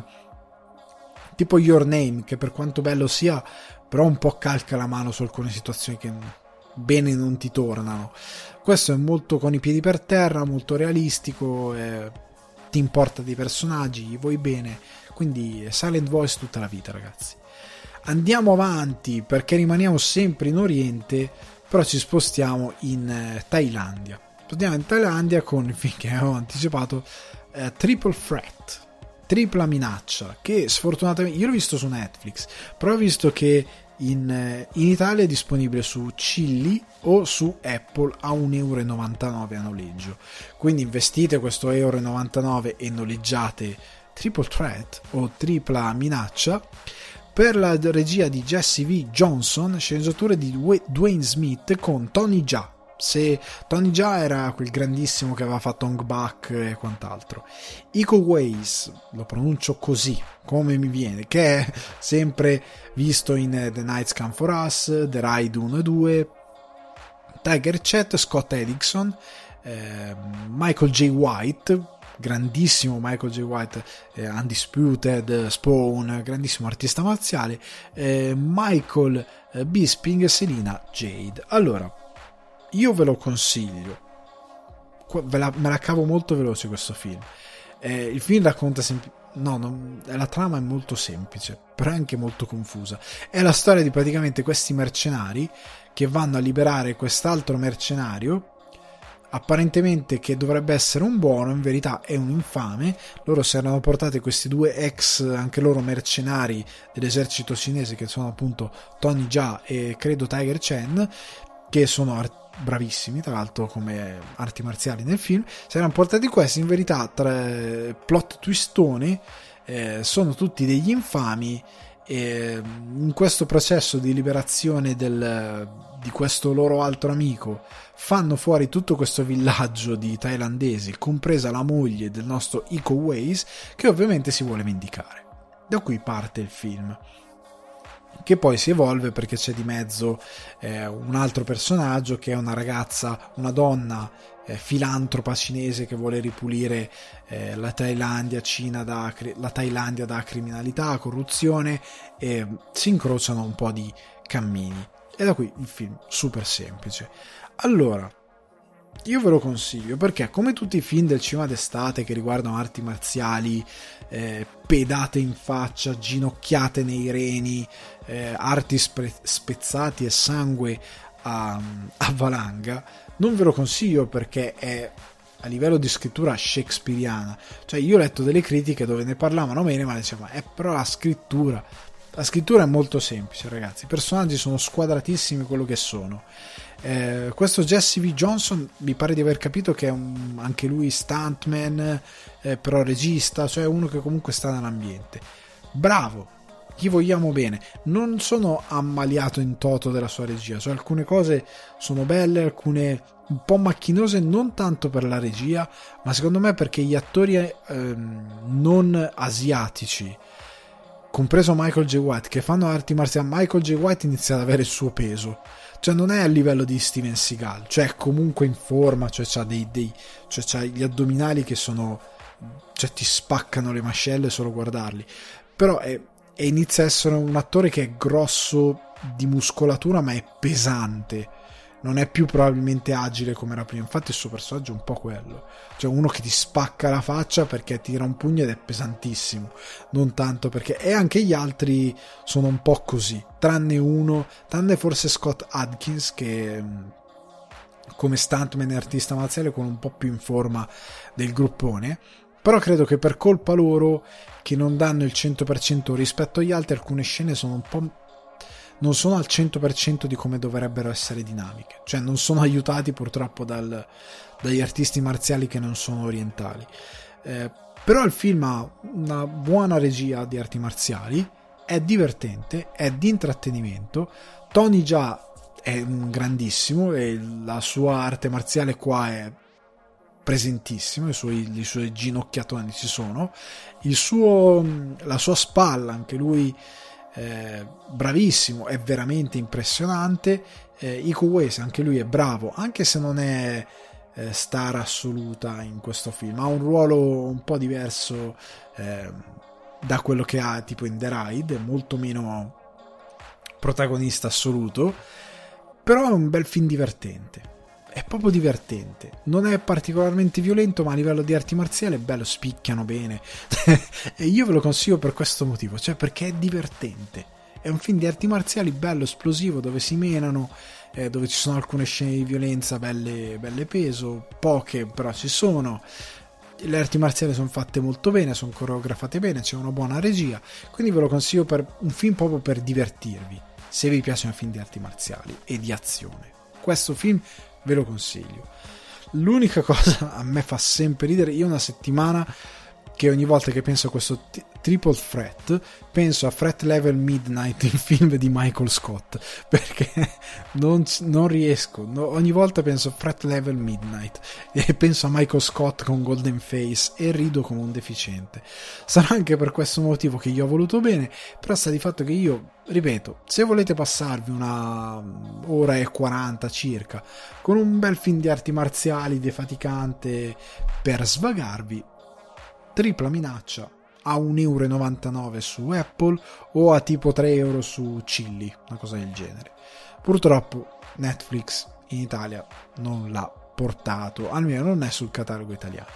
tipo Your Name, che per quanto bello sia, però un po' calca la mano su alcune situazioni che bene non ti tornano. Questo è molto con i piedi per terra, molto realistico, eh, ti importa dei personaggi, gli vuoi bene, quindi Silent Voice tutta la vita, ragazzi. Andiamo avanti perché rimaniamo sempre in Oriente, però ci spostiamo in eh, Thailandia. Andiamo in Thailandia con il film che avevo anticipato, eh, Triple Threat, tripla minaccia, che sfortunatamente io l'ho visto su Netflix, però ho visto che in, eh, in Italia è disponibile su Cilli o su Apple a un euro e novantanove a noleggio. Quindi investite questo un euro e novantanove e noleggiate Triple Threat o tripla minaccia, per la regia di Jesse V. Johnson, sceneggiature di Dwayne Smith con Tony Jaa. Se Tony Jaa era quel grandissimo che aveva fatto Hong Bak e quant'altro. Iko Uwais, lo pronuncio così come mi viene, che è sempre visto in The Nights Come For Us, The Ride uno e due, Tiger Chat, Scott Edison, eh, Michael J. White, grandissimo Michael J. White, eh, Undisputed, Spawn, grandissimo artista marziale, eh, Michael eh, Bisping e Selina Jade. Allora, io ve lo consiglio, ve la, me la cavo molto veloce questo film. Eh, il film racconta semplicemente, no, non, la trama è molto semplice, però è anche molto confusa. È la storia di praticamente questi mercenari che vanno a liberare quest'altro mercenario, apparentemente che dovrebbe essere un buono, in verità è un infame. Loro si erano portati questi due ex, anche loro mercenari dell'esercito cinese, che sono appunto Tony Jaa e credo Tiger Chen, che sono art- bravissimi tra l'altro come arti marziali nel film. Si erano portati questi, in verità tre plot twistone, eh, sono tutti degli infami, e in questo processo di liberazione del, di questo loro altro amico fanno fuori tutto questo villaggio di thailandesi, compresa la moglie del nostro Iko Uwais, che ovviamente si vuole vendicare. Da qui parte il film, che poi si evolve perché c'è di mezzo eh, un altro personaggio che è una ragazza, una donna eh, filantropa cinese che vuole ripulire eh, la Thailandia, Cina da, la Thailandia da criminalità, corruzione, e si incrociano un po' di cammini. E da qui il film super semplice. Allora, io ve lo consiglio perché, come tutti i film del cinema d'estate che riguardano arti marziali, eh, pedate in faccia, ginocchiate nei reni, eh, arti spe- spezzati e sangue a, a valanga, non ve lo consiglio perché è a livello di scrittura shakespeariana. Cioè, io ho letto delle critiche dove ne parlavano bene, ma dicevano, eh, però la scrittura la scrittura è molto semplice, ragazzi, i personaggi sono squadratissimi quello che sono. Eh, questo Jesse V. Johnson mi pare di aver capito che è un, anche lui stuntman, eh, però regista, cioè uno che comunque sta nell'ambiente. Bravo, gli vogliamo bene. Non sono ammaliato in toto della sua regia, cioè alcune cose sono belle, alcune un po' macchinose, non tanto per la regia, ma secondo me perché gli attori ehm, non asiatici, compreso Michael J. White, che fanno arti marziali, Michael J. White inizia ad avere il suo peso, cioè non è a livello di Steven Seagal, cioè è comunque in forma, cioè c'ha dei, dei cioè c'ha gli addominali che sono, cioè ti spaccano le mascelle solo guardarli, però è, e inizia a essere un attore che è grosso di muscolatura ma è pesante, non è più probabilmente agile come era prima. Infatti il suo personaggio è un po' quello, cioè uno che ti spacca la faccia perché tira un pugno ed è pesantissimo, non tanto perché, e anche gli altri sono un po' così, tranne uno, tranne forse Scott Adkins che come stuntman e artista marziale con un po' più in forma del gruppone, però credo che per colpa loro che non danno il cento per cento rispetto agli altri, alcune scene sono un po' non sono al cento per cento di come dovrebbero essere dinamiche, cioè non sono aiutati purtroppo dal, dagli artisti marziali che non sono orientali, eh, però il film ha una buona regia di arti marziali, è divertente, è di intrattenimento. Tony Jaa è un grandissimo e la sua arte marziale qua è presentissimo, i suoi, i suoi ginocchiatoni ci sono, il suo, la sua spalla, anche lui Eh, bravissimo, è veramente impressionante. eh, Iko Uwais, anche lui è bravo, anche se non è eh, star assoluta in questo film, ha un ruolo un po' diverso eh, da quello che ha tipo in The Raid, è molto meno protagonista assoluto, però è un bel film divertente, è proprio divertente, non è particolarmente violento, ma a livello di arti marziali è bello, spicchiano bene e io ve lo consiglio per questo motivo, cioè perché è divertente, è un film di arti marziali bello, esplosivo, dove si menano, eh, dove ci sono alcune scene di violenza belle, belle peso, poche però ci sono, le arti marziali sono fatte molto bene, sono coreografate bene, c'è una buona regia, quindi ve lo consiglio per un film proprio per divertirvi, se vi piacciono i film di arti marziali e di azione. Questo film ve lo consiglio. L'unica cosa a me fa sempre ridere, io una settimana che ogni volta che penso a questo t- Triple Threat penso a Threat Level Midnight, il film di Michael Scott, perché non, non riesco, no, ogni volta penso a Threat Level Midnight e penso a Michael Scott con Golden Face e rido come un deficiente. Sarà anche per questo motivo che io ho voluto bene, però sta di fatto che io, ripeto, se volete passarvi una ora e quaranta circa con un bel film di arti marziali defaticante per svagarvi, Tripla Minaccia a un euro e novantanove su Apple o a tipo tre euro su Chilli, una cosa del genere. Purtroppo Netflix in Italia non l'ha portato, almeno non è sul catalogo italiano.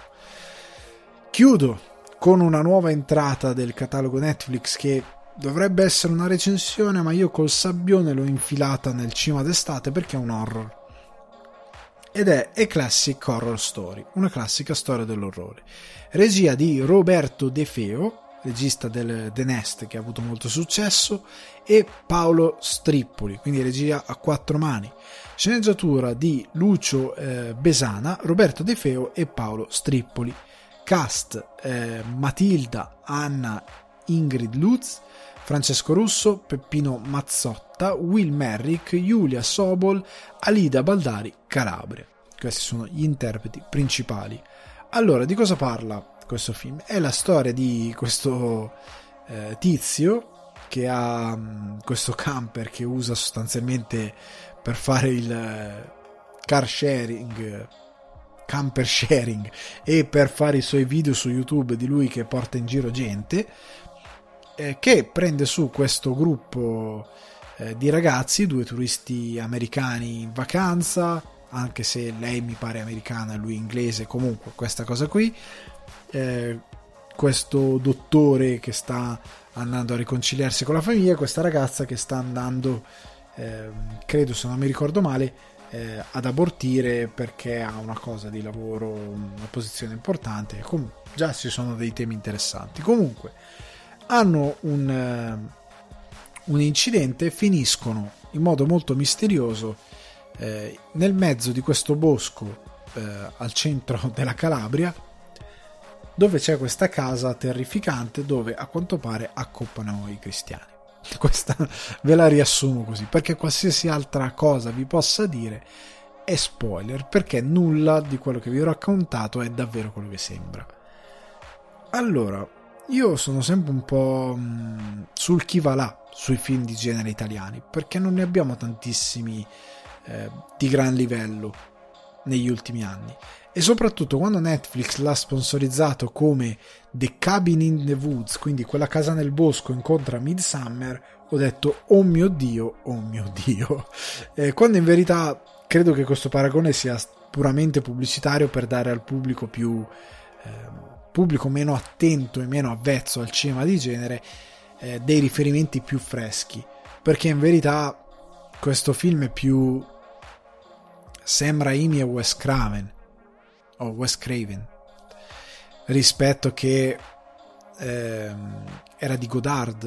Chiudo con una nuova entrata del catalogo Netflix che dovrebbe essere una recensione, ma io col sabbione l'ho infilata nel cinema d'estate perché è un horror, ed è A Classic Horror Story, una classica storia dell'orrore, regia di Roberto De Feo, regista del The Nest che ha avuto molto successo, e Paolo Strippoli, quindi regia a quattro mani, sceneggiatura di Lucio eh, Besana, Roberto De Feo e Paolo Strippoli, cast eh, Matilda, Anna, Ingrid Lutz, Francesco Russo, Peppino Mazzotta, Will Merrick, Giulia Sobol, Alida Baldari, Calabria. Questi sono gli interpreti principali. Allora, di cosa parla questo film? È la storia di questo eh, tizio che ha um, questo camper che usa sostanzialmente per fare il eh, car sharing, camper sharing, e per fare i suoi video su YouTube di lui che porta in giro gente, eh, che prende su questo gruppo eh, di ragazzi, due turisti americani in vacanza, anche se lei mi pare americana e lui inglese, comunque questa cosa qui, eh, questo dottore che sta andando a riconciliarsi con la famiglia, questa ragazza che sta andando, eh, credo se non mi ricordo male, eh, ad abortire perché ha una cosa di lavoro, una posizione importante. Comunque già ci sono dei temi interessanti. Comunque hanno un, uh, un incidente, finiscono in modo molto misterioso eh, nel mezzo di questo bosco eh, al centro della Calabria, dove c'è questa casa terrificante dove a quanto pare accoppano i cristiani. Questa ve la riassumo così, perché qualsiasi altra cosa vi possa dire è spoiler, perché nulla di quello che vi ho raccontato è davvero quello che sembra. Allora, io sono sempre un po' mh, sul chi va là sui film di genere italiani, perché non ne abbiamo tantissimi eh, di gran livello negli ultimi anni, e soprattutto quando Netflix l'ha sponsorizzato come The Cabin in the Woods, quindi quella casa nel bosco incontra Midsommar, ho detto oh mio dio, oh mio dio, eh, quando in verità credo che questo paragone sia puramente pubblicitario per dare al pubblico più eh, pubblico meno attento e meno avvezzo al cinema di genere eh, dei riferimenti più freschi, perché in verità questo film è più Sam Raimi e Wes Craven o Wes Craven rispetto che ehm, era di Godard,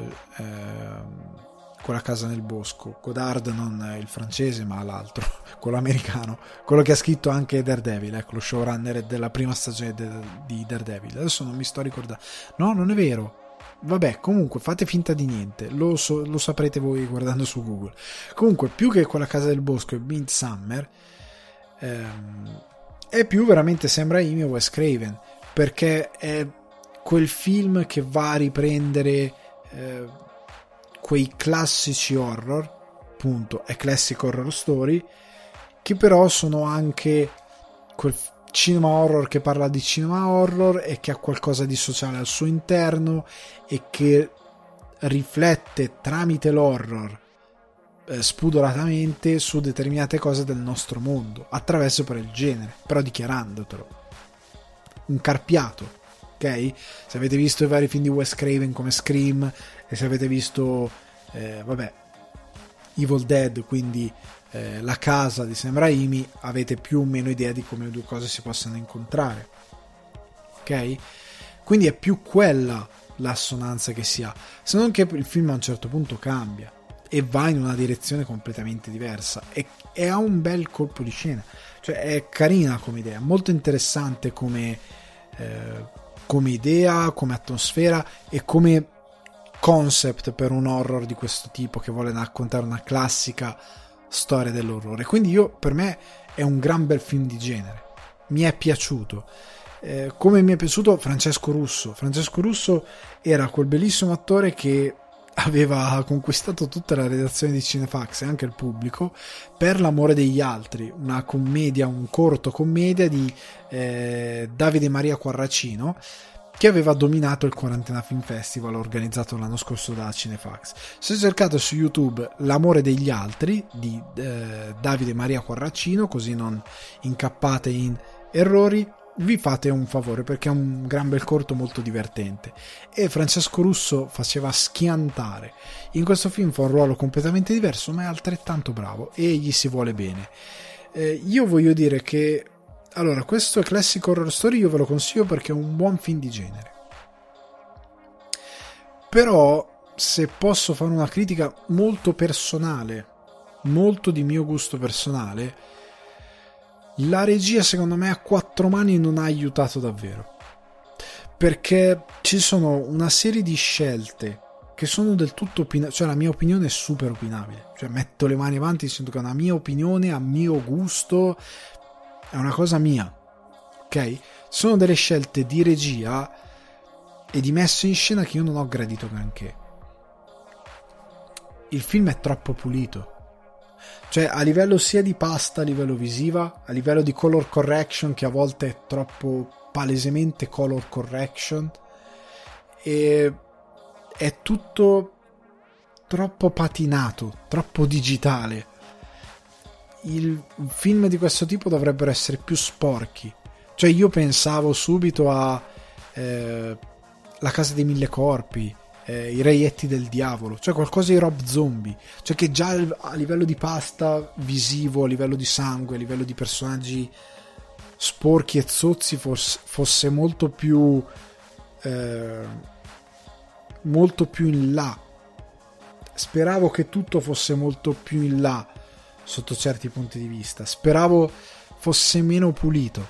ehm, quella casa nel bosco. Godard non il francese ma l'altro, quello americano, quello che ha scritto anche Daredevil, ecco, lo showrunner della prima stagione de- di Daredevil. Adesso non mi sto ricordando, no, non è vero, vabbè, comunque fate finta di niente, lo, so, lo saprete voi guardando su Google. Comunque, più che quella casa del bosco e Midsommar, ehm, è più veramente Sam Raimi o Wes Craven, perché è quel film che va a riprendere eh, quei classici horror, appunto, è classic horror story, che però sono anche quel cinema horror che parla di cinema horror e che ha qualcosa di sociale al suo interno e che riflette tramite l'horror eh, spudoratamente su determinate cose del nostro mondo attraverso per il genere, però dichiarandotelo, un carpiato, ok? Se avete visto i vari film di Wes Craven come Scream, e se avete visto eh, vabbè Evil Dead, quindi eh, La casa di Sam Raimi, avete più o meno idea di come le due cose si possano incontrare, ok? Quindi è più quella l'assonanza che si ha, se non che il film a un certo punto cambia e va in una direzione completamente diversa e, e ha un bel colpo di scena, cioè è carina come idea, molto interessante come eh, come idea, come atmosfera e come concept per un horror di questo tipo che vuole raccontare una classica storia dell'orrore. Quindi io, per me è un gran bel film di genere, mi è piaciuto, eh, come mi è piaciuto Francesco Russo. Francesco Russo era quel bellissimo attore che aveva conquistato tutta la redazione di Cinefax e anche il pubblico per L'amore degli altri, una commedia, un corto commedia di eh, Davide Maria Quarracino, che aveva dominato il Quarantena Film Festival organizzato l'anno scorso da Cinefax. Se cercate su YouTube L'amore degli altri di eh, Davide Maria Quarracino, così non incappate in errori, vi fate un favore, perché è un gran bel corto molto divertente e Francesco Russo faceva schiantare. In questo film fa un ruolo completamente diverso, ma è altrettanto bravo e gli si vuole bene. Eh, io voglio dire che allora, questo Classic Horror Story io ve lo consiglio perché è un buon film di genere. Però, se posso fare una critica molto personale, molto di mio gusto personale, la regia secondo me a quattro mani non ha aiutato davvero. Perché ci sono una serie di scelte che sono del tutto opinabili, cioè la mia opinione è super opinabile. Cioè metto le mani avanti dicendo che è una mia opinione, a mio gusto, è una cosa mia, ok? Sono delle scelte di regia e di messa in scena che io non ho gradito granché. Il film è troppo pulito, cioè a livello sia di pasta, a livello visiva, a livello di color correction, che a volte è troppo palesemente color correction, e è tutto troppo patinato, troppo digitale. il film di questo tipo dovrebbero essere più sporchi. Cioè io pensavo subito a eh, La casa dei mille corpi, eh, I reietti del diavolo, cioè qualcosa di Rob Zombie, cioè che già a livello di pasta visivo, a livello di sangue, a livello di personaggi sporchi e zozzi fosse, fosse molto più eh, molto più in là. Speravo che tutto fosse molto più in là sotto certi punti di vista, speravo fosse meno pulito.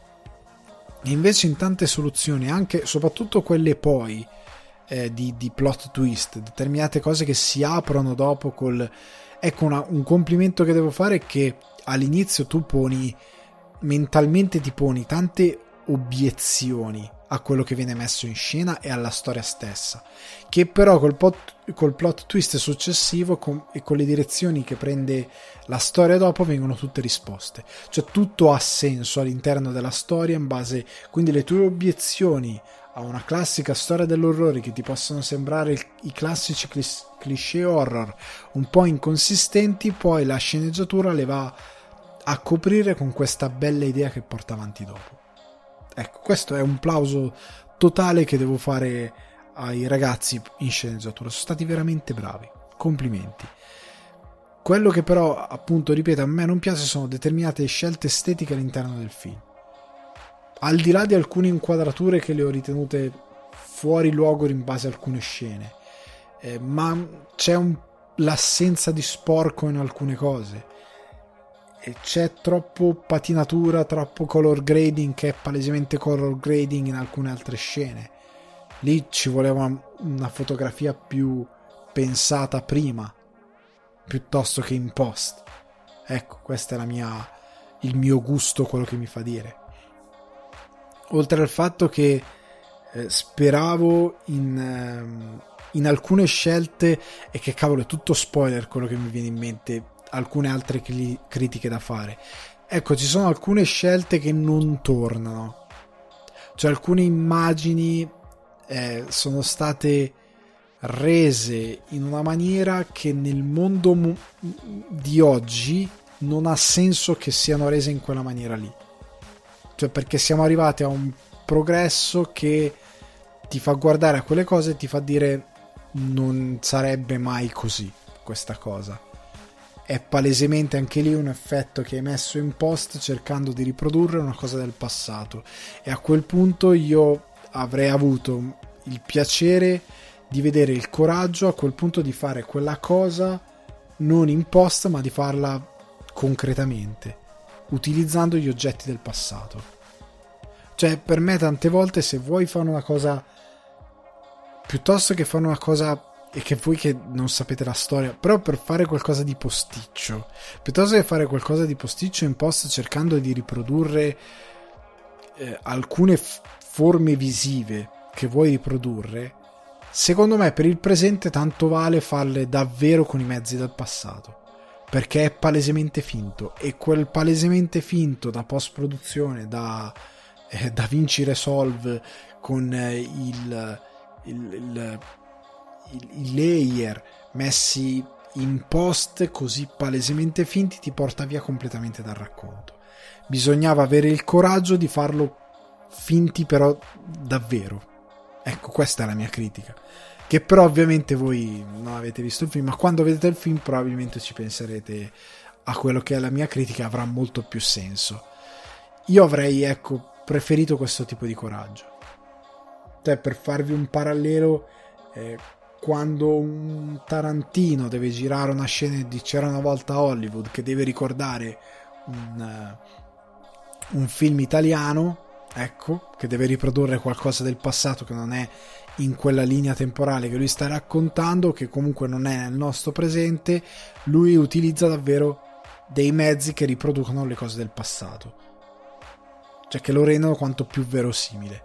E invece in tante soluzioni, anche soprattutto quelle poi eh, di, di plot twist, determinate cose che si aprono dopo col... Ecco, una, un complimento che devo fare è che all'inizio tu poni, mentalmente ti poni tante obiezioni a quello che viene messo in scena e alla storia stessa, che però col plot, col plot twist successivo con, e con le direzioni che prende la storia dopo vengono tutte risposte, cioè tutto ha senso all'interno della storia in base, quindi le tue obiezioni a una classica storia dell'orrore che ti possono sembrare il, i classici clis, cliché horror un po' inconsistenti, poi la sceneggiatura le va a coprire con questa bella idea che porta avanti dopo. Ecco, questo è un plauso totale che devo fare ai ragazzi in sceneggiatura, sono stati veramente bravi, complimenti. Quello che però, appunto, ripeto, a me non piace sono determinate scelte estetiche all'interno del film, al di là di alcune inquadrature che le ho ritenute fuori luogo in base a alcune scene, eh, ma c'è un, l'assenza di sporco in alcune cose, e c'è troppo patinatura, troppo color grading che è palesemente color grading in alcune altre scene. Lì ci voleva una fotografia più pensata prima piuttosto che in post. Ecco, questo è la mia, il mio gusto, quello che mi fa dire. Oltre al fatto che eh, speravo in, ehm, in alcune scelte, e che cavolo è tutto spoiler quello che mi viene in mente, alcune altre cli- critiche da fare. Ecco, ci sono alcune scelte che non tornano, cioè alcune immagini eh, sono state rese in una maniera che nel mondo mu- di oggi non ha senso che siano rese in quella maniera lì, cioè perché siamo arrivati a un progresso che ti fa guardare a quelle cose e ti fa dire non sarebbe mai così questa cosa. È palesemente anche lì un effetto che hai messo in post cercando di riprodurre una cosa del passato, e a quel punto io avrei avuto il piacere di vedere il coraggio a quel punto di fare quella cosa non in post, ma di farla concretamente utilizzando gli oggetti del passato. Cioè, per me tante volte, se vuoi fare una cosa, piuttosto che fare una cosa e che voi che non sapete la storia, però per fare qualcosa di posticcio, piuttosto che fare qualcosa di posticcio in post cercando di riprodurre eh, alcune f- forme visive che vuoi riprodurre, secondo me per il presente tanto vale farle davvero con i mezzi del passato, perché è palesemente finto, e quel palesemente finto da post produzione, da eh, DaVinci Resolve con eh, il, il, il i layer messi in post così palesemente finti ti porta via completamente dal racconto. Bisognava avere il coraggio di farlo finti però davvero. Ecco, questa è la mia critica, che però ovviamente voi non avete visto il film, ma quando vedete il film probabilmente ci penserete a quello che è la mia critica, avrà molto più senso. Io avrei, ecco, preferito questo tipo di coraggio, cioè, per farvi un parallelo, eh, quando un Tarantino deve girare una scena di C'era una volta a Hollywood, che deve ricordare un, uh, un film italiano, ecco, che deve riprodurre qualcosa del passato che non è in quella linea temporale che lui sta raccontando, che comunque non è nel nostro presente, lui utilizza davvero dei mezzi che riproducono le cose del passato, cioè che lo rendono quanto più verosimile.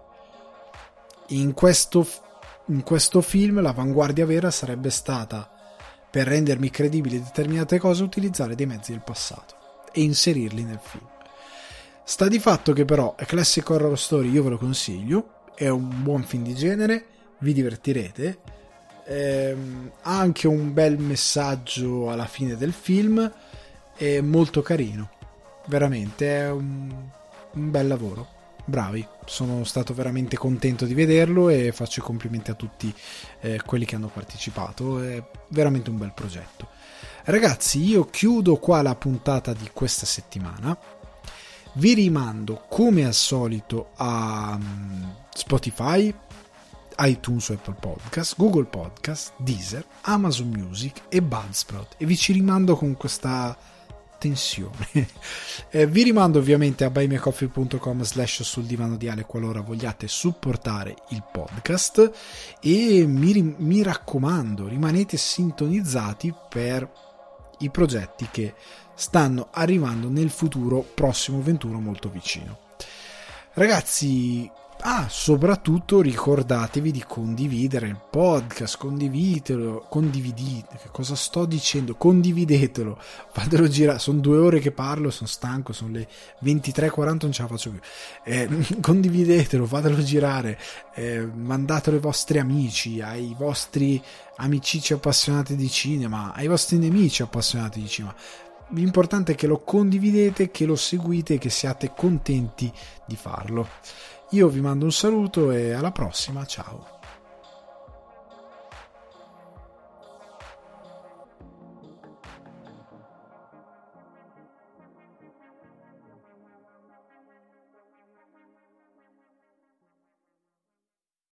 In questo In questo film l'avanguardia vera sarebbe stata, per rendermi credibili determinate cose, utilizzare dei mezzi del passato e inserirli nel film. Sta di fatto che però è Classic Horror Story, io ve lo consiglio, è un buon film di genere, vi divertirete, ehm, ha anche un bel messaggio alla fine del film, è molto carino, veramente è un, un bel lavoro, bravi, sono stato veramente contento di vederlo e faccio i complimenti a tutti eh, quelli che hanno partecipato, è veramente un bel progetto. Ragazzi, io chiudo qua la puntata di questa settimana, vi rimando come al solito a Spotify, iTunes o Apple Podcast, Google Podcast, Deezer, Amazon Music e Buzzsprout, e vi ci rimando con questa tensione. eh, vi rimando ovviamente a buymeacoffee punto com slash sul divano di Ale qualora vogliate supportare il podcast, e mi, mi raccomando, rimanete sintonizzati per i progetti che stanno arrivando nel futuro prossimo venturo molto vicino. Ragazzi, ah, soprattutto ricordatevi di condividere il podcast, condividetelo, condividete, che cosa sto dicendo? Condividetelo, fatelo girare, sono due ore che parlo, sono stanco, sono le ventitré e quaranta, non ce la faccio più, eh, condividetelo, fatelo girare, eh, mandatelo ai vostri amici, ai vostri amicici appassionati di cinema, ai vostri nemici appassionati di cinema. L'importante è che lo condividete, che lo seguite e che siate contenti di farlo. Io vi mando un saluto e alla prossima, ciao.